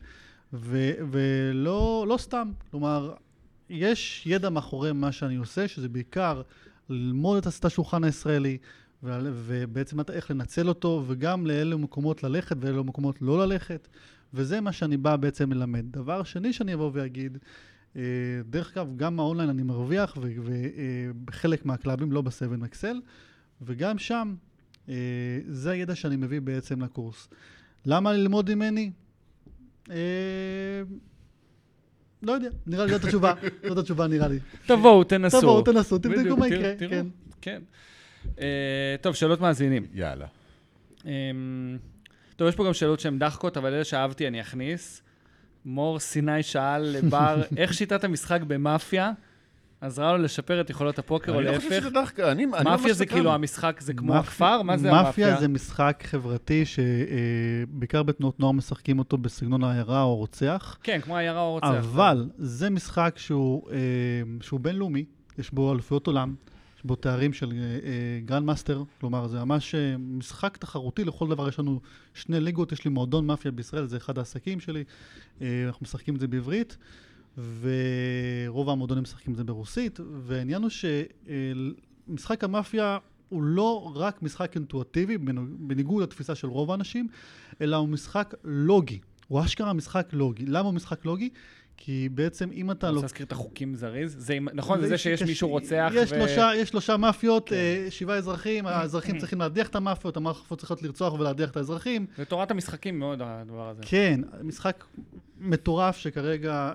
ולא סתם. כלומר, יש ידע מאחורי מה שאני עושה, שזה בעיקר ללמוד את השולחן הישראלי, ובעצם איך לנצל אותו, וגם לאלו מקומות ללכת ואלו מקומות לא ללכת. וזה מה שאני בא בעצם ללמד. דבר שני שאני אבוא ואגיד, דרך אגב, גם האונליין אני מרוויח, ובחלק מהקלאבים, לא ב7 אקסל, וגם שם, זה הידע שאני מביא בעצם לקורס. למה ללמוד ממני? לא יודע, נראה לי זאת התשובה. זאת התשובה נראה לי. תבואו, תנסו. תבדקו מה יקרה. כן. טוב, שאלות מאזינים. יאללה. טוב, יש פה גם שאלות שהן דחקות, אבל אלה שאהבתי אני אכניס. מור סיני שאל לבר, איך שיטת המשחק במאפיה עזרה לו לשפר את יכולות הפוקר או להפך? אני לא חושב שזה דחקה, מאפיה זה כאילו המשחק, זה כמו הכפר? מה זה המאפיה? מאפיה זה משחק חברתי שבעיקר בתנועות נוער משחקים אותו בסגנון העיירה או רוצח. כן, כמו העיירה או רוצח. אבל זה משחק שהוא בינלאומי, יש בו אלופיות עולם, יש בו תארים של גרנד מאסטר, כלומר זה ממש משחק תחרותי לכל דבר. יש לנו 2 ליגות, יש לי מועדון מאפיה בישראל, זה אחד העסקים שלי, אנחנו משחקים את זה בעברית. ורוב המועדונים משחקים את זה ברוסית, והעניין הוא שמשחק המאפיה הוא לא רק משחק אינטואיטיבי, בניגוד לתפיסה של רוב האנשים, אלא הוא משחק לוגי. הוא אשכרה משחק לוגי. למה הוא משחק לוגי? כי בעצם אם אתה... אני רוצה להזכיר את החוקים זריז. נכון, זה שיש מישהו רוצח יש 3 מאפיות, 7 אזרחים, האזרחים צריכים להדיח את המאפיות, המאפיות צריכות לרצוח ולהדיח את האזרחים. זה תורת המשחקים מאוד, הדבר הזה. כן, משחק מטורף שכרגע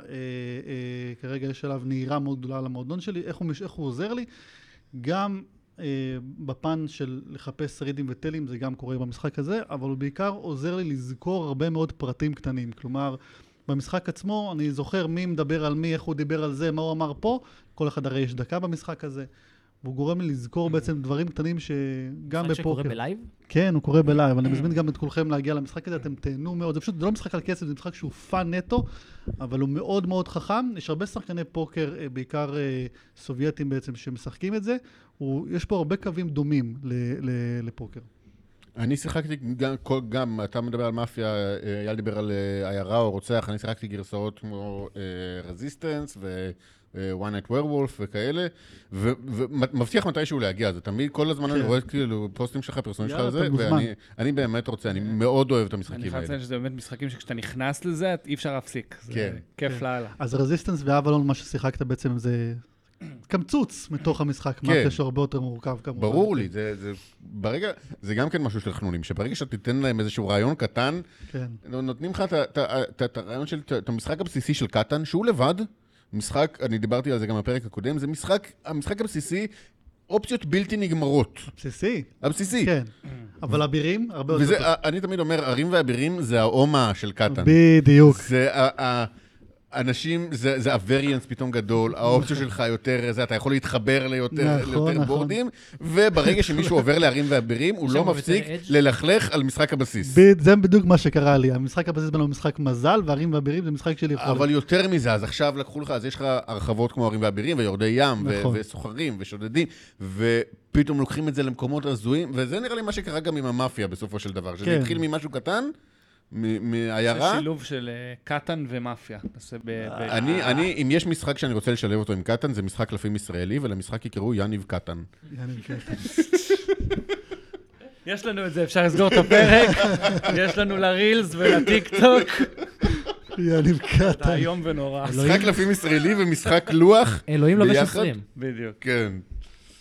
יש עליו נהירה מאוד גדולה על המועדון שלי. איך הוא עוזר לי? גם בפן של לחפש שרידים וטלים, זה גם קורה במשחק הזה, אבל הוא בעיקר עוזר לי לזכור הרבה מאוד פרטים קטנים. כלומר, במשחק עצמו אני זוכר מי מדבר על מי, איך הוא דיבר על זה, מה הוא אמר פה. כל אחד הרי יש דקה במשחק הזה. והוא גורם לי לזכור בעצם דברים קטנים שגם בפוקר. שקורה בלייב? כן, הוא קורה בלייב. אני מזמין גם את כולכם להגיע למשחק הזה, אתם תהנו מאוד. זה לא משחק על כסף, זה משחק שהוא פאן נטו, אבל הוא מאוד מאוד חכם. יש הרבה שחקני פוקר, בעיקר סובייטים בעצם, שמשחקים את זה. יש פה הרבה קווים דומים לפוקר. אני שיחקתי גם, אתה מדבר על מאפיה, אייל דיבר על עיירה או רוצח, אני שיחקתי גרסאות כמו רזיסטנס ו-One Night Werewolf וכאלה, ומבטיח מתישהו להגיע, זה תמיד, כל הזמן אני רואה כאילו פוסטים שלך, פרסונים שלך על זה, ואני באמת רוצה, אני מאוד אוהב את המשחקים האלה. אני חייב לציין שזה באמת משחקים שכשאתה נכנס לזה, אי אפשר להפסיק. זה כיף לאללה. אז רזיסטנס ואבלון, מה ששיחקת בעצם זה... קמצוץ מתוך המשחק, מאפיה שהרבה יותר מורכב כמובן. ברור לי, זה גם כן משהו של חנונים, שברגע שאתה תיתן להם איזשהו רעיון קטן, נותנים לך את הרעיון של, את המשחק הבסיסי של קטן, שהוא לבד, משחק, אני דיברתי על זה גם בפרק הקודם, זה המשחק הבסיסי, אופציות בלתי נגמרות. הבסיסי. כן. אבל אבירים, הרבה יותר טוב. אני תמיד אומר, ערים ואבירים זה האומה של קטן. בדיוק. זה אנשים, זה הווריאנס פתאום גדול, האופציה שלך יותר, אתה יכול להתחבר ליותר בורדים, וברגע שמישהו עובר לערים ואבירים, הוא לא מפסיק ללכלך על משחק הבסיס. זה בדיוק מה שקרה לי, המשחק הבסיס בנו הוא משחק מזל, וערים ואבירים זה משחק של יכולת. אבל יותר מזה, אז עכשיו לקחו לך, אז יש לך הרחבות כמו ערים ואבירים, ויורדי ים, וסוחרים, ושודדים, ופתאום לוקחים את זה למקומות הזויים, וזה נראה לי מה שקרה גם עם המאפיה בסופו של דבר, שזה התחיל ממשהו קטן, מהעיירה. זה שילוב של קטן ומאפיה. אם יש משחק שאני רוצה לשלב אותו עם קטן, זה משחק קלפים ישראלי, ולמשחק יקראו יניב קטן. יניב קטן. יש לנו את זה, אפשר לסגור את הפרק. יש לנו לרילס ולטיק טוק. יניב קטן. זה היום ונורא. משחק קלפים ישראלי ומשחק לוח. אלוהים לובש 20. בדיוק. כן.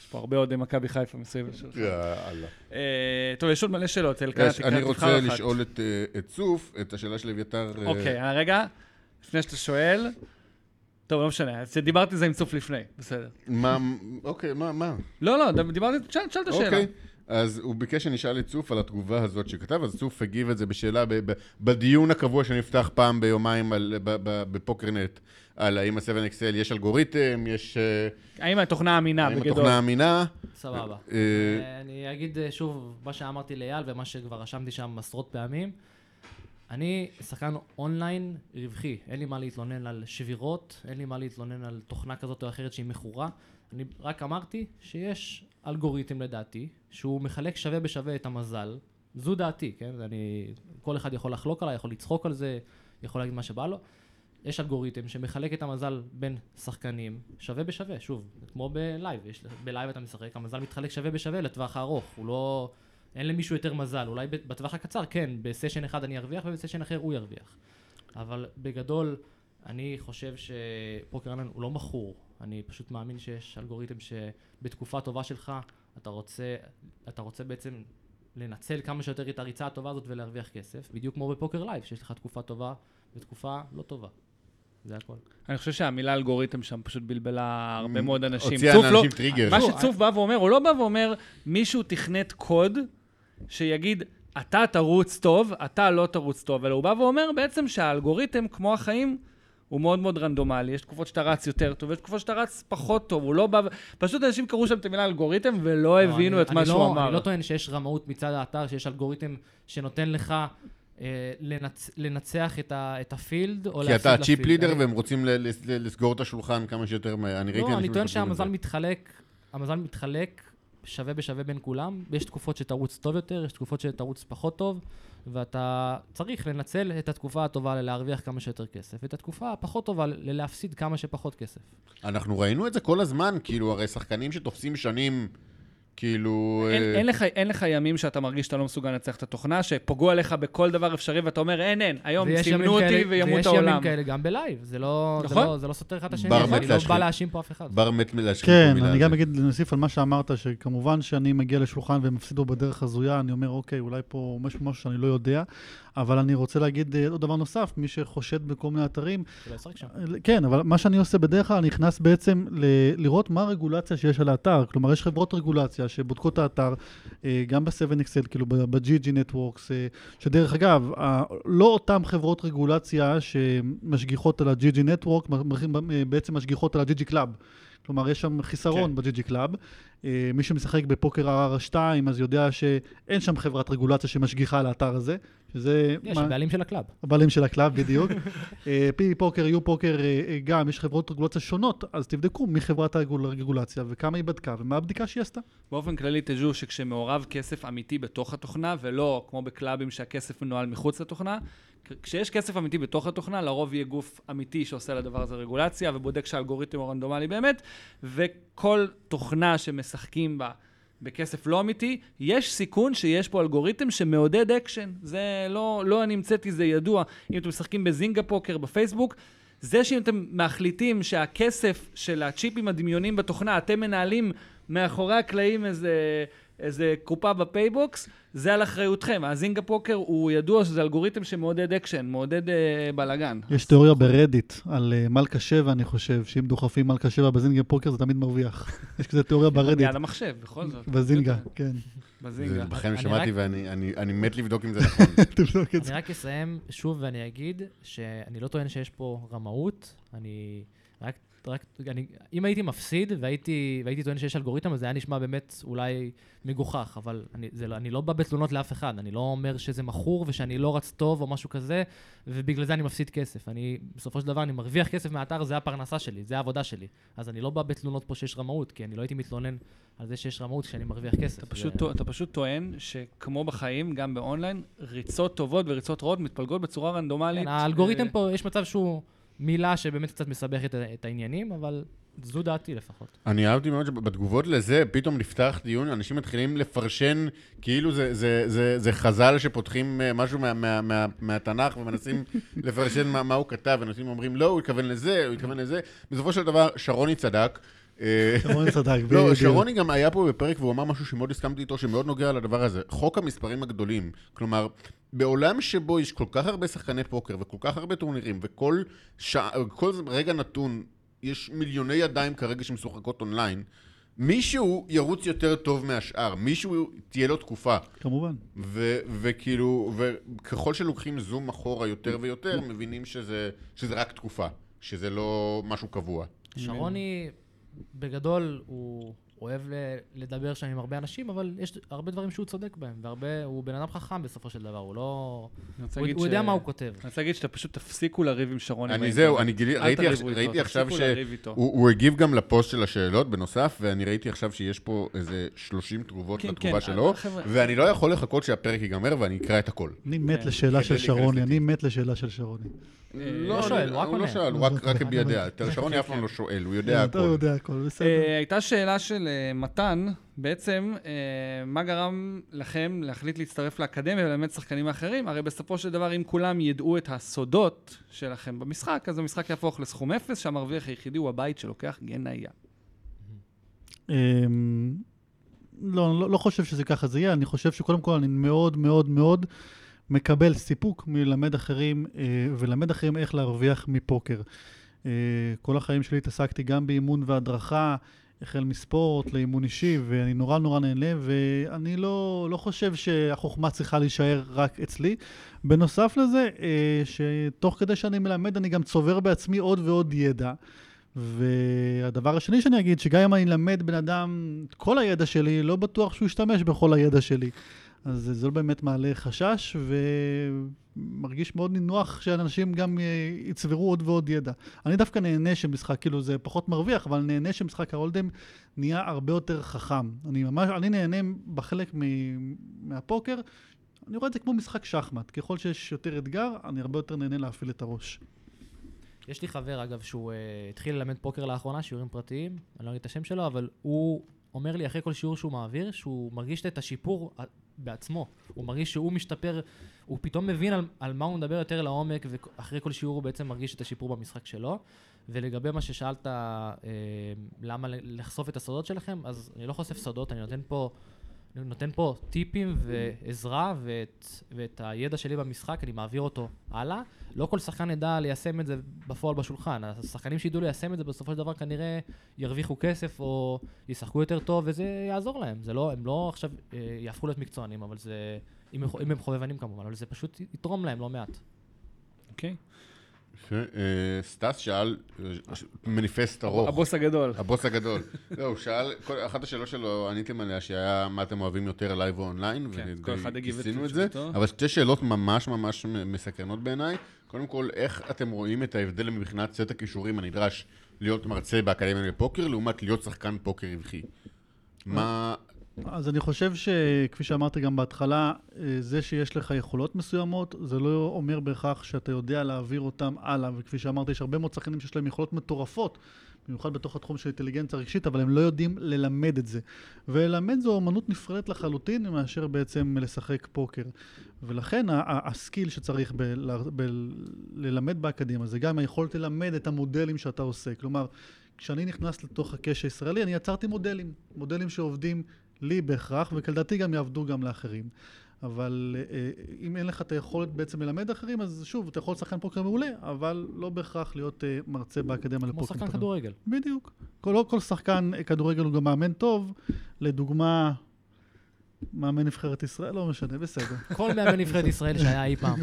פה הרבה עוד מכבי חיפה מסביב לשולחן. יאללה. טוב, יש עוד מלא שאלות. אני רוצה לשאול את צוף, את השאלה של אביתר. אוקיי, רגע, לפני שאתה שואל, טוב, לא משנה, דיברתי זה עם צוף לפני, בסדר. אוקיי, מה? לא, דיברתי, שאל את השאלה. אוקיי, אז הוא ביקש שנשאל את צוף על התגובה הזאת שכתב, אז צוף הגיב את זה בשאלה בדיון הקבוע שנפתח פעם ביומיים בפוקרנט, על האם ה-7XL יש אלגוריתם, יש... האם התוכנה אמינה בגדול? האם התוכנה אמינה? סבבה. אני אגיד שוב מה שאמרתי לאייל ומה שכבר רשמתי שם עשרות פעמים. אני שחקן אונליין רווחי, אין לי מה להתלונן על שבירות, אין לי מה להתלונן על תוכנה כזאת או אחרת שהיא מכורה. אני רק אמרתי שיש אלגוריתם לדעתי, שהוא מחלק שווה בשווה את המזל. זו דעתי, כן? כל אחד יכול לחלוק עליי, יכול לצחוק על זה, יכול להגיד מה שבא לו. יש אלגוריתם שמחלק את המזל בין שחקנים שווה בשווה, שוב, כמו בלייב, בלייב אתה משחק, המזל מתחלק שווה בשווה לטווח הארוך, הוא לא... אין למישהו יותר מזל, אולי בטווח הקצר, כן, בסשן אחד אני ארוויח ובסשן אחר הוא ירוויח. אבל בגדול, אני חושב שפוקרמן הוא לא מכור. אני פשוט מאמין שיש אלגוריתם שבתקופה טובה שלך, אתה רוצה בעצם לנצל כמה שיותר את הריצה הטובה הזאת ולהרוויח כסף, בדיוק כמו בפוקר לייב, שיש לך תקופה טובה ותקופה לא טובה. זה הכל. אני חושב שהמילה אלגוריתם שם פשוט בלבלה הרבה מאוד אנשים. הוציאה לאנשים טריגר. מה שצוף בא ואומר, הוא לא בא ואומר, מישהו תכנת קוד שיגיד, אתה תרוץ טוב, אתה לא תרוץ טוב, אלא הוא בא ואומר בעצם שהאלגוריתם, כמו החיים, הוא מאוד מאוד רנדומלי. יש תקופות שאתה רץ יותר טוב, יש תקופות שאתה רץ פחות טוב. הוא לא בא... פשוט אנשים קראו שם את המילה אלגוריתם ולא הבינו את מה שהוא אמר. אני לא טוען שיש רמאות מצד האתר, שיש אלגוריתם שנותן לך לנצח את הפילד או כי אתה צ'יפ לידר והם רוצים לסגור את השולחן כמה שיותר מהר. לא, אני טוען שהמזל מתחלק שווה בשווה בין כולם. יש תקופות שתרוץ טוב יותר, יש תקופות שתרוץ פחות טוב, ואתה צריך לנצל את התקופה הטובה להרוויח כמה שיותר כסף, ואת התקופה הפחות טובה להפסיד כמה שפחות כסף. אנחנו ראינו את זה כל הזמן, כאילו, הרי שחקנים שתופסים שנים, כאילו... אין לך ימים שאתה מרגיש שאתה לא מסוגל לנצח את התוכנה, שפוגעו עליך בכל דבר אפשרי, ואתה אומר, אין, היום סימנו אותי וימות העולם. ויש ימים כאלה גם בלייב, זה לא סותר אחד השני, אני לא בא להאשים פה אף אחד. בר מת מלהשכים כן, פה מילה. אני גם אגיד, נוסיף על מה שאמרת, שכמובן שאני מגיע לשולחן ומפסיד בו בדרך הזויה, אני אומר, אוקיי, אולי פה משהו שאני לא יודע, אבל אני רוצה להגיד עוד דבר נוסף, מי שחושד בכל מיני אתרים. כן, אבל מה שאני עושה בדרך כלל, אני נכנס בעצם לראות מה הרגולציה שיש על האתר. כלומר, יש חברות רגולציה שבודקות את האתר, גם ב-7XL, כאילו ב-GG Networks, שדרך אגב, לא אותם חברות רגולציה שמשגיחות על ה-GG Network, בעצם משגיחות על ה-GG Club. כלומר, יש שם חיסרון ב-GG Club. מי שמשחק בפוקר R2, אז יודע שאין שם חברת רגולציה שמשגיחה על האתר הזה. יש, הבעלים של הקלאב. הבעלים של הקלאב, בדיוק. פי פוקר, יו פוקר, גם יש חברות רגולציה שונות, אז תבדקו מי חברת הרגולציה וכמה היא בדקה ומה הבדיקה שהיא עשתה. באופן כללי תדעו שכשמעורב כסף אמיתי בתוך התוכנה, ולא כמו בקלאבים שהכסף מנוהל מחוץ לתוכנה, כשיש כסף אמיתי בתוך התוכנה, לרוב יהיה גוף אמיתי שעושה לדבר הזה רגולציה, ובודק שהאלגוריתם הוא רנדומלי באמת, וכל תוכנה שמשחקים בה בכסף לא אמיתי, יש סיכון שיש פה אלגוריתם שמעודד אקשן. זה לא אני המצאתי, זה ידוע. אם אתם משחקים בזינגה פוקר בפייסבוק, זה שאם אתם מחליטים שהכסף של הצ'יפים הדמיונים בתוכנה, אתם מנהלים מאחורי הקלעים איזה קופה בפייבוקס, זה על אחריותכם. הזינגה פוקר הוא ידוע שזה אלגוריתם שמעודד אקשן, מעודד בלגן. יש תיאוריה ברדיט על מלכה 7, אני חושב, שאם דוחפים מלכה 7 בזינגה פוקר, זה תמיד מרוויח. יש כזה תיאוריה ברדיט. יד המחשב, בכל זאת. בזינגה, כן. בזינגה. בכם שמעתי ואני מת לבדוק אם זה נכון. תבדוק את זה. אני רק אסיים שוב ואני אגיד שאני לא טוען שיש פה רמאות, אם הייתי מפסיד והייתי טוען שיש אלגוריתם, אז זה היה נשמע באמת אולי מגוחך, אבל אני לא בא בתלונות לאף אחד, אני לא אומר שזה מכור ושאני לא רץ טוב או משהו כזה, ובגלל זה אני מפסיד כסף. בסופו של דבר אני מרוויח כסף מהאתר, זה הפרנסה שלי, זה העבודה שלי. אז אני לא בא בתלונות פה שיש רמאות, כי אני לא הייתי מתלונן על זה שיש רמאות כשאני מרוויח כסף. אתה פשוט טוען שכמו בחיים, גם באונליין, ריצות טובות וריצות רעות מתפלגות בצורה רנדומלית. האלגוריתם פה, יש מצב שהוא מילה שבאמת קצת מסבך את העניינים, אבל זו דעתי לפחות. אני אהבתי מאוד שבתגובות לזה, פתאום נפתח דיון, אנשים מתחילים לפרשן, כאילו זה חז"ל שפותחים משהו מהתנ"ך, ומנסים לפרשן מה הוא כתב, ואנשים אומרים, לא, הוא התכוון לזה, הוא התכוון לזה. בסופו של דבר, שרוני צדק, שרוני צדק. לא, שרוני גם היה פה בפרק והוא אמר משהו שמאוד הסכמתי איתו, שמאוד נוגע לדבר הזה. חוק המספרים הגדולים. כלומר, בעולם שבו יש כל כך הרבה שחקני פוקר וכל כך הרבה טורנירים, וכל רגע נתון יש מיליוני ידיים כרגע שמשוחקות אונליין, מישהו ירוץ יותר טוב מהשאר, מישהו תהיה לו תקופה. כמובן. וכאילו, וככל שלוקחים זום אחורה יותר ויותר, מבינים שזה רק תקופה, שזה לא משהו קבוע. שרוני, בגדול, הוא אוהב לדבר שם עם הרבה אנשים, אבל יש הרבה דברים שהוא צודק בהם, הוא בן אדם חכם בסופו של דבר, הוא לא... הוא יודע מה הוא כותב. אני רוצה להגיד שאתה פשוט תפסיקו לריב עם שרוני. זהו, ראיתי עכשיו שהוא הגיב גם לפוסט של השאלות בנוסף, ואני ראיתי עכשיו שיש פה איזה 30 תגובות לתגובה שלו, ואני לא יכול לחכות שהפרק ייגמר ואני אקרא את הכל. אני מת לשאלה של שרוני, לא שואל, הוא רק עונה. הוא לא שואל, הוא רק הביע דעה. שרוני אף פעם לא שואל, הוא יודע הכל. הוא יודע הכל, בסדר. הייתה שאלה של מתן, בעצם, מה גרם לכם להחליט להצטרף לאקדמיה וללמד שחקנים האחרים? הרי בסופו של דבר, אם כולם ידעו את הסודות שלכם במשחק, אז המשחק יהפוך לסכום אפס, שהמרוויח היחידי הוא הבית שלוקח גניה. לא חושב שזה ככה זה יהיה, אני חושב שקודם כל אני מאוד מאוד מאוד מקבל סיפוק מלמד אחרים, ולמד אחרים איך להרוויח מפוקר. כל החיים שלי התעסקתי גם באימון והדרכה, החל מספורט לאימון אישי, ואני נורא נורא נהנה, ואני לא חושב שהחוכמה צריכה להישאר רק אצלי. בנוסף לזה, שתוך כדי שאני מלמד, אני גם צובר בעצמי עוד ועוד ידע. והדבר השני שאני אגיד, שגם אם אני אלמד בן אדם את כל הידע שלי, לא בטוח שהוא ישתמש בכל הידע שלי. אז זה לא באמת מעלה חשש, ומרגיש מאוד נינוח שאנשים גם יצברו עוד ועוד ידע. אני דווקא נהנה שמשחק, כאילו זה פחות מרוויח, אבל נהנה שמשחק ההולדם נהיה הרבה יותר חכם. אני נהנה בחלק מהפוקר, אני רואה את זה כמו משחק שחמט. ככל שיש יותר אתגר, אני הרבה יותר נהנה להפעיל את הראש. יש לי חבר, אגב, שהוא התחיל ללמד פוקר לאחרונה, שיעורים פרטיים, אני לא אגיד את השם שלו, אבל הוא אומר לי אחרי כל שיעור שהוא מעביר, שהוא מרגיש את השיפור בעצמו. הוא מרגיש שהוא משתפר, הוא פתאום מבין על מה הוא מדבר יותר לעומק, ואחרי כל שיעור הוא בעצם מרגיש את השיפור במשחק שלו. ולגבי מה ששאלת, למה לחשוף את הסודות שלכם, אז אני לא חושף סודות, אני נותן פה טיפים ועזרה, ואת הידע שלי במשחק, אני מעביר אותו הלאה. לא כל שחקן ידע ליישם את זה בפועל בשולחן. השחקנים שידעו ליישם את זה בסופו של דבר כנראה ירוויחו כסף או ישחקו יותר טוב, וזה יעזור להם. הם לא עכשיו יהפכו להיות מקצוענים, אבל זה, אם הם חובבנים כמובן, אבל זה פשוט יתרום להם לא מעט. אוקיי. סטס שאל, מניפסט ארוך. הבוס הגדול. הבוס הגדול. לא, הוא שאל, אחת השאלות שלו, עניתם עליה, שהיה מה אתם אוהבים יותר, לייב או אונליין, וכיסינו את זה. אבל שתי שאלות ממש ממש מסקרנות בעיניי. קודם כל, איך אתם רואים את ההבדל מבחינת סט הכישורים הנדרש להיות מרצה באקדמיה לפוקר, לעומת להיות שחקן פוקר רווחי? מה... אז אני חושב שכפי שאמרתי גם בהתחלה, זה שיש לך יכולות מסוימות, זה לא אומר בהכרח שאתה יודע להעביר אותם הלאה, וכפי שאמרתי, יש הרבה מאוד שחקנים שיש להם יכולות מטורפות, במיוחד בתוך התחום של אינטליגנציה רגשית, אבל הם לא יודעים ללמד את זה. וללמד זו אומנות נפרדת לחלוטין, מאשר בעצם לשחק פוקר. ולכן הסקיל שצריך ללמד באקדמיה, זה גם היכולת ללמד את המודלים שאתה עושה. כלומר, כשאני נכנס לתוך הקש הישראלי, אני יצרתי מודלים שעובדים לי בהכרח, וכלדעתי גם יעבדו גם לאחרים. אבל אם אין לך את היכולת בעצם ללמד אחרים, אז שוב, אתה יכול לשחקן פוקר מעולה, אבל לא בהכרח להיות מרצה באקדמיה לפוקר. כמו שחקן כדורגל. בדיוק. כל שחקן כדורגל הוא גם מאמן טוב, לדוגמה, מאמן נבחרת ישראל, לא משנה, בסדר. כל מאמן נבחרת ישראל שהיה אי פעם.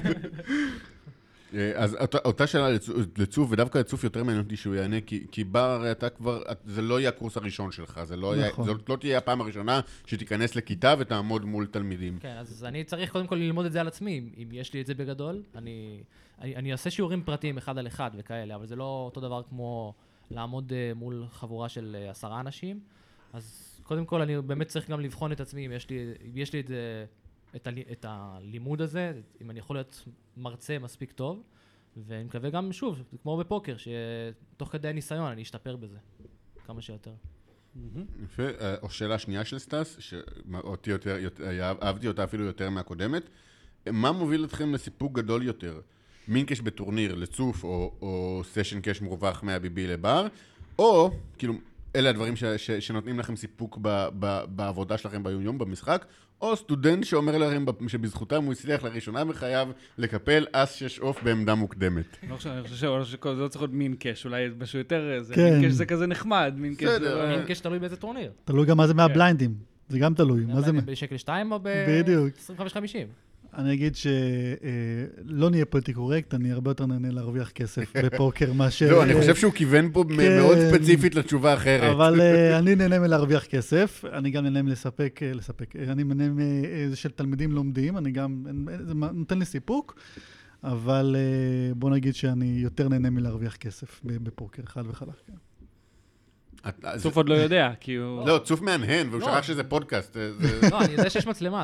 אז אותה שאלה לצוף, ודווקא לצוף יותר מעניין אותי שהוא יענה, כי בר, אתה כבר, זה לא יהיה הקורס הראשון שלך, זאת לא תהיה הפעם הראשונה שתיכנס לכיתה ותעמוד מול תלמידים. כן, אז אני צריך קודם כל ללמוד את זה על עצמי, אם יש לי את זה בגדול, אני אעשה שיעורים פרטיים אחד על אחד וכאלה, אבל זה לא אותו דבר כמו לעמוד מול חבורה של 10 אנשים, אז קודם כל אני באמת צריך גם לבחון את עצמי, אם יש לי את זה... את הלימוד הזה, אם אני יכול להיות מרצה מספיק טוב, ואני מקווה גם, שוב, כמו בפוקר, שתוך כדי הניסיון אני אשתפר בזה כמה שיותר. יפה, או שאלה שנייה של סטס, אהבתי אותה אפילו יותר מהקודמת, מה מוביל אתכם לסיפוק גדול יותר? מין קש בטורניר לצוף, או סשן קש מרווח מהביבי לבר, או, כאילו, אלה הדברים שנותנים לכם סיפוק בעבודה שלכם ביום-יום, במשחק, או סטודנט שאומר לכם שבזכותם הוא הצליח לראשונה בחייו לקפל אס 6 אוף בעמדה מוקדמת. אני חושב שזה לא צריך להיות מין קש, אולי משהו יותר, כן. מין קש זה כזה נחמד, מין קש זה... מין קש תלוי באיזה טורניר. תלוי גם מה זה מהבליינדים, זה גם תלוי. מה זה... בשקל 2 או בדיוק. ב-25-50? אני אגיד שלא נהיה פוליטי קורקט, אני הרבה יותר נהנה להרוויח כסף בפוקר מאשר... לא, אני חושב שהוא כיוון פה מאוד ספציפית לתשובה אחרת. אבל אני נהנה מלהרוויח כסף, אני גם נהנה לספק, אני נהנה מאיזה של תלמידים לומדים, אני גם, זה נותן לי סיפוק, אבל בוא נגיד שאני יותר נהנה מלהרוויח כסף בפוקר, חד וחלק. צוף עוד לא יודע, כי הוא... לא, צוף מהנהן, והוא שכח שזה פודקאסט. לא, אני יודע שיש מצלמה.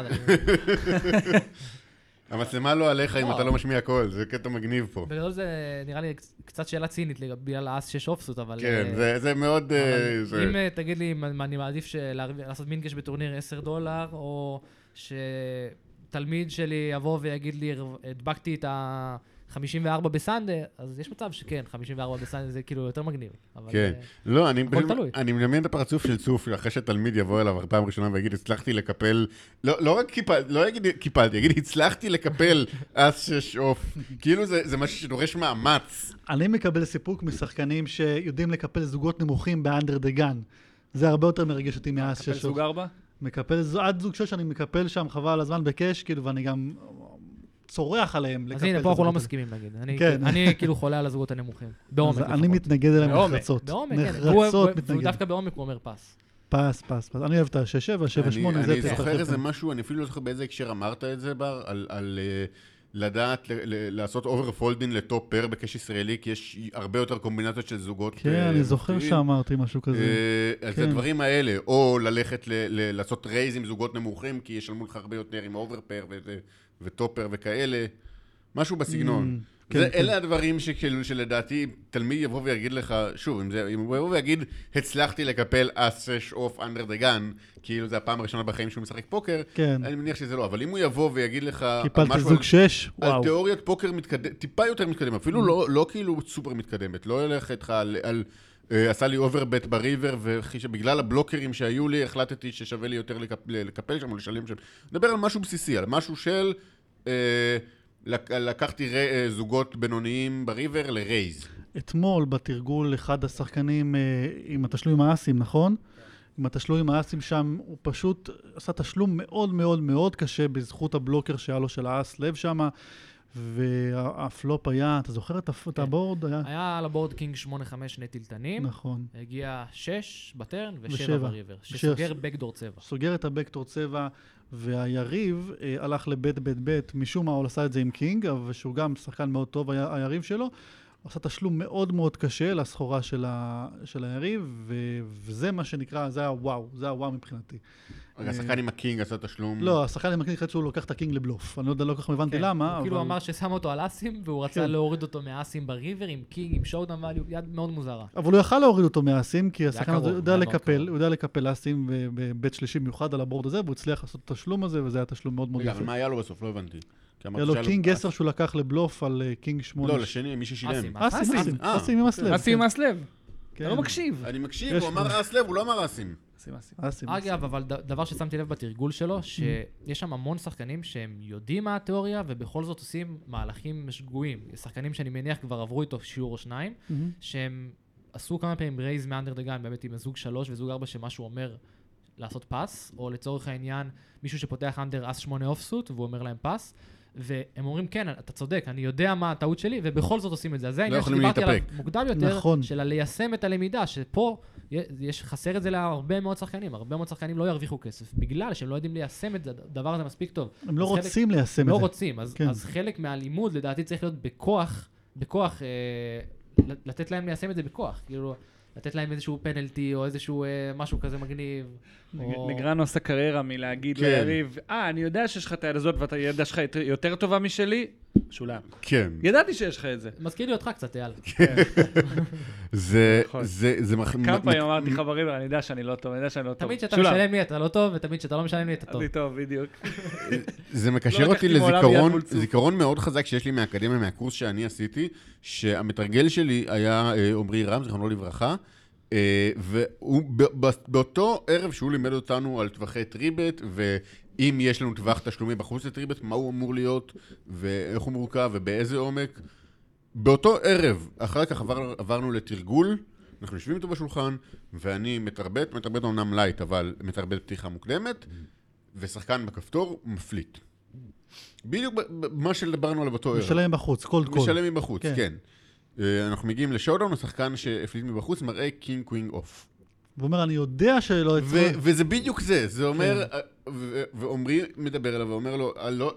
המצלמה לא עליך אם אתה לא משמיע קול, זה קטע מגניב פה. בגדול זה נראה לי קצת שאלה צינית בגלל האס 6 אופסות, אבל... כן, זה מאוד... אם תגיד לי אם אני מעדיף לעשות מין קש בטורניר $10, או שתלמיד שלי יבוא ויגיד לי, הדבקתי את ה-54 בסנדה, אז יש מצב שכן, 54 בסנדה זה כאילו יותר מגניב. כן. לא, אני מדמיין את הפרצוף של צוף, אחרי שתלמיד יבוא אליו פעם ראשונה ויגיד, הצלחתי לקפל, לא רק קיפלתי, יגיד, הצלחתי לקפל אס 6 אוף. כאילו זה משהו שדורש מאמץ. אני מקבל סיפוק משחקנים שיודעים לקפל זוגות נמוכים באנדר דה גן. זה הרבה יותר מרגש אותי מאס 6 אוף. מקפל זוג 4? מקפל, עד זוג 6 אני מקפל שם חבל על הזמן בקש, כאילו, ואני גם... צורח עליהם. אז הנה, פה אנחנו לא מסכימים, נגיד. אני כאילו חולה על הזוגות הנמוכים. בעומק. אני מתנגד אליהם נחרצות. בעומק, כן. נחרצות מתנגד. והוא דווקא בעומק הוא אומר פס. פס. אני אוהב את ה-6-7, 7-8. אני זוכר איזה משהו, אני אפילו לא זוכר באיזה הקשר אמרת את זה, בר, על לדעת לעשות אוברפולדינג לטופ פר בקש ישראלי, כי יש הרבה יותר קומבינציות של זוגות. כן, אני זוכר שאמרתי משהו כזה. אז הדברים האלה, או ללכת לעשות רייז עם זוגות נמוכים, כי ישלמו לך הרבה יותר עם אוברפר וטופר וכאלה, משהו בסגנון. אלה הדברים שלדעתי תלמיד יבוא ויגיד לך, שוב, אם הוא יבוא ויגיד, הצלחתי לקפל אס 6 אוף אנדר דה גן, כאילו זה הפעם הראשונה בחיים שהוא משחק פוקר, אני מניח שזה לא, אבל אם הוא יבוא ויגיד לך, קיפלתי זוג 6, וואו. על תיאוריית פוקר טיפה יותר מתקדמת, אפילו לא כאילו סופר מתקדמת, לא ילך איתך על... עשה לי אוברבט בריבר, ובגלל הבלוקרים שהיו לי, החלטתי ששווה לי יותר לקפל שם או לשלם שם. נדבר על משהו בסיסי, על משהו של... לקחתי זוגות בינוניים בריבר לרייז. אתמול בתרגול אחד השחקנים עם התשלום האסים, נכון? עם התשלום האסים שם, הוא פשוט עשה תשלום מאוד מאוד מאוד קשה בזכות הבלוקר שהיה לו של האס לב שם, והפלופ היה, אתה זוכר את הבורד? היה על הבורד קינג 8-5 שני טלטנים. נכון. הגיע 6 בטרן ו7 בריבר. שסוגר בקדור צבע. סוגר את הבקדור צבע, והיריב הלך לבית בית בית, משום מה הוא עשה את זה עם קינג, אבל שהוא גם שחקן מאוד טוב, היריב שלו, הוא עשה תשלום מאוד מאוד קשה לסחורה של היריב, וזה מה שנקרא, זה הוואו, זה הוואו מבחינתי. השחקן עם הקינג עשה תשלום? לא, השחקן עם הקינג חייב שהוא לוקח את הקינג לבלוף. אני לא יודע, לא כל כך הבנתי למה. הוא כאילו אמר ששם אותו על אסים, והוא רצה להוריד אותו מהאסים בריבר, עם קינג, עם שואודאון ואליו, יד מאוד מוזרה. אבל הוא יכל להוריד אותו מהאסים, כי השחקן הזה יודע לקפל אסים בבית שלישי מיוחד על הבורד הזה, והוא הצליח לעשות את התשלום הזה, וזה היה תשלום מאוד מאוד יפה. אבל מה היה לו בסוף? לא הבנתי. היה לו קינג 10 שהוא לקח לבלוף על קינג 8. לא, לשני, מי ששילם. אסים עם הסלב. אסים עם הסלב. אתה לא מקשיב. אני מקשיב, הוא אמר אסלב, הוא לא אמר אסים. אגב, אבל דבר ששמתי לב בתרגול שלו, שיש שם המון שחקנים שהם יודעים מה התיאוריה, ובכל זאת עושים מהלכים שגויים. שחקנים שאני מניח כבר עברו איתו שיעור או שניים, שהם עשו כמה פעמים רייז מאנדר דה גן, באמת עם זוג 3 וזוג 4 שמשהו אומר לעשות פס, או לצורך העניין מישהו שפותח אנדר אס 8 אופסוט, והוא אומר להם פס, והם אומרים, כן, אתה צודק, אני יודע מה הטעות שלי, ובכל זאת עושים את זה. אז זה העניין שדיברתי עליו מוקדם יותר, של ליישם את הלמידה, שפה חסר את זה להרבה מאוד שחקנים. הרבה מאוד שחקנים לא ירוויחו כסף, בגלל שהם לא יודעים ליישם את זה, הדבר הזה מספיק טוב. הם לא רוצים ליישם את זה. לא רוצים, אז חלק מהלימוד, לדעתי, צריך להיות בכוח, לתת להם ליישם את זה בכוח. כאילו, לתת להם איזשהו פנלטי, או איזשהו משהו כזה מגניב. נגרן עושה קריירה מליגיד ליריב, אני יודע שיש לך את היד הזאת, ואתה ידע שלך יותר טובה משלי, שולם. כן. ידעתי שיש לך את זה. מזכיר לי אותך קצת, יאללה. זה... כמה פעמים אמרתי לך בריבר, אני יודע שאני לא טוב, אני יודע שאני לא טוב. תמיד שאתה משלם לי אתה לא טוב, ותמיד שאתה לא משלם לי אתה טוב. אני טוב, בדיוק. זה מקשר אותי לזיכרון מאוד חזק שיש לי מהאקדמיה, מהקורס שאני עשיתי, שהמתרגל שלי היה עומרי רם, זכרונו לברכה, ובאותו ערב שהוא לימד אותנו על טווחי טריבט, ואם יש לנו טווח תשלומי בחוץ לטריבט, מה הוא אמור להיות, ואיך הוא מורכב, ובאיזה עומק. באותו ערב, אחר כך עברנו לתרגול, אנחנו יושבים איתו בשולחן, ואני מתרבט אומנם לייט, אבל מתרבט פתיחה מוקדמת, ושחקן בכפתור מפליט. בדיוק מה שדברנו עליו באותו ערב. משלם בחוץ, קולד קול. משלם מבחוץ, כן. אנחנו מגיעים לשואודאון, השחקן שהפליט מבחוץ מראה קינג קווינג אוף. הוא אומר, אני יודע שלא אצלח. וזה בדיוק זה, זה אומר, ועומרי מדבר אליו ואומר לו,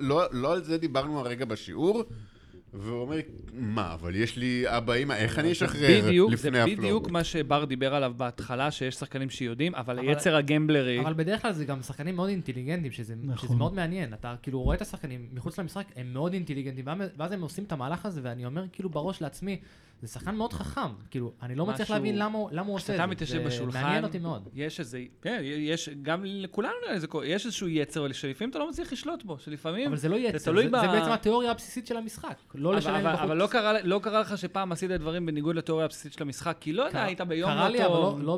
לא על זה דיברנו הרגע בשיעור, והוא אומר, מה, אבל יש לי אבא, אמא, איך אני אשחרר לפני הפלור? זה בדיוק מה שבר דיבר עליו בהתחלה, שיש שחקנים שיודעים, אבל היצר הגמבלרי... אבל בדרך כלל זה גם שחקנים מאוד אינטליגנטים, שזה מאוד מעניין. אתה כאילו רואה את השחקנים מחוץ למשחק, הם מאוד אינטליגנטים, ואז הם עושים את המהלך הזה, ואני אומר כאילו בראש לעצמי, זה שחקן מאוד חכם, כאילו, אני לא מצליח להבין למה הוא עושה את זה. זה מעניין אותי מאוד. יש איזה, יש, גם לכולנו יש איזשהו יצר, שלפעמים אתה לא מצליח לשלוט בו, שלפעמים... אבל זה לא יצר, זה בעצם התיאוריה הבסיסית של המשחק, לא לשלם בחוץ. אבל לא קרה לך שפעם עשית דברים בניגוד לתיאוריה הבסיסית של המשחק, כי לא יודע, היית ביום קרה לי, אבל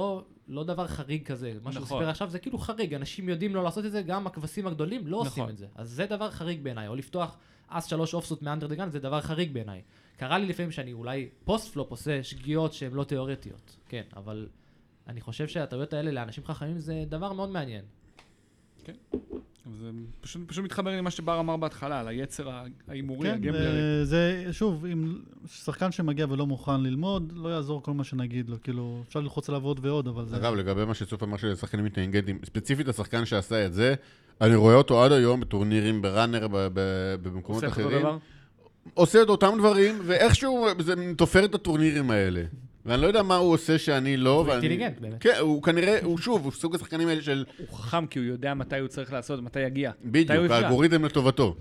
לא דבר חריג כזה. מה שהוא סיפר עכשיו זה כאילו חריג, אנשים יודעים לא לעשות את זה, גם הכבשים הגדולים לא עושים את זה. אז זה דבר חריג בעיניי, או לפתוח אס 3 אופסוט מאנדר דגן, זה דבר חריג בעיניי. קרה לי לפעמים שאני אולי פוסט פלופ עושה שגיאות שהן לא תיאורטיות, כן, אבל אני חושב שהטעויות האלה לאנשים חכמים זה דבר מאוד מעניין. כן, זה פשוט מתחבר למה שבר אמר בהתחלה, על היצר האימורי, כן, זה, שוב, אם שחקן שמגיע ולא מוכן ללמוד, לא יעזור כל מה שנגיד לו, כאילו, אפשר ללחוץ עליו עוד ועוד, אבל זה... אגב, לגבי מה שצוף אמר ששחקנים מתנגדים, ספציפית השחקן שעשה את זה, אני רואה אותו עד היום בטורנירים, בראנר, במקומות אחרים. עושה את אותם דברים, ואיכשהו זה תופר את הטורנירים האלה. ואני לא יודע מה הוא עושה שאני לא. הוא אינטליגנט באמת. כן, הוא כנראה, הוא סוג השחקנים האלה של... הוא חכם כי הוא יודע מתי הוא צריך לעשות, מתי יגיע. בדיוק, האלגוריתם לטובתו.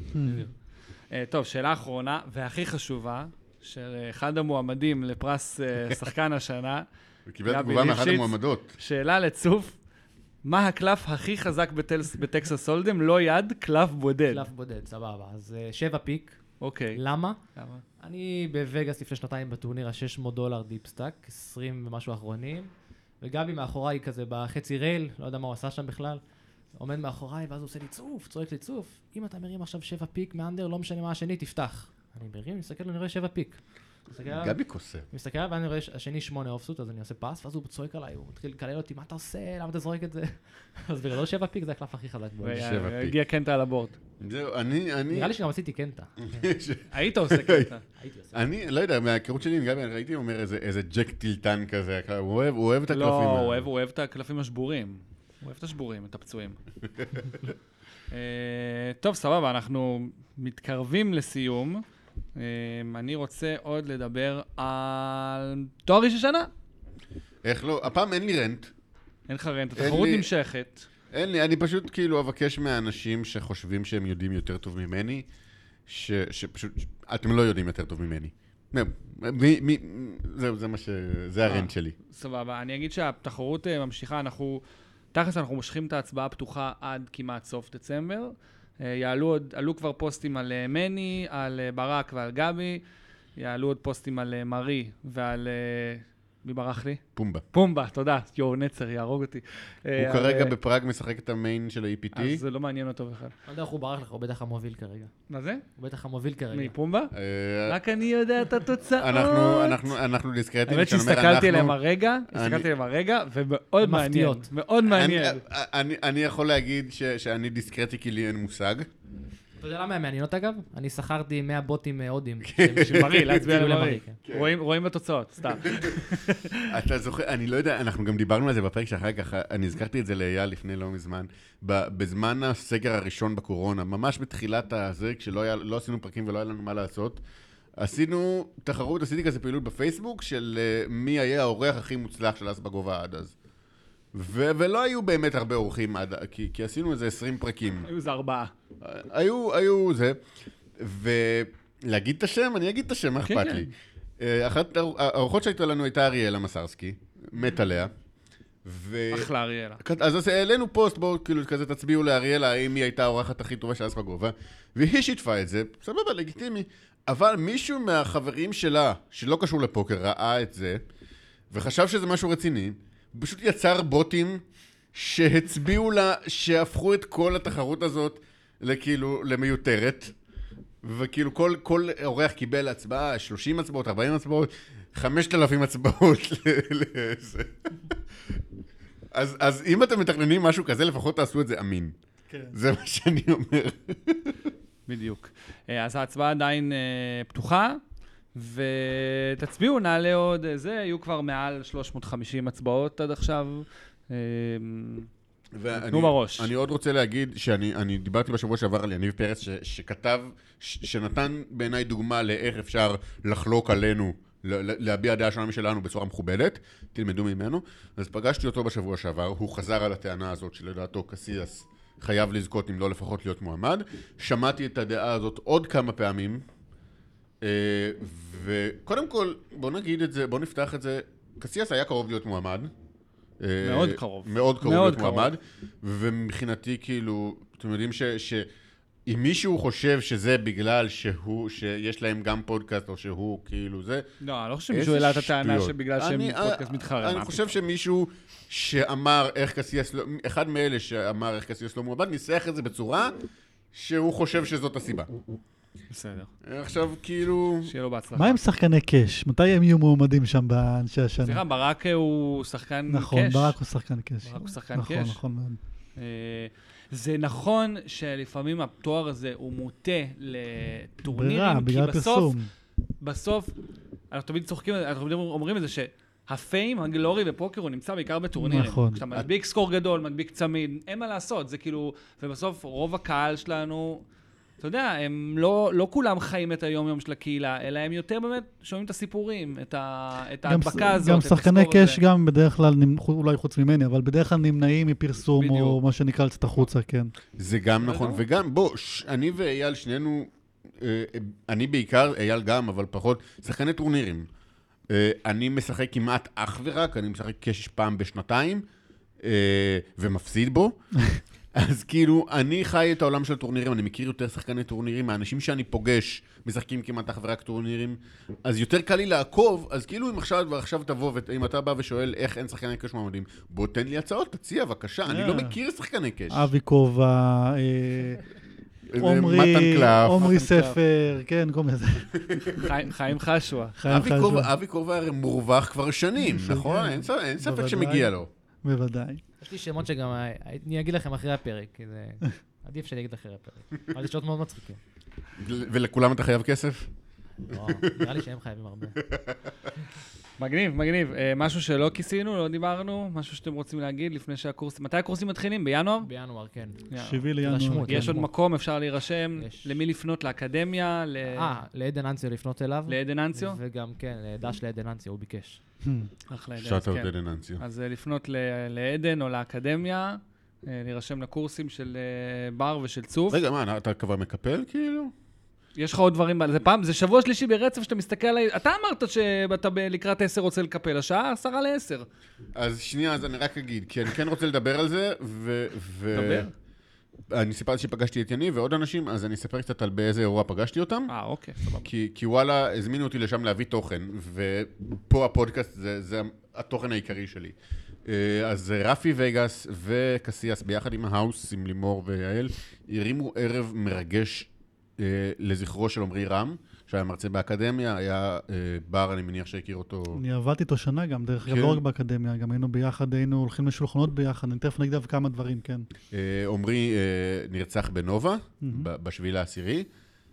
טוב, שאלה אחרונה, והכי חשובה, של אחד המועמדים לפרס שחקן השנה. וקיבל תגובה מאחד המועמדות. שאלה לצוף, מה הקלף הכי חזק בטקסס הולדם? לא יד, קלף בודד. קלף בודד, סבבה. אז 7 פיק. אוקיי. למה? אני בווגאס לפני שנתיים בטורניר $600 דיפסטאק, 20 ומשהו אחרונים, וגבי מאחוריי כזה בחצי רייל, לא יודע מה הוא עשה שם בכלל, עומד מאחוריי ואז הוא עושה לי צוף, צועק לי צוף, אם אתה מרים עכשיו 7 פיק מאנדר, לא משנה מה השני, תפתח. אני מרים, מסתכל, אני רואה 7 פיק. גבי קוסם. מסתכל עליו ואני רואה השני 8 אופסוט, אז אני עושה פס, ואז הוא צועק עליי, הוא מתחיל לקלל אותי, מה אתה עושה? למה אתה זורק את זה? אז בגלל 7 פיק זה הקלף הכי חזק בו. הגיע קנטה על הבורד. זהו, אני... נראה לי שגם עשיתי קנטה. היית עושה קנטה. אני לא יודע, מההיכרות שלי עם גבי, ראיתי אומר איזה ג'ק טילטן כזה, הוא אוהב את הקלפים. לא, הוא אוהב את הקלפים השבורים. הוא אוהב את השבורים, את הפצועים. טוב, סבבה, אנחנו מתקרבים לסיום. אני רוצה עוד לדבר על תואר ראש השנה. איך לא? הפעם אין לי רנט. אין לך רנט, התחרות נמשכת. אין לי, אני פשוט כאילו אבקש מהאנשים שחושבים שהם יודעים יותר טוב ממני, שפשוט, אתם לא יודעים יותר טוב ממני. זה מה זה הרנט שלי. סבבה, אני אגיד שהתחרות ממשיכה, תכלס אנחנו מושכים את ההצבעה הפתוחה עד כמעט סוף דצמבר. עלו כבר פוסטים על מני, על ברק ועל גבי, יעלו עוד פוסטים על מרי ועל... מי ברח לי? פומבה. פומבה, תודה. יואו, נצר, יהרוג אותי. הוא כרגע בפראג משחק את המיין של ה-EPT. אז זה לא מעניין אותו בכלל. לא יודע איך הוא ברח לך, הוא בטח המוביל כרגע. מה זה? הוא בטח המוביל כרגע. מי, פומבה? רק אני יודע את התוצאות. אנחנו דיסקרטים. האמת שהסתכלתי עליהם הרגע, ומאוד מעניין. מאוד מעניין. אני יכול להגיד שאני דיסקרטי כי לי אין מושג. אתה יודע למה מעניינות אגב? אני שכרתי 100 בוטים הודים. של מרי, להצביע למרי. רואים בתוצאות, סתם. אתה זוכר, אני לא יודע, אנחנו גם דיברנו על זה בפרק שאחר כך, אני הזכרתי את זה לאייל לפני לא מזמן, בזמן הסגר הראשון בקורונה, ממש בתחילת הזה, כשלא עשינו פרקים ולא היה לנו מה לעשות, עשינו תחרות, עשיתי כזה פעילות בפייסבוק של מי היה האורח הכי מוצלח של אס בגובה עד אז. ולא היו באמת הרבה אורחים, כי עשינו איזה 20 פרקים. היו זה 4. היו זה, ולהגיד את השם, אני אגיד את השם, מה אכפת לי. אחת האורחות שהייתה לנו הייתה אריאלה מסרסקי, מת עליה. אחלה אריאלה. אז העלינו פוסט, בואו כאילו כזה תצביעו לאריאלה, האם היא הייתה האורחת הכי טובה של אס בגובה, והיא שיתפה את זה, סבבה, לגיטימי. אבל מישהו מהחברים שלה, שלא קשור לפוקר, ראה את זה, וחשב שזה משהו רציני, הוא פשוט יצר בוטים שהצביעו לה, שהפכו את כל התחרות הזאת לכאילו למיותרת, וכאילו כל אורח קיבל הצבעה, 30 הצבעות, 40 הצבעות, 5,000 הצבעות לזה. אז אם אתם מתכננים משהו כזה, לפחות תעשו את זה אמין. זה מה שאני אומר. בדיוק. אז ההצבעה עדיין פתוחה, ותצביעו, נעלה עוד זה, יהיו כבר מעל 350 הצבעות עד עכשיו. תנו בראש. אני עוד רוצה להגיד שאני דיברתי בשבוע שעבר על יניב פרץ שכתב, שנתן בעיניי דוגמה לאיך אפשר לחלוק עלינו, להביע דעה שלנו משלנו בצורה מכובדת, תלמדו ממנו. אז פגשתי אותו בשבוע שעבר, הוא חזר על הטענה הזאת שלדעתו קסיאס חייב לזכות אם לא לפחות להיות מועמד. שמעתי את הדעה הזאת עוד כמה פעמים, וקודם כל בוא נגיד את זה, בוא נפתח את זה, קסיאס היה קרוב להיות מועמד. מאוד קרוב. מאוד קרוב להיות מועמד, ומבחינתי כאילו, אתם יודעים אם מישהו חושב שזה בגלל שיש להם גם פודקאסט, או שהוא כאילו זה... לא, אני לא חושב שמישהו העלה את הטענה שבגלל שהם פודקאסט מתחרה. אני חושב שמישהו שאמר איך קסיאס לא... אחד מאלה שאמר איך קסיאס לא מועמד, ניסח את זה בצורה שהוא חושב שזאת הסיבה. בסדר. עכשיו כאילו... שיהיה לו בהצלחה. מה עם שחקני קש? מתי הם יהיו מועמדים שם באנשי השנה? סליחה, ברק הוא שחקן קש. נכון, ברק הוא שחקן קש. ברק הוא שחקן קש. נכון מאוד. זה נכון שלפעמים התואר הזה הוא מוטה לטורנירים, בגלל פרסום. בסוף, אנחנו תמיד צוחקים, אנחנו תמיד אומרים את זה שהפיים, הגלורי בפוקר הוא נמצא בעיקר בטורנירים. נכון. כשאתה מדביק סקור גדול, מדביק צמיד, אין מה לעשות, זה כאילו, ובסוף רוב הקהל שלנו, אתה יודע, הם לא כולם חיים את היום-יום של הקהילה, אלא הם יותר באמת שומעים את הסיפורים, את ההדבקה הזאת, גם את הסקור שחקני הזה. קש גם בדרך כלל, אולי חוץ ממני, אבל בדרך כלל נמנעים מפרסום, בדיוק. או מה שנקרא לצאת החוצה, כן. זה גם נכון, וגם, בוא, אני ואייל שנינו, אני בעיקר, אייל גם, אבל פחות, שחקני טורנירים. אני משחק כמעט אך ורק, אני משחק קש פעם בשנתיים, ומפסיד בו. אז כאילו, אני חי את העולם של טורנירים, אני מכיר יותר שחקני טורנירים, האנשים שאני פוגש משחקים כמעט אך ורק טורנירים, אז יותר קל לי לעקוב, אז כאילו אם עכשיו תבוא, אם אתה בא ושואל איך אין שחקני קש מועמדים, בוא תן לי הצעות, תציע, בבקשה, אני לא מכיר שחקני קש. אבי קובה, עומרי ספר, כן, כל מיני זה. חיים חשוע. אבי קובה הרי מורווח כבר שנים, נכון? אין ספק שמגיע לו. בוודאי. יש לי שמות שגם אני אגיד לכם אחרי הפרק, כי זה עדיף שאני אגיד אחרי הפרק. אבל זה שעות מאוד מצחיקים. ולכולם אתה חייב כסף? לא, נראה לי שהם חייבים הרבה. מגניב. משהו שלא כיסינו, לא דיברנו, משהו שאתם רוצים להגיד לפני שהקורסים... מתי הקורסים מתחילים? בינואר? בינואר, כן. 7 לינואר. יש עוד מקום, אפשר להירשם? למי לפנות? לאקדמיה? לעדן אנציו לפנות אליו. לעדן אנציו? וגם כן, דש לעדן אנציו, הוא ביקש. שאט אאוט עדן אנציו. אז לפנות לעדן או לאקדמיה, להירשם לקורסים של בר ושל צוף. רגע, מה, אתה כבר מקפל כאילו? יש לך עוד דברים, זה שבוע שלישי ברצף שאתה מסתכל עליי, אתה אמרת שאתה לקראת 10 רוצה לקפל, השעה 10:50. אז שנייה, אז אני רק אגיד, כי אני כן רוצה לדבר על זה, דבר. אני סיפרתי שפגשתי את יניב ועוד אנשים, אז אני אספר קצת על באיזה אירוע פגשתי אותם. אוקיי, סבבה. כי וואלה, הזמינו אותי לשם להביא תוכן, ופה הפודקאסט זה התוכן העיקרי שלי. אז רפי וגאס וקסיאס ביחד עם ההאוס, עם לימור ויעל, הרימו ערב מרגש לזכרו של עומרי רם, שהיה מרצה באקדמיה, היה בר, אני מניח שהכיר אותו. אני עבדתי איתו שנה גם, דרך אגב, לא רק באקדמיה, גם היינו ביחד, היינו הולכים לשולחנות ביחד, אני תכף נגיד כמה דברים, כן. עומרי נרצח בנובה, בשביל העשירי,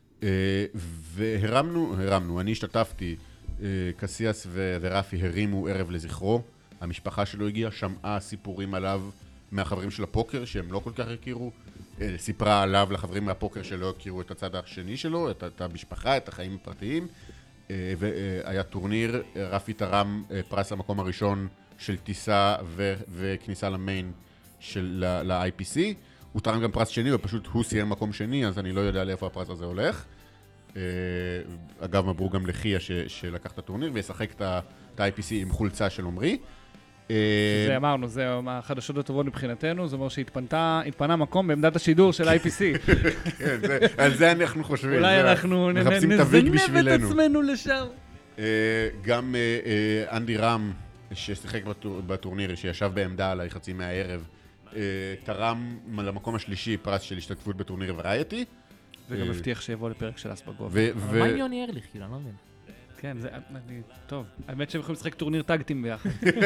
והרמנו, אני השתתפתי, קסיאס ורפי הרימו ערב לזכרו, המשפחה שלו הגיעה, שמעה סיפורים עליו מהחברים של הפוקר, שהם לא כל כך הכירו, סיפרה עליו לחברים מהפוקר שלא הכירו את הצד השני שלו, את המשפחה, את החיים הפרטיים, והיה טורניר, רפי תרם פרס למקום הראשון של טיסה וכניסה למיין של ל-IPC, הוא תרם גם פרס שני, ופשוט הוא סיים מקום שני, אז אני לא יודע לאיפה הפרס הזה הולך. אגב, מברוק גם לחיה שלקח את הטורניר, וישחק את ה-IPC עם חולצה של עומרי. זה אמרנו, זה החדשות הטובות מבחינתנו, זאת אומרת שהתפנה מקום בעמדת השידור של IPC. כן, על זה אנחנו חושבים. אולי אנחנו נזנב את עצמנו לשם. גם אנדי רם ששיחק בטורניר, שישב בעמדה עליי חצי מהערב, תרם למקום השלישי פרס של השתתפות בטורניר ורייטי. וגם הבטיח שיבוא לפרק של אספגובה. אבל מה עם יוני ארליך? כאילו, אני לא מבין. כן, זה... טוב, האמת שהם יכולים לשחק טורניר טאגטים ביחד.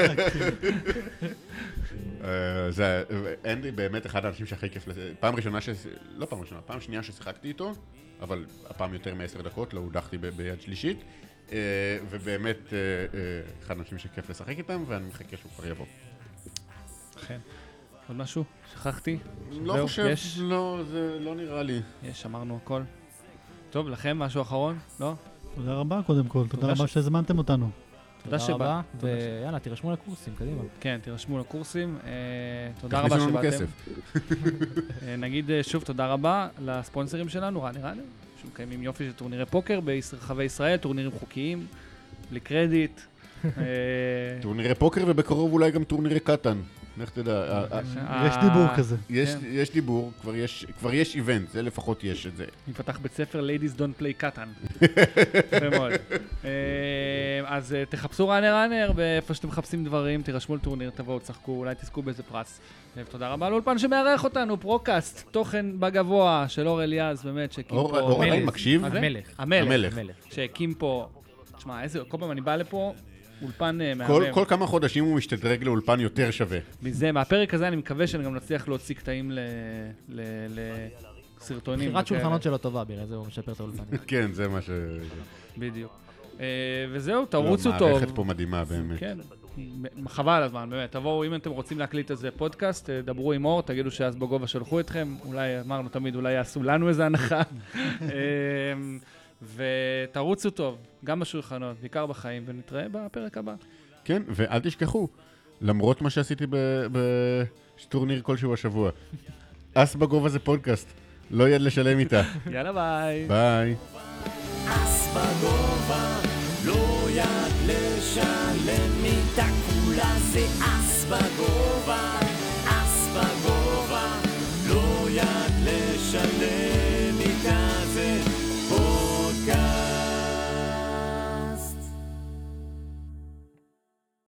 אנדי באמת אחד האנשים שהכי כיף לזה. פעם שנייה ששיחקתי איתו, אבל הפעם יותר מ10 דקות, לא הודחתי ביד שלישית. ובאמת אחד האנשים שכיף לשחק איתם, ואני מחכה שהוא כבר יבוא. אכן. עוד משהו? שכחתי? לא חושב, לא, זה לא נראה לי. יש, אמרנו הכל. טוב, לכם משהו אחרון? לא? תודה רבה קודם כל, תודה רבה שהזמנתם אותנו. תודה שבא. ויאללה, תירשמו לקורסים, קדימה. כן, תירשמו לקורסים. תודה רבה שבאתם. נגיד שוב תודה רבה לספונסרים שלנו, רני ראנר, שמקיימים יופי של טורנירי פוקר ברחבי ישראל, טורנירים חוקיים, בלי קרדיט. טורנירי פוקר ובקרוב אולי גם טורנירי קטן. איך תדע? יש דיבור כזה. יש דיבור, כבר יש איבנט, זה לפחות יש את זה. נפתח בית ספר Ladies Don't Play קטן. יפה מאוד. אז תחפשו ראנר, ואיפה שאתם מחפשים דברים, תירשמו לטורניר, תבואו, תשחקו, אולי תזכו באיזה פרס. תודה רבה לאולפן שמארח אותנו, פרוקאסט, תוכן בגבוה של אור אליאז, באמת, שהקים פה... אור עדיין מקשיב? המלך. שהקים פה... תשמע, כל פעם אני בא לפה, אולפן מהמם. כל כמה חודשים הוא משתדרג לאולפן יותר שווה. מזה, מהפרק הזה אני מקווה שאני גם נצליח להוציא קטעים לסרטונים. בחירת שולחנות שלו טובה, בגלל זה הוא משפר את האולפן. כן, זה מה ש... בדיוק. וזהו, תרוצו טוב. מערכת פה מדהימה באמת. כן, חבל הזמן, באמת. תבואו, אם אתם רוצים להקליט איזה פודקאסט, דברו עם אור, תגידו שאז בגובה שלחו אתכם. אולי, אמרנו תמיד, אולי יעשו לנו איזה הנחה. ותרוצו טוב, גם בשולחנות, בעיקר בחיים, ונתראה בפרק הבא. כן, ואל תשכחו, למרות מה שעשיתי בטורניר כלשהו השבוע, אס בגובה זה פודקאסט, לא יד לשלם איתה. יאללה ביי. ביי. אס בגובה, לא יד לשלם איתה, כולה זה אס בגובה.